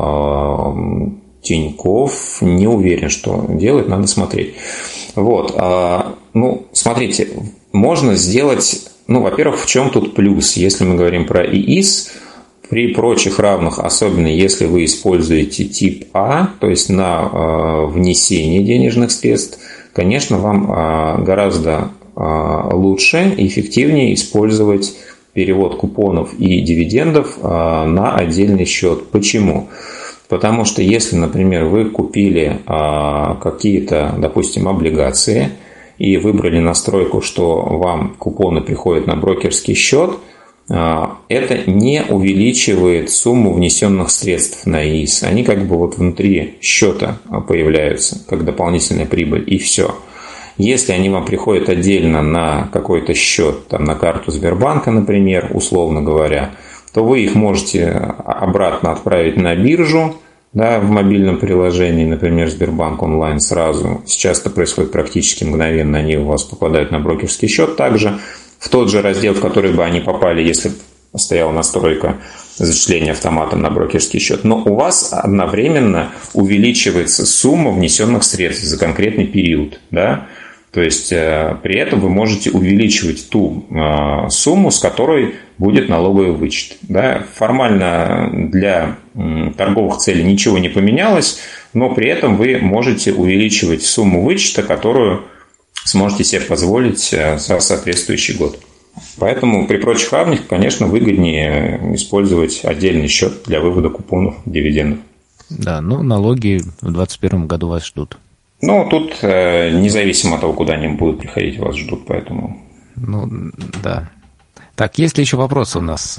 Тинькофф не уверен, что делает, надо смотреть. Вот. Ну, смотрите, можно сделать... Ну, во-первых, в чем тут плюс? Если мы говорим про ИИС, при прочих равных, особенно если вы используете тип А, то есть на внесение денежных средств, конечно, вам гораздо лучше и эффективнее использовать перевод купонов и дивидендов на отдельный счет. Почему? Потому что если, например, вы купили какие-то, допустим, облигации и выбрали настройку, что вам купоны приходят на брокерский счет, это не увеличивает сумму внесенных средств на ИИС. Они как бы вот внутри счета появляются, как дополнительная прибыль, и все. Если они вам приходят отдельно на какой-то счет, там, на карту Сбербанка, например, условно говоря, то вы их можете обратно отправить на биржу, да, в мобильном приложении, например, Сбербанк онлайн сразу. Сейчас это происходит практически мгновенно, они у вас попадают на брокерский счет также, в тот же раздел, в который бы они попали, если стояла настройка зачисления автоматом на брокерский счет. Но у вас одновременно увеличивается сумма внесенных средств за конкретный период. Да? То есть при этом вы можете увеличивать ту сумму, с которой будет налоговый вычет. Да? Формально для торговых целей ничего не поменялось, но при этом вы можете увеличивать сумму вычета, которую сможете себе позволить за соответствующий год. Поэтому при прочих равных, конечно, выгоднее использовать отдельный счет для вывода купонов, дивидендов. Да, ну налоги в 2021 году вас ждут. Ну, тут независимо от того, куда они будут приходить, вас ждут, поэтому... Ну, да. Так, есть ли еще вопросы у нас?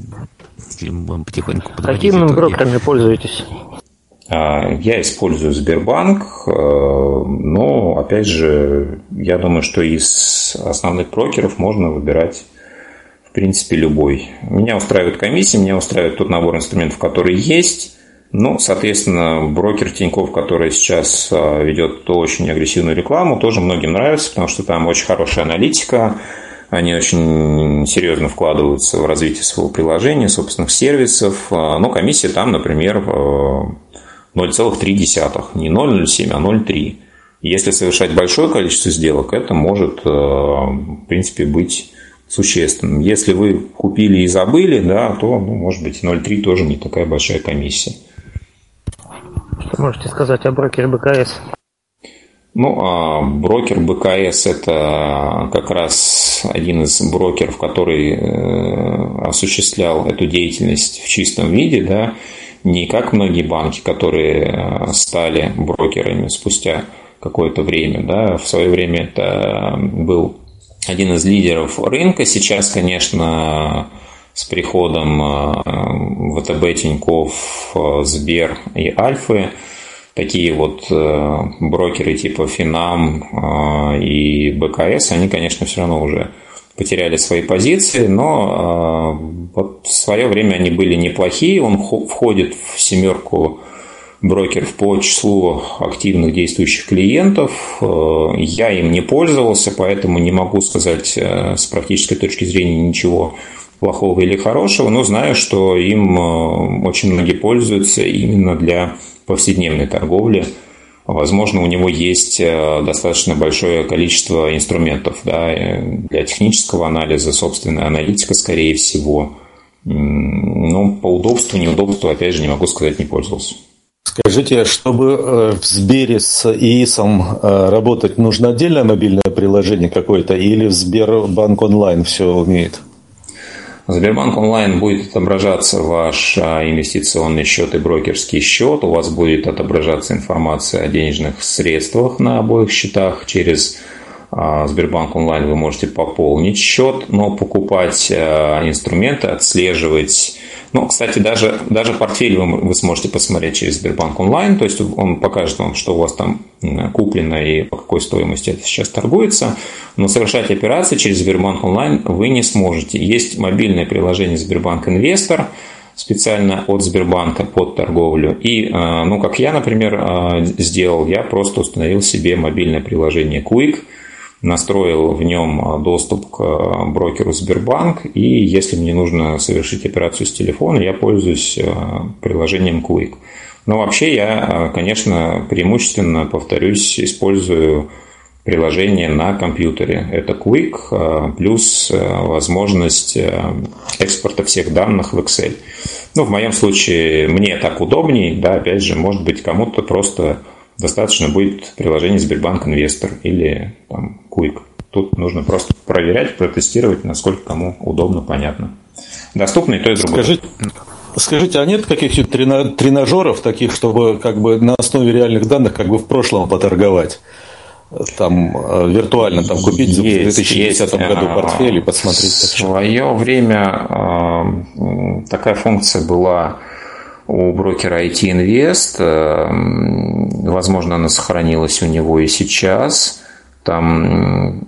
Мы будем потихоньку подводить итоги. Какими брокерами пользуетесь? Я использую Сбербанк, но, опять же, я думаю, что из основных брокеров можно выбирать, в принципе, любой. Меня устраивает комиссия, меня устраивает тот набор инструментов, которые есть. Ну, соответственно, брокер Тинькофф, который сейчас ведет очень агрессивную рекламу, тоже многим нравится, потому что там очень хорошая аналитика. Они очень серьезно вкладываются в развитие своего приложения, собственных сервисов. Но комиссия там, например, 0,3, не 0,07, а 0,3. Если совершать большое количество сделок, это может, в принципе, быть существенным. Если вы купили и забыли, да, то, может быть, 0,3 тоже не такая большая комиссия. Что можете сказать о брокере БКС? Брокер БКС – это как раз один из брокеров, который осуществлял эту деятельность в чистом виде, да, не как многие банки, которые стали брокерами спустя какое-то время. Да. В свое время это был один из лидеров рынка. Сейчас, конечно, с приходом ВТБ, Тинькофф, Сбер и Альфы, такие вот брокеры типа Финам и БКС, они, конечно, все равно уже потеряли свои позиции, но вот в свое время они были неплохие. Он входит в семерку брокеров по числу активных действующих клиентов. Я им не пользовался, поэтому не могу сказать с практической точки зрения ничего плохого или хорошего, но знаю, что им очень многие пользуются именно для повседневной торговли. Возможно, у него есть достаточно большое количество инструментов, да, для технического анализа, собственная аналитика, скорее всего. Но по удобству, неудобству, опять же, не могу сказать, не пользовался. Скажите, чтобы в Сбере с ИИСом работать, нужно отдельное мобильное приложение какое-то или в Сбербанк онлайн все умеет? В Сбербанк онлайн будет отображаться ваш инвестиционный счет и брокерский счет. У вас будет отображаться информация о денежных средствах на обоих счетах. Через Сбербанк онлайн вы можете пополнить счет, но покупать инструменты, отслеживать. Кстати, даже портфель вы сможете посмотреть через Сбербанк онлайн. То есть он покажет вам, что у вас там куплено и по какой стоимости это сейчас торгуется. Но совершать операции через Сбербанк онлайн вы не сможете. Есть мобильное приложение Сбербанк Инвестор. специально от Сбербанка под торговлю. И, как я, например, сделал, я просто установил себе мобильное приложение Quick, настроил в нем доступ к брокеру Сбербанк, и если мне нужно совершить операцию с телефона, я пользуюсь приложением Quick. Но вообще я, конечно, преимущественно, повторюсь, использую приложение на компьютере. Это Quick плюс возможность экспорта всех данных в Excel. В моем случае мне так удобней, да, опять же, может быть, кому-то просто достаточно будет приложение Сбербанк Инвестор или там Quick. Тут нужно просто проверять, протестировать, насколько кому удобно, понятно. Доступно и то, и другое. Скажите, а нет каких-то тренажеров таких, чтобы как бы на основе реальных данных как бы в прошлом поторговать? Там виртуально там купить в 2010 году портфель и посмотреть. В свое время такая функция была у брокера IT Invest. Возможно, она сохранилась у него и сейчас. Там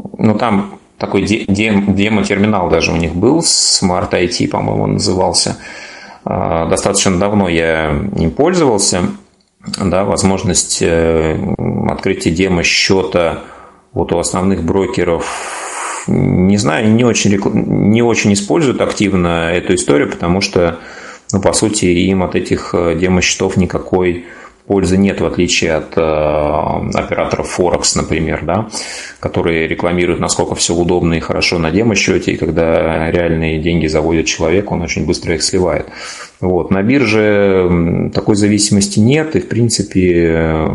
такой демо-терминал даже у них был, Smart IT, по-моему, он назывался. Достаточно давно я им пользовался. Да, возможность открытия демо-счета вот у основных брокеров, не знаю, не очень используют активно эту историю, потому что, по сути, им от этих демо-счетов никакой пользы нет, в отличие от операторов Форекс, например, да, которые рекламируют, насколько все удобно и хорошо на демо-счете, и когда реальные деньги заводит человек, он очень быстро их сливает. На бирже такой зависимости нет, и, в принципе,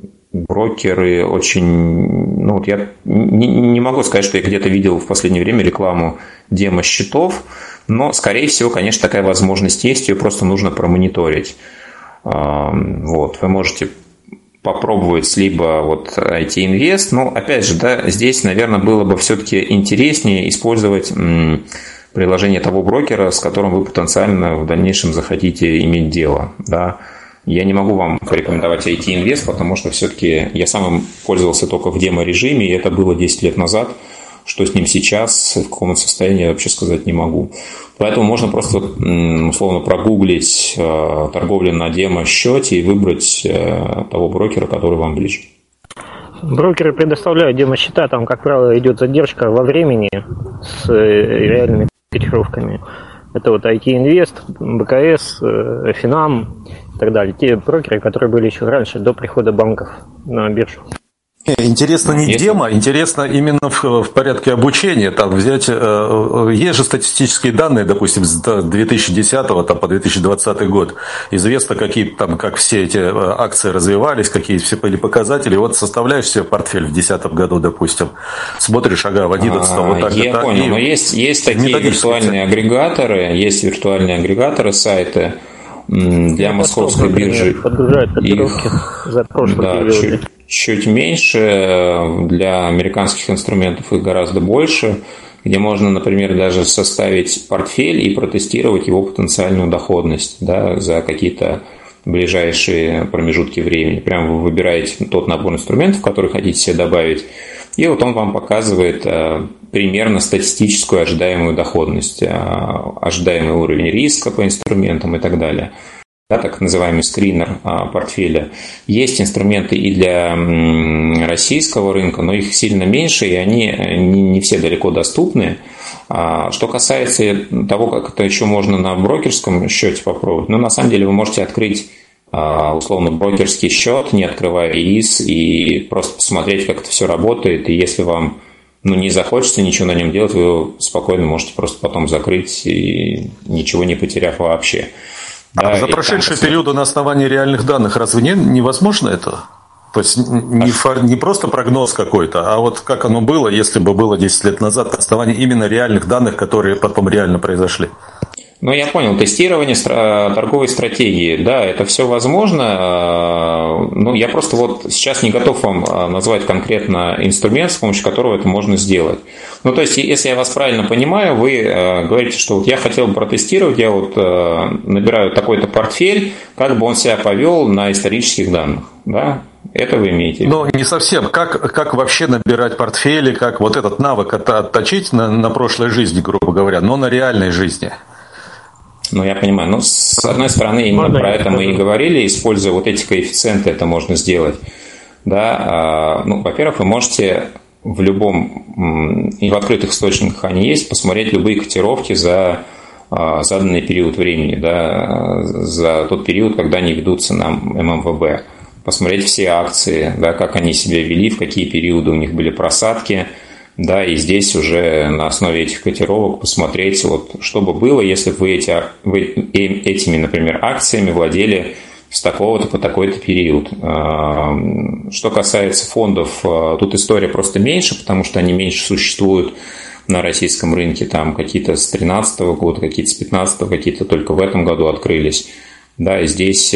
брокеры очень... я не могу сказать, что я где-то видел в последнее время рекламу демо-счетов, но, скорее всего, конечно, такая возможность есть, ее просто нужно промониторить. Вы можете попробовать либо IT Invest, но, опять же, да, здесь, наверное, было бы все-таки интереснее использовать приложение того брокера, с которым вы потенциально в дальнейшем захотите иметь дело. Да. Я не могу вам порекомендовать IT Invest, потому что все-таки я сам им пользовался только в демо-режиме, и это было 10 лет назад. Что с ним сейчас, в каком состоянии, я вообще сказать не могу. Поэтому можно просто, условно, прогуглить торговлю на демо-счете и выбрать того брокера, который вам ближе. Брокеры предоставляют демо-счета, там, как правило, идет задержка во времени с реальными котировками. Это IT Invest, БКС, Финам и так далее. Те брокеры, которые были еще раньше, до прихода банков на биржу. Интересно не демо, интересно именно в порядке обучения. Там взять, есть же статистические данные, допустим, с 2010 по 2020 год. Известно, как все эти акции развивались, какие все были показатели. Составляешь себе портфель в 2010 году, допустим, смотришь, в 2011 вот так. Я понял, но есть такие виртуальные агрегаторы, сайты для московской биржи. Подгружают котировки за прошлые периоды. Чуть меньше, для американских инструментов их гораздо больше, где можно, например, даже составить портфель и протестировать его потенциальную доходность, да, за какие-то ближайшие промежутки времени. Прямо вы выбираете тот набор инструментов, который хотите себе добавить, и он вам показывает примерно статистическую ожидаемую доходность, ожидаемый уровень риска по инструментам и так далее. Да, так называемый скринер портфеля. Есть инструменты и для российского рынка, но их сильно меньше, и они не все далеко доступны. Что касается того, как это еще можно на брокерском счете попробовать, на самом деле вы можете открыть условно брокерский счет, не открывая ИИС, и просто посмотреть, как это все работает, и если вам не захочется ничего на нем делать, вы его спокойно можете просто потом закрыть, и ничего не потеряв вообще. Да, за прошедшие периоды на основании реальных данных разве невозможно это? То есть не просто прогноз какой-то, а как оно было, если бы было 10 лет назад, на основании именно реальных данных, которые потом реально произошли. Я понял, тестирование торговой стратегии, да, это все возможно, я просто сейчас не готов вам назвать конкретно инструмент, с помощью которого это можно сделать. То есть, если я вас правильно понимаю, вы говорите, что я хотел бы протестировать, я набираю такой-то портфель, как бы он себя повел на исторических данных, да? Это вы имеете в виду? Не совсем. Как вообще набирать портфели, как этот навык отточить на прошлой жизни, грубо говоря, но на реальной жизни? Ну, я понимаю. Но, с одной стороны, именно про это мы и говорили. Используя вот эти коэффициенты, это можно сделать. Да? Ну, во-первых, вы можете в любом, и в открытых источниках они есть, посмотреть любые котировки за заданный период времени, да, за тот период, когда они ведутся на ММВБ. Посмотреть все акции, да, как они себя вели, в какие периоды у них были просадки. Да, и здесь уже на основе этих котировок посмотреть, вот, что бы было, если бы вы этими, например, акциями владели с такого-то по такой-то период. Что касается фондов, тут история просто меньше, потому что они меньше существуют на российском рынке. Там какие-то с 2013 года, какие-то с 2015, какие-то только в этом году открылись. Да, и здесь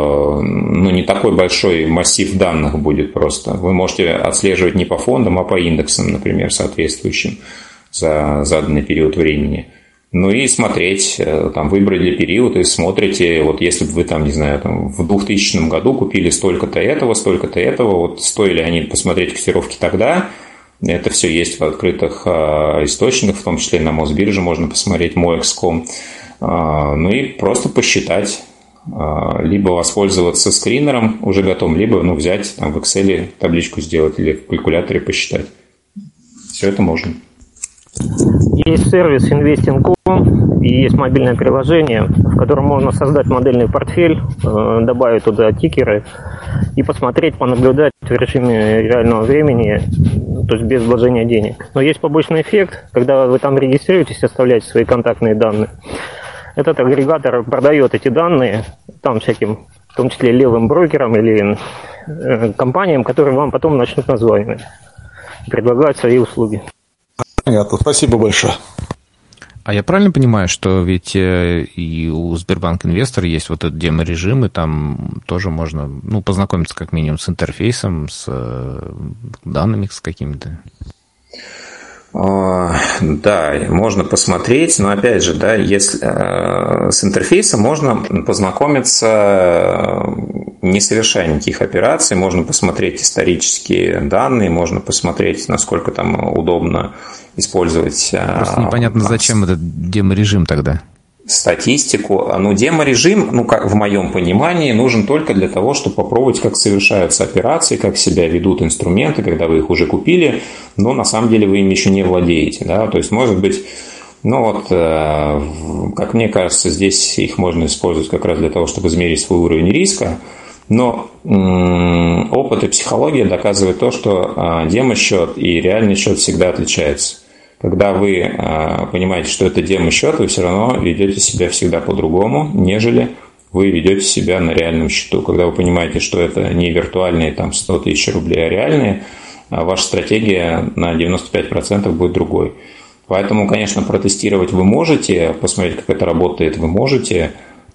не такой большой массив данных будет просто. Вы можете отслеживать не по фондам, а по индексам, например, соответствующим за заданный период времени. Ну и смотреть, там, выбрали период и смотрите, вот если бы вы там, не знаю, там, в 2000 году купили столько-то этого, вот стоили они посмотреть котировки тогда. Это все есть в открытых источниках, в том числе на Мосбирже можно посмотреть, moex.com. Ну и просто посчитать. Либо воспользоваться скринером уже готовым, либо взять там, в Excel табличку сделать или в калькуляторе посчитать. Все это можно. Есть сервис Investing.com и есть мобильное приложение, в котором можно создать модельный портфель, добавить туда тикеры и посмотреть, понаблюдать в режиме реального времени, то есть без вложения денег. Но есть побочный эффект, когда вы там регистрируетесь, оставляете свои контактные данные. Этот агрегатор продает эти данные там всяким, в том числе левым брокерам или компаниям, которые вам потом начнут названивать, предлагать свои услуги. Понятно, спасибо большое. А я правильно понимаю, что ведь и у Сбербанк Инвестор есть вот этот демо-режим, и там тоже можно познакомиться как минимум с интерфейсом, с данными с какими-то? Да, можно посмотреть, но опять же, да, если с интерфейсом можно познакомиться, не совершая никаких операций, можно посмотреть исторические данные, можно посмотреть, насколько там удобно использовать. Просто непонятно, зачем этот демо-режим тогда? Статистику. Демо-режим, как в моем понимании, нужен только для того, чтобы попробовать, как совершаются операции, как себя ведут инструменты, когда вы их уже купили, но на самом деле вы им еще не владеете. Да? То есть, может быть, как мне кажется, здесь их можно использовать как раз для того, чтобы измерить свой уровень риска, но опыт и психология доказывают то, что демо-счет и реальный счет всегда отличаются. Когда вы понимаете, что это демо-счет, вы все равно ведете себя всегда по-другому, нежели вы ведете себя на реальном счету. Когда вы понимаете, что это не виртуальные там, 100 тысяч рублей, а реальные, ваша стратегия на 95% будет другой. Поэтому, конечно, протестировать вы можете, посмотреть, как это работает, вы можете,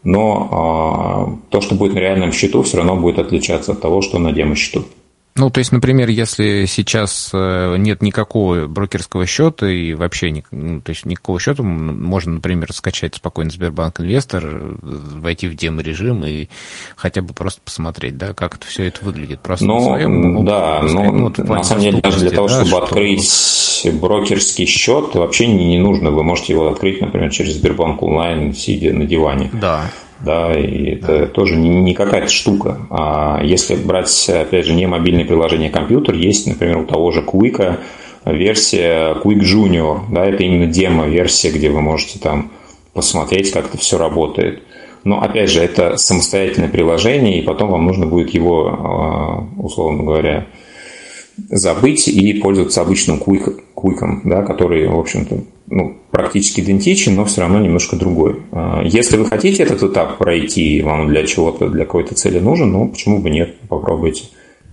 но то, что будет на реальном счету, все равно будет отличаться от того, что на демо-счету. То есть, например, если сейчас нет никакого брокерского счета и вообще то есть никакого счета, можно, например, скачать спокойно Сбербанк Инвестор, войти в демо-режим и хотя бы просто посмотреть, да, как это все это выглядит. Просто на самом деле, даже для того, чтобы открыть брокерский счет, вообще не нужно. Вы можете его открыть, например, через Сбербанк онлайн, сидя на диване. Да, и это тоже не какая-то штука. А если брать, опять же, не мобильное приложение, а компьютер, есть, например, у того же Quick версия Quick Junior. Да, это именно демо-версия, где вы можете там посмотреть, как это все работает. Но, опять же, это самостоятельное приложение, и потом вам нужно будет его, условно говоря, забыть и пользоваться обычным Quick'ом, да, который, в общем-то, практически идентичен, но все равно немножко другой. Если вы хотите этот этап пройти, вам для чего-то, для какой-то цели нужен, почему бы нет, попробуйте.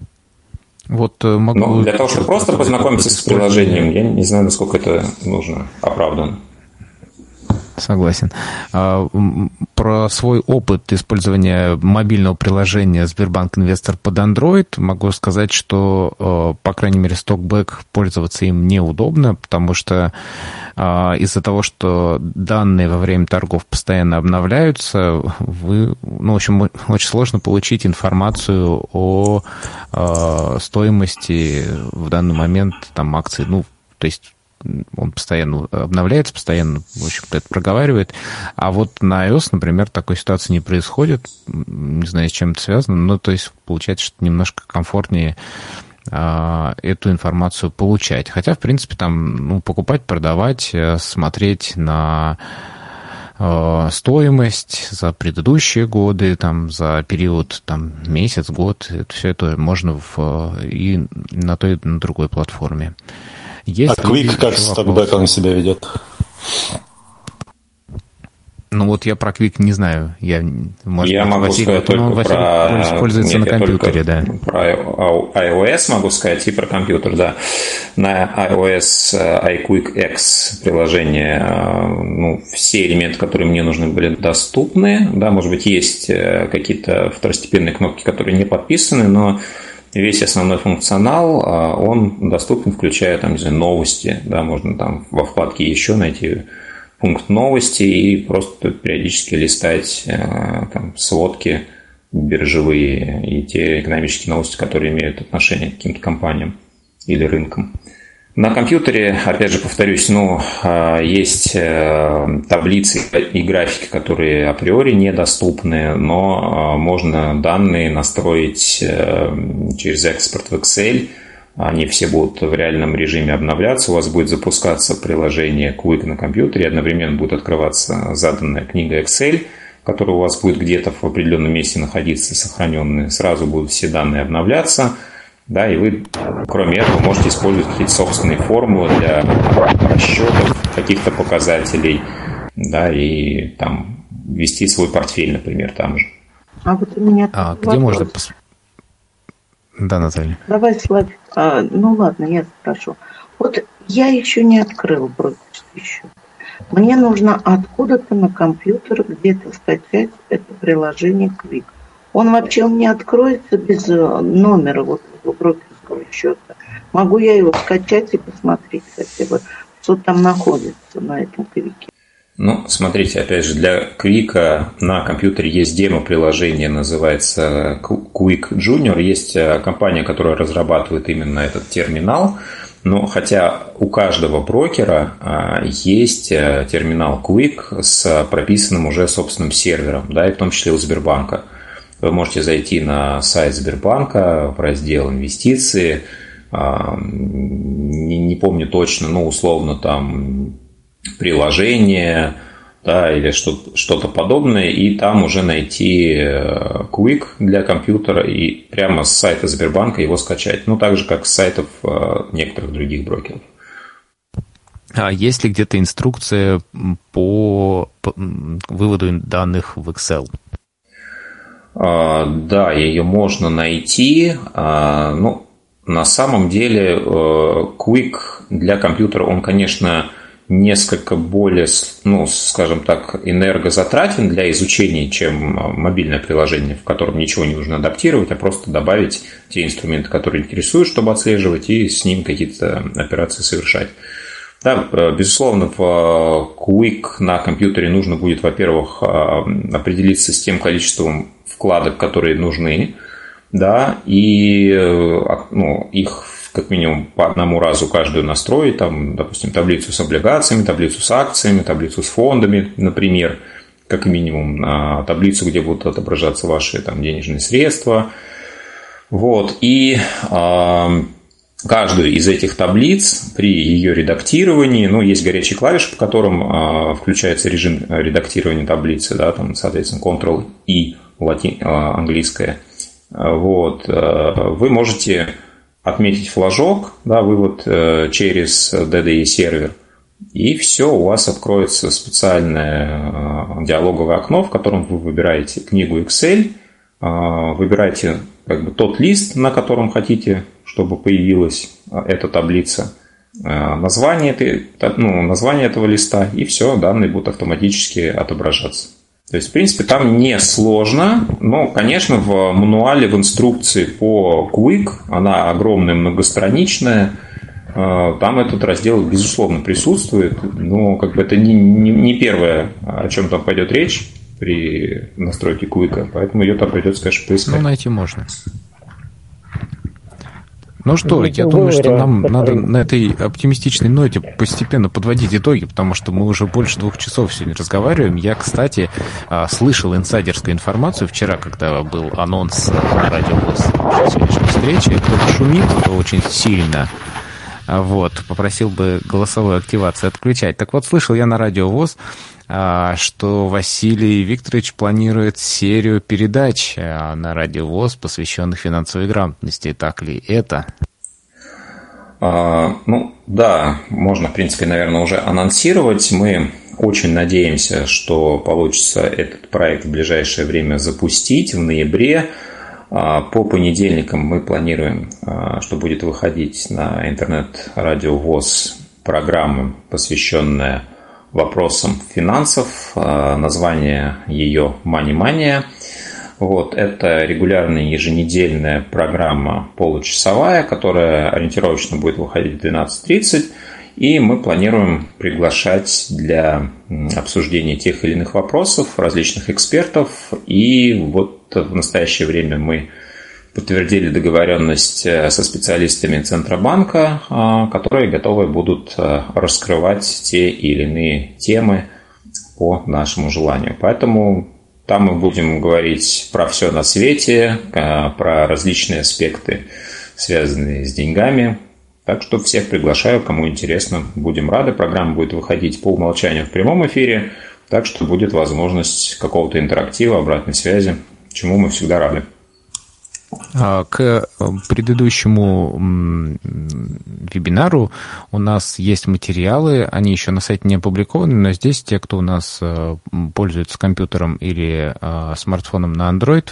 Но для того, чтобы просто познакомиться с приложением, я не знаю, насколько это нужно, оправданно. Согласен. Про свой опыт использования мобильного приложения Сбербанк Инвестор под Android могу сказать, что, по крайней мере, стокбэк пользоваться им неудобно, потому что из-за того, что данные во время торгов постоянно обновляются, в общем, очень сложно получить информацию о стоимости в данный момент там акций. То есть он постоянно обновляется, постоянно, в общем-то, это проговаривает. А вот на iOS, например, такой ситуации не происходит. Не знаю, с чем это связано, но то есть получается, что немножко комфортнее эту информацию получать. Хотя, в принципе, там покупать, продавать, смотреть на стоимость за предыдущие годы, за период месяц, год, все это можно и на той, и на другой платформе. Есть Quick как с токбэком себя ведет? Я про Quick не знаю. Я могу сказать только про... используется на компьютере, да. Про iOS могу сказать и про компьютер, да. На iOS iQuick X приложение, все элементы, которые мне нужны, были доступны. Да, может быть, есть какие-то второстепенные кнопки, которые не подписаны, но весь основной функционал, он доступен, включая новости. Да, можно во вкладке еще найти пункт новости и просто периодически листать сводки биржевые и те экономические новости, которые имеют отношение к каким-то компаниям или рынкам. На компьютере, опять же, повторюсь, есть таблицы и графики, которые априори недоступны, но можно данные настроить через экспорт в Excel. Они все будут в реальном режиме обновляться, у вас будет запускаться приложение Quick на компьютере, одновременно будет открываться заданная книга Excel, которая у вас будет где-то в определенном месте находиться, сохраненные, сразу будут все данные обновляться, да, и вы, кроме этого, можете использовать какие-то собственные формулы для расчетов каких-то показателей, да, и вести свой портфель, например, там же. А вот у меня где можно... Да, Наталья. Давай, Славик. Ладно, я спрошу. Вот я еще не открыл брокерский счет. Мне нужно откуда-то на компьютер где-то скачать это приложение Quick. Он вообще у меня откроется без номера брокерского счета. Могу я его скачать и посмотреть хотя бы, что там находится на этом Quick? Смотрите, опять же, для Quick на компьютере есть демо-приложение, называется Quick Junior. Есть компания, которая разрабатывает именно этот терминал. Но хотя у каждого брокера есть терминал Quick с прописанным уже собственным сервером, да, и в том числе у Сбербанка. Вы можете зайти на сайт Сбербанка в раздел «Инвестиции». Не помню точно, условно приложение, да, или что-то подобное, и там уже найти Quick для компьютера и прямо с сайта Сбербанка его скачать. Так же, как с сайтов некоторых других брокеров. А есть ли где-то инструкция по выводу данных в Excel? Да, ее можно найти. На самом деле Quick для компьютера, он, конечно, несколько более, скажем так, энергозатратен для изучения, чем мобильное приложение, в котором ничего не нужно адаптировать, а просто добавить те инструменты, которые интересуют, чтобы отслеживать, и с ним какие-то операции совершать. Да, безусловно, в Quick на компьютере нужно будет, во-первых, определиться с тем количеством вкладок, которые нужны, да, и их как минимум по одному разу каждую настроить, допустим, таблицу с облигациями, таблицу с акциями, таблицу с фондами, например, как минимум, таблицу, где будут отображаться ваши денежные средства. И каждую из этих таблиц при ее редактировании, есть горячие клавиши, по которым включается режим редактирования таблицы, да, соответственно, Ctrl-I, английское. Вы можете отметить флажок, да, вывод через DDE сервер, и все, у вас откроется специальное диалоговое окно, в котором вы выбираете книгу Excel, выбираете тот лист, на котором хотите, чтобы появилась эта таблица, название этого листа, и все, данные будут автоматически отображаться. То есть, в принципе, там не сложно, но, конечно, в мануале, в инструкции по Quick, она огромная, многостраничная, там этот раздел, безусловно, присутствует, но это не первое, о чем там пойдет речь при настройке Quick, поэтому ее там придется, конечно, поискать. Найти можно. Ну что, я думаю, что нам надо на этой оптимистичной ноте постепенно подводить итоги, потому что мы уже больше 2 часов сегодня разговариваем. Я, кстати, слышал инсайдерскую информацию вчера, когда был анонс на Радио ВОС сегодняшней встречи. Кто-то шумит очень сильно. Вот, попросил бы голосовую активацию отключать. Так вот, слышал я на Радио ВОС, что Василий Викторович планирует серию передач на Радио ВОС, посвященных финансовой грамотности. Так ли это? Ну, да, можно, в принципе, наверное, уже анонсировать. Мы очень надеемся, что получится этот проект в ближайшее время запустить в ноябре. По понедельникам мы планируем, что будет выходить на интернет-радио ВОС программа, посвященная вопросам финансов. Название ее «Мани-мания». Вот, это регулярная еженедельная программа получасовая, которая ориентировочно будет выходить в 12:30. И мы планируем приглашать для обсуждения тех или иных вопросов различных экспертов. И вот в настоящее время мы подтвердили договоренность со специалистами Центробанка, которые готовы будут раскрывать те или иные темы по нашему желанию. Поэтому там мы будем говорить про все на свете, про различные аспекты, связанные с деньгами. Так что всех приглашаю, кому интересно, будем рады. Программа будет выходить по умолчанию в прямом эфире, так что будет возможность какого-то интерактива, обратной связи, чему мы всегда рады. К предыдущему вебинару у нас есть материалы, они еще на сайте не опубликованы, но здесь те, кто у нас пользуется компьютером или смартфоном на Android,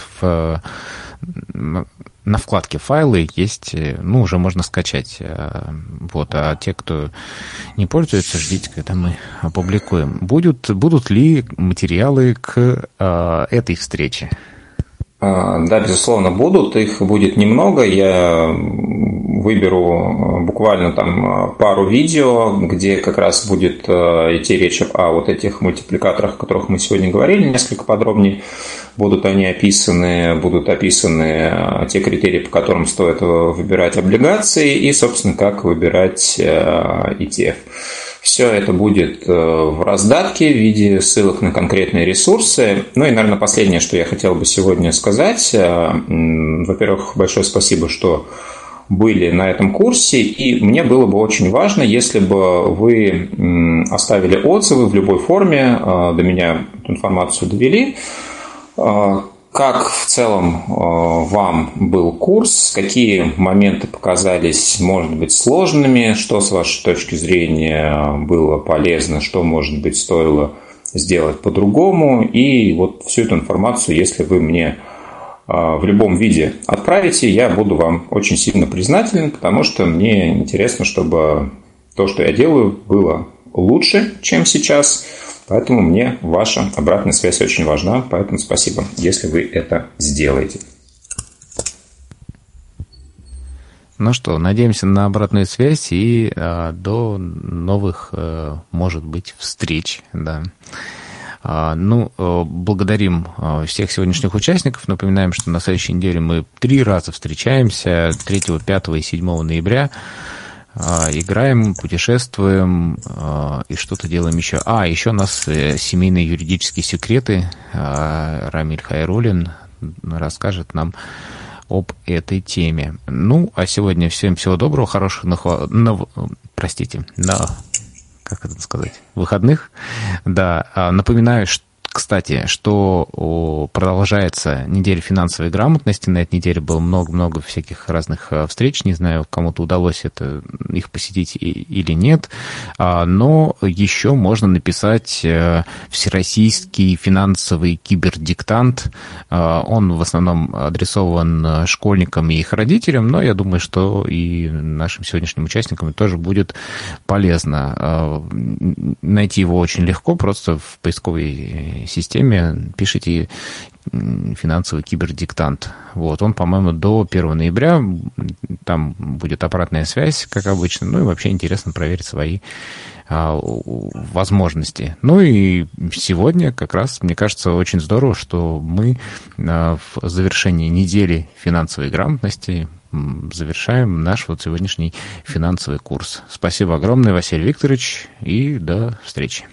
на вкладке «Файлы» есть, ну, уже можно скачать. Вот, а те, кто не пользуется, ждите, когда мы опубликуем. Будут ли материалы к этой встрече? Да, безусловно, будут. Их будет немного. Я выберу буквально там пару видео, где как раз будет идти речь о вот этих мультипликаторах, о которых мы сегодня говорили, несколько подробнее. Будут описаны те критерии, по которым стоит выбирать облигации и, собственно, как выбирать ETF. Все это будет в раздатке в виде ссылок на конкретные ресурсы. Ну и, наверное, последнее, что я хотел бы сегодня сказать. Во-первых, большое спасибо, что были на этом курсе. И мне было бы очень важно, если бы вы оставили отзывы в любой форме, до меня эту информацию довели. Как в целом вам был курс, какие моменты показались, может быть, сложными, что с вашей точки зрения было полезно, что, может быть, стоило сделать по-другому. И вот всю эту информацию, если вы мне в любом виде отправите, я буду вам очень сильно признателен, потому что мне интересно, чтобы то, что я делаю, было лучше, чем сейчас. Поэтому мне ваша обратная связь очень важна, поэтому спасибо, если вы это сделаете. Ну что, надеемся на обратную связь и до новых, может быть, встреч. Да. Благодарим всех сегодняшних участников. Напоминаем, что на следующей неделе мы 3 раза встречаемся, 3, 5 и 7 ноября. Играем, путешествуем и что-то делаем еще. Еще у нас семейные юридические секреты. Рамиль Хайруллин расскажет нам об этой теме. Ну, а сегодня всем всего доброго, хороших выходных. Да, напоминаю, кстати, что продолжается неделя финансовой грамотности. На этой неделе было много-много всяких разных встреч. Не знаю, кому-то удалось их посетить или нет. Но еще можно написать всероссийский финансовый кибердиктант. Он в основном адресован школьникам и их родителям, но я думаю, что и нашим сегодняшним участникам тоже будет полезно. Найти его очень легко, просто в поисковой системе пишите «финансовый кибердиктант». Вот, он, по-моему, до 1 ноября, там будет обратная связь, как обычно, ну и вообще интересно проверить свои возможности. Ну и сегодня как раз, мне кажется, очень здорово, что мы в завершении недели финансовой грамотности завершаем наш вот сегодняшний финансовый курс. Спасибо огромное, Василий Викторович, и до встречи.